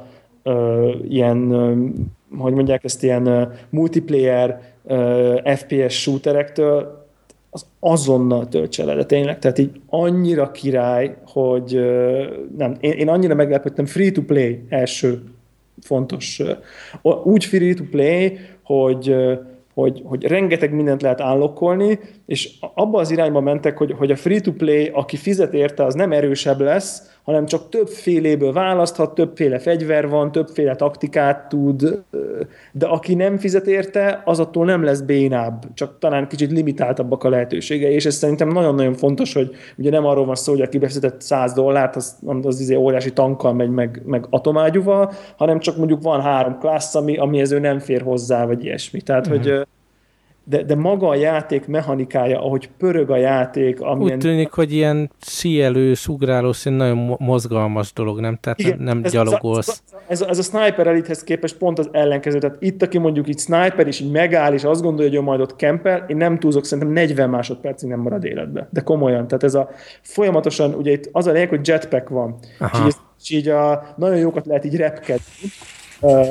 S1: ilyen, hogy mondják ezt, ilyen multiplayer ef pé es shooterektől, az azonnal töltse le, de tényleg, tehát így annyira király, hogy nem, én, én annyira meglepődtem, free-to-play első fontos. Úgy free-to-play, hogy, hogy, hogy rengeteg mindent lehet unlockolni, és abba az irányba mentek, hogy, hogy a free-to-play, aki fizet érte, az nem erősebb lesz, hanem csak többféléből választhat, többféle fegyver van, többféle taktikát tud, de aki nem fizet érte, az attól nem lesz bénább, csak talán kicsit limitáltabbak a lehetőségei, és ez szerintem nagyon-nagyon fontos, hogy ugye nem arról van szó, hogy aki befizetett száz dollárt, az, az izé óriási tankkal megy, meg, meg atomágyúval, hanem csak mondjuk van három klassz, ami, amihez ő nem fér hozzá, vagy ilyesmi. Tehát, mm-hmm. hogy De, de maga a játék mechanikája, ahogy pörög a játék...
S3: Amilyen... Úgy tűnik, hogy ilyen síelős, ugrálós, nagyon mozgalmas dolog, nem? Tehát igen, nem, nem ez, gyalogolsz.
S1: Ez a, ez a Sniper Elite-hez képest pont az ellenkező. Tehát itt, aki mondjuk itt sniper, és így megáll, és azt gondolja, hogy ő majd ott kempel, én nem túlzok, szerintem negyven másodpercig nem marad életbe. De komolyan. Tehát ez a folyamatosan, ugye itt az a lényeg, hogy jetpack van. És így, és így a, nagyon jókat lehet így repkedni. Uh,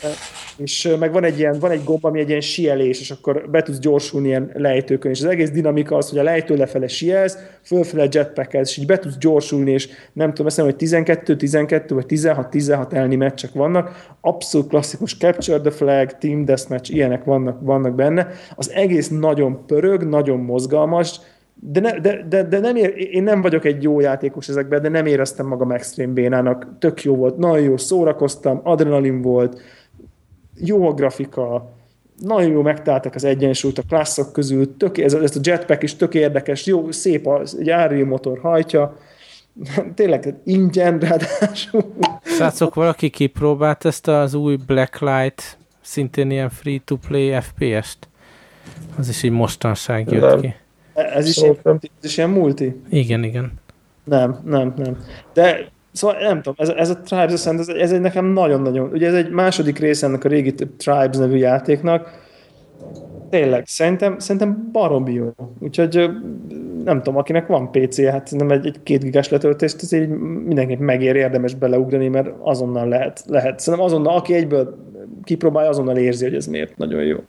S1: és meg van egy ilyen, van egy gomb, ami egy ilyen sielés, és akkor be tudsz gyorsulni ilyen lejtőkön, és az egész dinamika az, hogy a lejtő lefele sielsz, fölfele jetpackelsz, és így be tudsz gyorsulni, és nem tudom, azt mondom, hogy tizenkettő tizenkettő vagy tizenhat tizenhat elni meccsek vannak, abszolút klasszikus Capture the Flag, Team Deathmatch, ilyenek vannak, vannak benne, az egész nagyon pörög, nagyon mozgalmas, De, ne, de, de, de nem ér, én nem vagyok egy jó játékos ezekben, de nem éreztem magam extrém bénának. Tök jó volt, nagyon jó szórakoztam, adrenalin volt, jó a grafika, nagyon jó megtaláltak az egyensúlyt a klasszok közül, tök, ez, ez a jetpack is tök érdekes, jó, szép az, egy Unreal motor hajtja, tényleg ingyen, ráadásul.
S3: Srácok, valaki kipróbált ezt az új Blacklight, szintén ilyen free-to-play ef pé est? Az is így mostanság jött
S2: nem.
S3: ki.
S1: Ez is, ilyen, ez is ilyen multi?
S3: Igen, igen.
S1: Nem, nem, nem. De szóval nem tudom, ez, ez a Tribes Ascend, ez, ez egy nekem nagyon-nagyon, ugye ez egy második része ennek a régi Tribes nevű játéknak. Tényleg, szerintem, szerintem baromi jó. Úgyhogy nem tudom, akinek van pé cé, hát nem egy, egy két gigás letöltést, ez így mindenképp megér, érdemes beleugrani, mert azonnal lehet. lehet. Szerintem azonnal, aki egyből kipróbálja, azonnal érzi, hogy ez miért nagyon jó.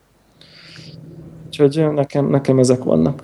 S1: Úgyhogy nekem, nekem ezek vannak.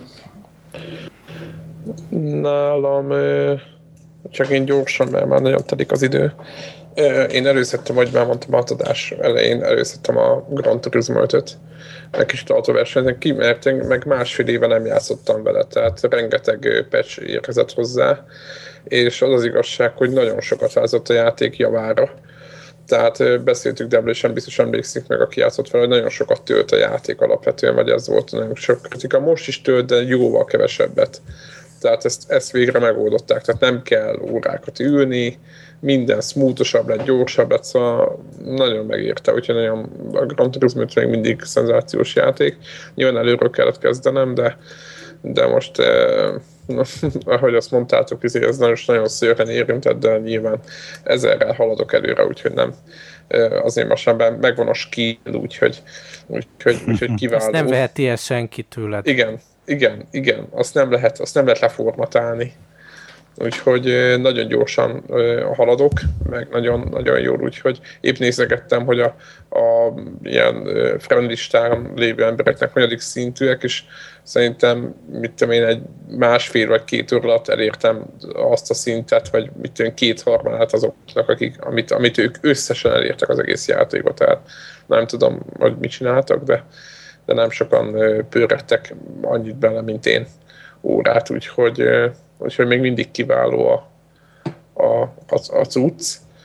S2: Nálam csak én gyorsan, mert már nagyon telik az idő. Én előszedtem, hogy már mondtam, a adás elején előszedtem a Gran Turismo ötöt. Meg kis autóversenynek ki, mert én meg másfél éve nem játszottam vele, tehát rengeteg patch érkezett hozzá, és az az igazság, hogy nagyon sokat változott a játék javára. Tehát beszéltük, Debla sem biztos emlékszik meg, aki játszott fel, hogy nagyon sokat tölt a játék alapvetően, vagy ez volt nagyon sok kritika. Most is tölt, de jóval kevesebbet. Tehát ezt, ezt végre megoldották, tehát nem kell órákat ülni, minden smoothosabb lett, gyorsabb lett, szóval nagyon megérte, úgyhogy nagyon, a Gran Turismo még mindig szenzációs játék. Nyilván előről kellett kezdenem, de, de most, eh, ahogy azt mondtátok, ez nagyon, nagyon szépen érintett, de nyilván ezerrel haladok előre, úgyhogy nem. Eh, azért most már megvan a skill, úgyhogy, úgyhogy, úgyhogy kiváló.
S3: Ezt nem veheti el senki tőled.
S2: Igen, igen, igen, azt nem lehet, azt nem lehet leformatálni. Úgyhogy nagyon gyorsan haladok, meg nagyon, nagyon jól, úgyhogy épp nézegettem, hogy a, a ilyen friendlistán lévő embereknek hanyadik szintűek, és szerintem, mit tudom én, egy másfél vagy két óra alatt elértem azt a szintet, vagy mit tudom, kétharmadát azoknak, akik, amit, amit ők összesen elértek az egész játékba, tehát nem tudom, hogy mit csináltak, de, de nem sokan pörrettek annyit bele, mint én órát, úgyhogy úgyhogy még mindig kiváló a, a, a, a cucc.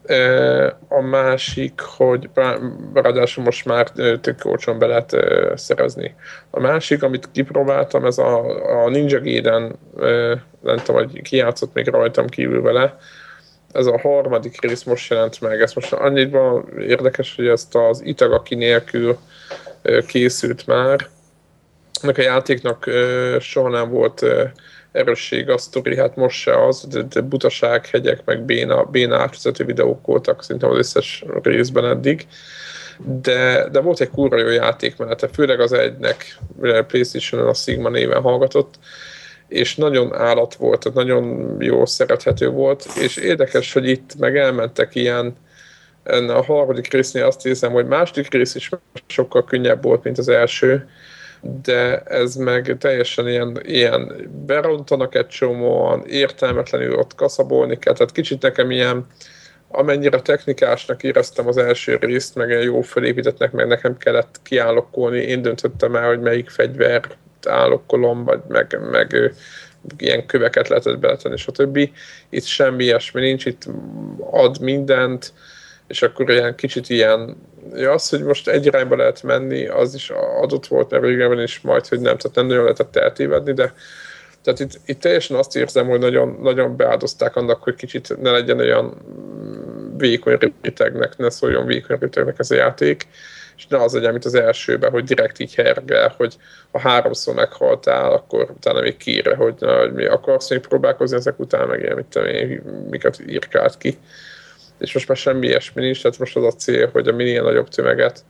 S2: A másik, hogy ráadásul most már tök olcsón be lehet szerezni. A másik, amit kipróbáltam, ez a, a Ninja Gaiden, nem tudom, hogy ki játszott még rajtam kívül vele, ez a harmadik rész most jelent meg. Ez most annyitban érdekes, hogy ezt az Itagaki nélkül készült már. Ennek a játéknak soha nem volt erősség a sztori, hát most se az, de, de butaság, hegyek, meg béna, béna átvezető videók voltak szerintem az összes részben eddig. De, de volt egy kurva jó játékmenete, főleg az egynek, PlayStation-on a Sigma néven hallgatott, és nagyon állat volt, tehát nagyon jó, szerethető volt, és érdekes, hogy itt meg elmentek ilyen, a harmadik résznél azt hiszem, hogy második rész is sokkal könnyebb volt, mint az első, de ez meg teljesen ilyen, ilyen berontanak egy csomóan, értelmetlenül ott kaszabolni kell, tehát kicsit nekem ilyen, amennyire technikásnak éreztem az első részt, meg jó felépítettnek, meg nekem kellett kiállokkolni, én döntöttem el, hogy melyik fegyvert állokkolom, vagy meg, meg ilyen köveket lehetett beletenni, stb. Itt semmi ilyesmi nincs, itt ad mindent, és akkor ilyen kicsit ilyen, ja, az, hogy most egy irányba lehet menni, az is adott volt, mert régebben is majd, hogy nem, tehát nem nagyon lehetett eltévedni, de tehát itt, itt teljesen azt érzem, hogy nagyon, nagyon beáldozták annak, hogy kicsit ne legyen olyan vékony rétegnek, ne szóljon vékony rétegnek ez a játék, és ne az legyen, mint az elsőben, hogy direkt így hergel, hogy ha háromszor meghaltál, akkor utána még kiírja, hogy, na, hogy mi akarsz még próbálkozni ezek után, meg ilyen, mit tudom én, miket írkált ki. És most már semmi ilyesmi nincs, tehát most az a cél, hogy a minél nagyobb tömeget,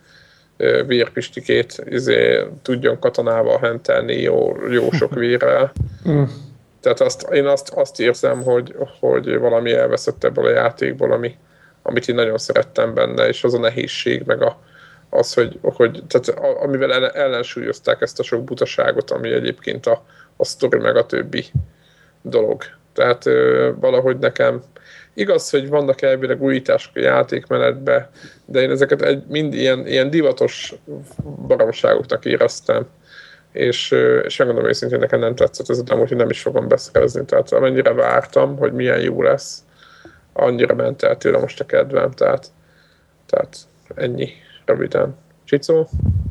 S2: vérpistikét izé, tudjon katonával hentelni jó, jó sok vérrel. Mm. Tehát azt, én azt, azt érzem, hogy, hogy valami elveszett ebből a játékból, ami, amit én nagyon szerettem benne, és az a nehézség, meg a, az, hogy, hogy tehát amivel ellensúlyozták ezt a sok butaságot, ami egyébként a, a sztori, meg a többi dolog. Tehát valahogy nekem igaz, hogy vannak elvileg újítások a játékmenetbe, de én ezeket egy, mind ilyen, ilyen divatos baromságoknak éreztem. És, és megmondom őszintén, nekem nem tetszett ez a demo, hogy nem is fogom beszerezni. Tehát amennyire vártam, hogy milyen jó lesz, annyira ment el tőle most a kedvem. Tehát, tehát ennyi röviden. Csicó?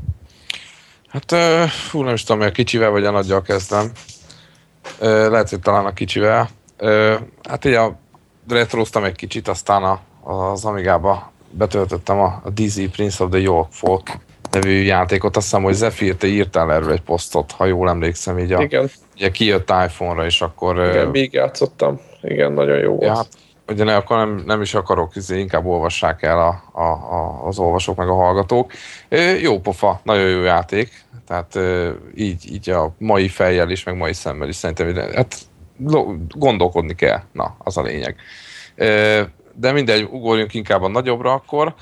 S5: Hát fú, nem is tudom, hogy a kicsivel vagy a nagyjal kezdem. Lehet, hogy talán a kicsivel. Hát így a retroztam egy kicsit, aztán a, az Amigába betöltöttem a, a dé zé Prince of the York Folk nevű játékot. Azt hiszem, hogy Zephyr, te írtál erről egy posztot, ha jól emlékszem, így a,
S2: igen.
S5: Ugye kijött iPhone-ra, és akkor...
S2: Igen, még játszottam. Igen, nagyon jó volt.
S5: Ja, hát, ugye ne, akkor nem, nem is akarok, inkább olvassák el a, a, a, az olvasók meg a hallgatók. Jó pofa, nagyon jó játék, tehát így, így a mai fejjel is, meg mai szemmel is szerintem, hát gondolkodni kell, na, az a lényeg. De mindegy, ugorjunk inkább a nagyobbra akkor.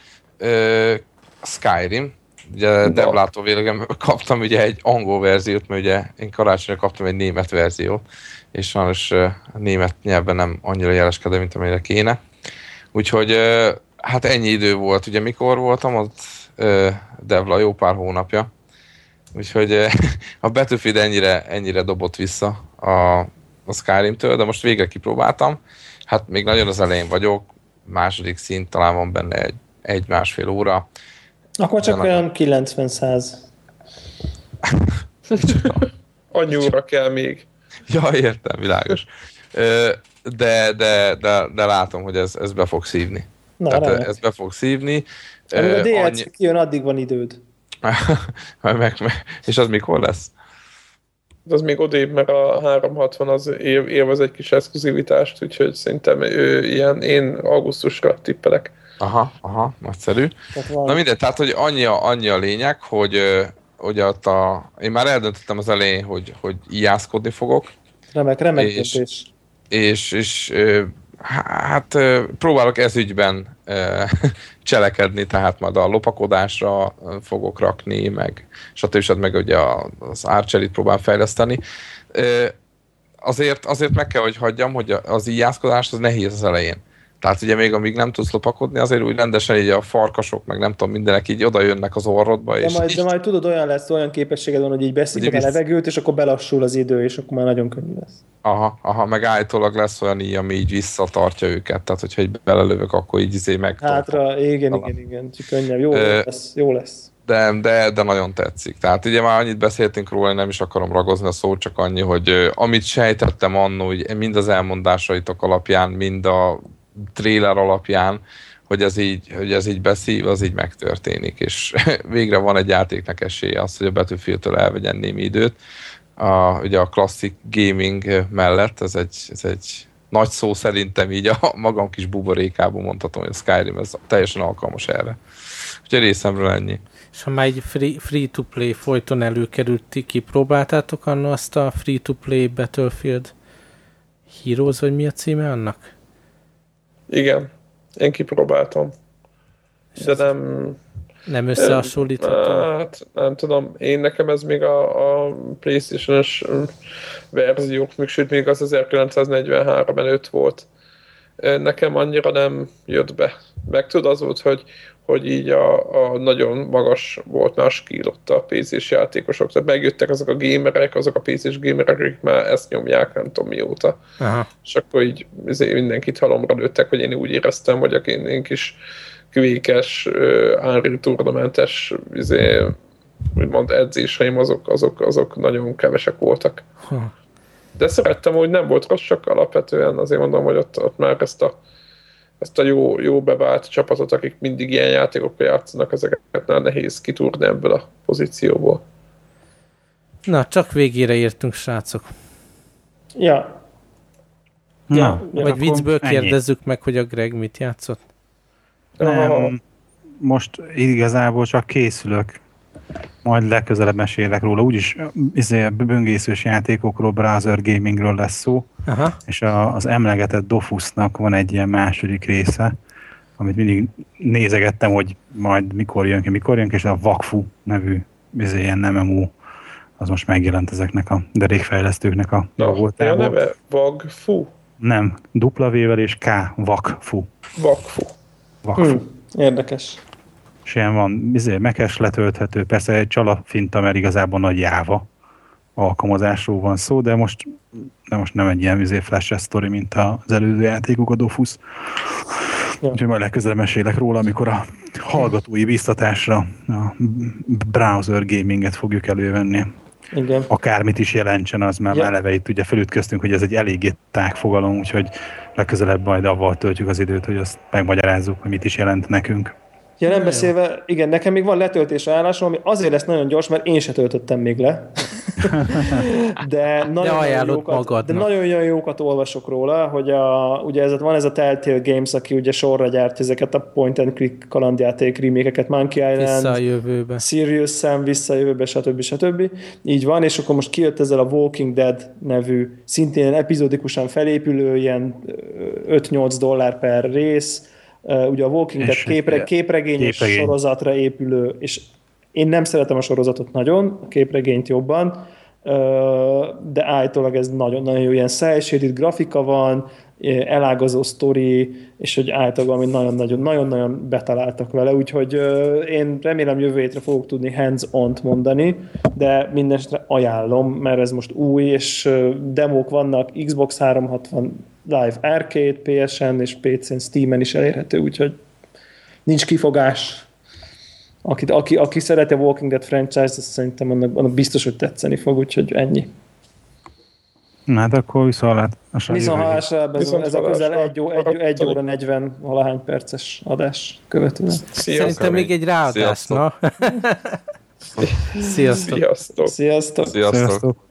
S5: Skyrim, ugye Devlától végleg kaptam ugye egy angol verziót, mert ugye én karácsonyra kaptam egy német verziót, és sajnos a német nyelven nem annyira jeleskedő, mint amire kéne. Úgyhogy hát ennyi idő volt, ugye mikor voltam ott Devla jó pár hónapja, úgyhogy a Battlefield ennyire, ennyire dobott vissza a, a Skyrimtől, de most végre kipróbáltam. Hát még nagyon az elején vagyok, második szint, talán van benne egy, egy másfél óra.
S1: Akkor csak olyan nagyon... kilencven-száz.
S2: Annyi óra kell még.
S5: Ja, értem, világos. De, de, de, de látom, hogy ez, ez be fog szívni. Na, Tehát ez be fog szívni.
S1: Amíg a dé el cé annyi... kijön, addig van időd.
S5: meg, meg, és az mikor lesz?
S2: Az még odébb, mert a háromszázhatvan az év, élvez egy kis exkluzivitást, úgyhogy szerintem ő, ilyen, én augusztusra tippelek.
S5: Aha, aha, nagyszerű. Na mindegy, tehát hogy annyi a, annyi a lényeg, hogy, hogy ott a, én már eldöntöttem az elején, hogy, hogy ijászkodni fogok.
S1: Remek, remek
S5: és, és, és, és hát próbálok ez ügyben cselekedni, tehát majd a lopakodásra fogok rakni, meg stb. Meg ugye az Archerit próbál fejleszteni. Azért, azért meg kell, hogy hagyjam, hogy az ijászkodás az nehéz az elején. Tehát ugye még amíg nem tudsz lopakodni, azért úgy rendesen így a farkasok, meg nem tudom, mindenek így oda jönnek az orrodba.
S1: De,
S5: és
S1: majd,
S5: így...
S1: de majd tudod, olyan lesz, olyan képességed van, hogy így beszívod a levegőt, és akkor belassul az idő, és akkor már nagyon könnyű lesz.
S5: Aha, aha, meg állítólag lesz olyan így, ami így visszatartja őket, tehát hogyha így belelövök, akkor így izé meg.
S1: Hátra, igen, igen, igen, csak könnyebb, jó Ö, lesz, jó lesz.
S5: De, de, de nagyon tetszik. Tehát ugye már annyit beszéltünk róla, nem is akarom ragozni a szót, csak annyi, hogy amit sejtettem annó, hogy mind az elmondásaitok alapján, mind a trailer alapján, hogy ez így, hogy ez így beszív, az így megtörténik, és végre van egy játéknak esélye az, hogy a Battlefield-től elvegyen némi időt. A, ugye a classic gaming mellett, ez egy, ez egy nagy szó szerintem így a magam kis buborékából mondhatom, hogy a Skyrim ez teljesen alkalmas erre. Úgyhogy részemről ennyi.
S3: És ha már egy free, free-to-play folyton előkerült, kipróbáltátok anna azt a free-to-play Battlefield Heroes, vagy mi a címe annak?
S2: Igen, én kipróbáltam. De nem...
S3: Nem összehasonlítható?
S2: Hát, nem tudom, én nekem ez még a, a PlayStation-os verziók, még sőt még az ezerkilencszáznegyvenhárom előtt volt. Nekem annyira nem jött be. Meg tudod, az volt, hogy, hogy így a, a nagyon magas volt már skill ott a pé cés játékosok. Tehát megjöttek azok a gamerek, azok a pé cés gamerek, akik már ezt nyomják, nem tudom mióta. Aha. És akkor így mindenkit halomra lőttek, hogy én úgy éreztem, hogy a én, én kis kvékes, uh, Unreal Tournamentes izé, úgymond edzéseim, azok, azok, azok nagyon kevesek voltak. Ha. De szerettem, hogy nem volt rossz, csak alapvetően azért mondom, hogy ott, ott már ezt a, ezt a jó, jó bevált csapatot, akik mindig ilyen játékokkal játszanak, ezeket már nehéz kitúrni ebből a pozícióból.
S3: Na, csak végére értünk, srácok.
S1: Ja.
S3: ja. ja. Vagy viccből kérdezzük ennyi. Meg, hogy a Greg mit játszott?
S4: Nem, most igazából csak készülök. Majd legközelebb mesélek róla. Úgyis izé, böngészős játékokról, browser gamingről lesz szó. Aha. És a, az emlegetett Dofusnak van egy ilyen második része, amit mindig nézegettem, hogy majd mikor jön ki, mikor jön ki, és a Wakfu nevű izé, ilyen em em o az most megjelent ezeknek a derékfejlesztőknek a
S2: dolgoltából. A neve Wakfu?
S4: Nem, W-vel és K, Wakfu.
S2: Wakfu.
S4: Wakfu.
S1: Hmm, érdekes.
S4: És ilyen van, izé, mekes letölthető, persze egy csalafinta, mert igazából nagy Java alkalmazásról van szó, de most, de most nem egy ilyen izé flash sztori, mint az előző játékok, a Dofus. Ja. Úgyhogy majd legközelebb mesélek róla, amikor a hallgatói biztatásra a browser gaminget fogjuk elővenni.
S1: Igen.
S4: Akármit is jelentsen, az már ja. eleve itt ugye felütköztünk, hogy ez egy eléggé tág fogalom, úgyhogy legközelebb majd avval töltjük az időt, hogy azt megmagyarázzuk, hogy mit is jelent nekünk.
S1: Ja, nem beszélve, igen, nekem még van letöltésre állásom, ami azért lesz nagyon gyors, mert én se töltöttem még le. De nagyon,
S3: de
S1: nagyon, jókat, de nagyon, nagyon jókat olvasok róla, hogy a, ugye ez, van ez a Telltale Games, aki ugye sorra gyárt ezeket a point and click kalandjáték remékeket, Monkey Island,
S3: vissza a jövőbe,
S1: Serious Sam, vissza a jövőbe, stb. stb. Így van, és akkor most kijött ezzel a Walking Dead nevű, szintén epizódikusan felépülő, ilyen öt-nyolc dollár per rész, Uh, ugye a Walking Dead képre, képregényes képregény. sorozatra épülő, és én nem szeretem a sorozatot nagyon, a képregényt jobban, uh, de állítólag ez nagyon-nagyon jó, ilyen cel-shaded grafika van, elágazó sztori, és hogy általában nagyon-nagyon betaláltak vele, úgyhogy uh, én remélem jövő hétre fogok tudni hands-on-t mondani, de mindenesetre ajánlom, mert ez most új, és uh, demók vannak, Xbox háromszázhatvan Live Arcade, pé es en és pé cén, Steamen is elérhető, úgyhogy nincs kifogás. Aki, aki, aki szereti a Walking Dead franchise, azt szerintem annak, annak biztos, hogy tetszeni fog, úgyhogy ennyi.
S4: Na hát akkor viszontlátásra.
S1: Viszontlátásra, ez, ez a közel egy, egy, egy óra negyven valahány perces adás követően.
S3: Szerintem még egy ráadás, na. Sziasztok.
S2: Sziasztok.
S1: Sziasztok.
S5: Sziasztok.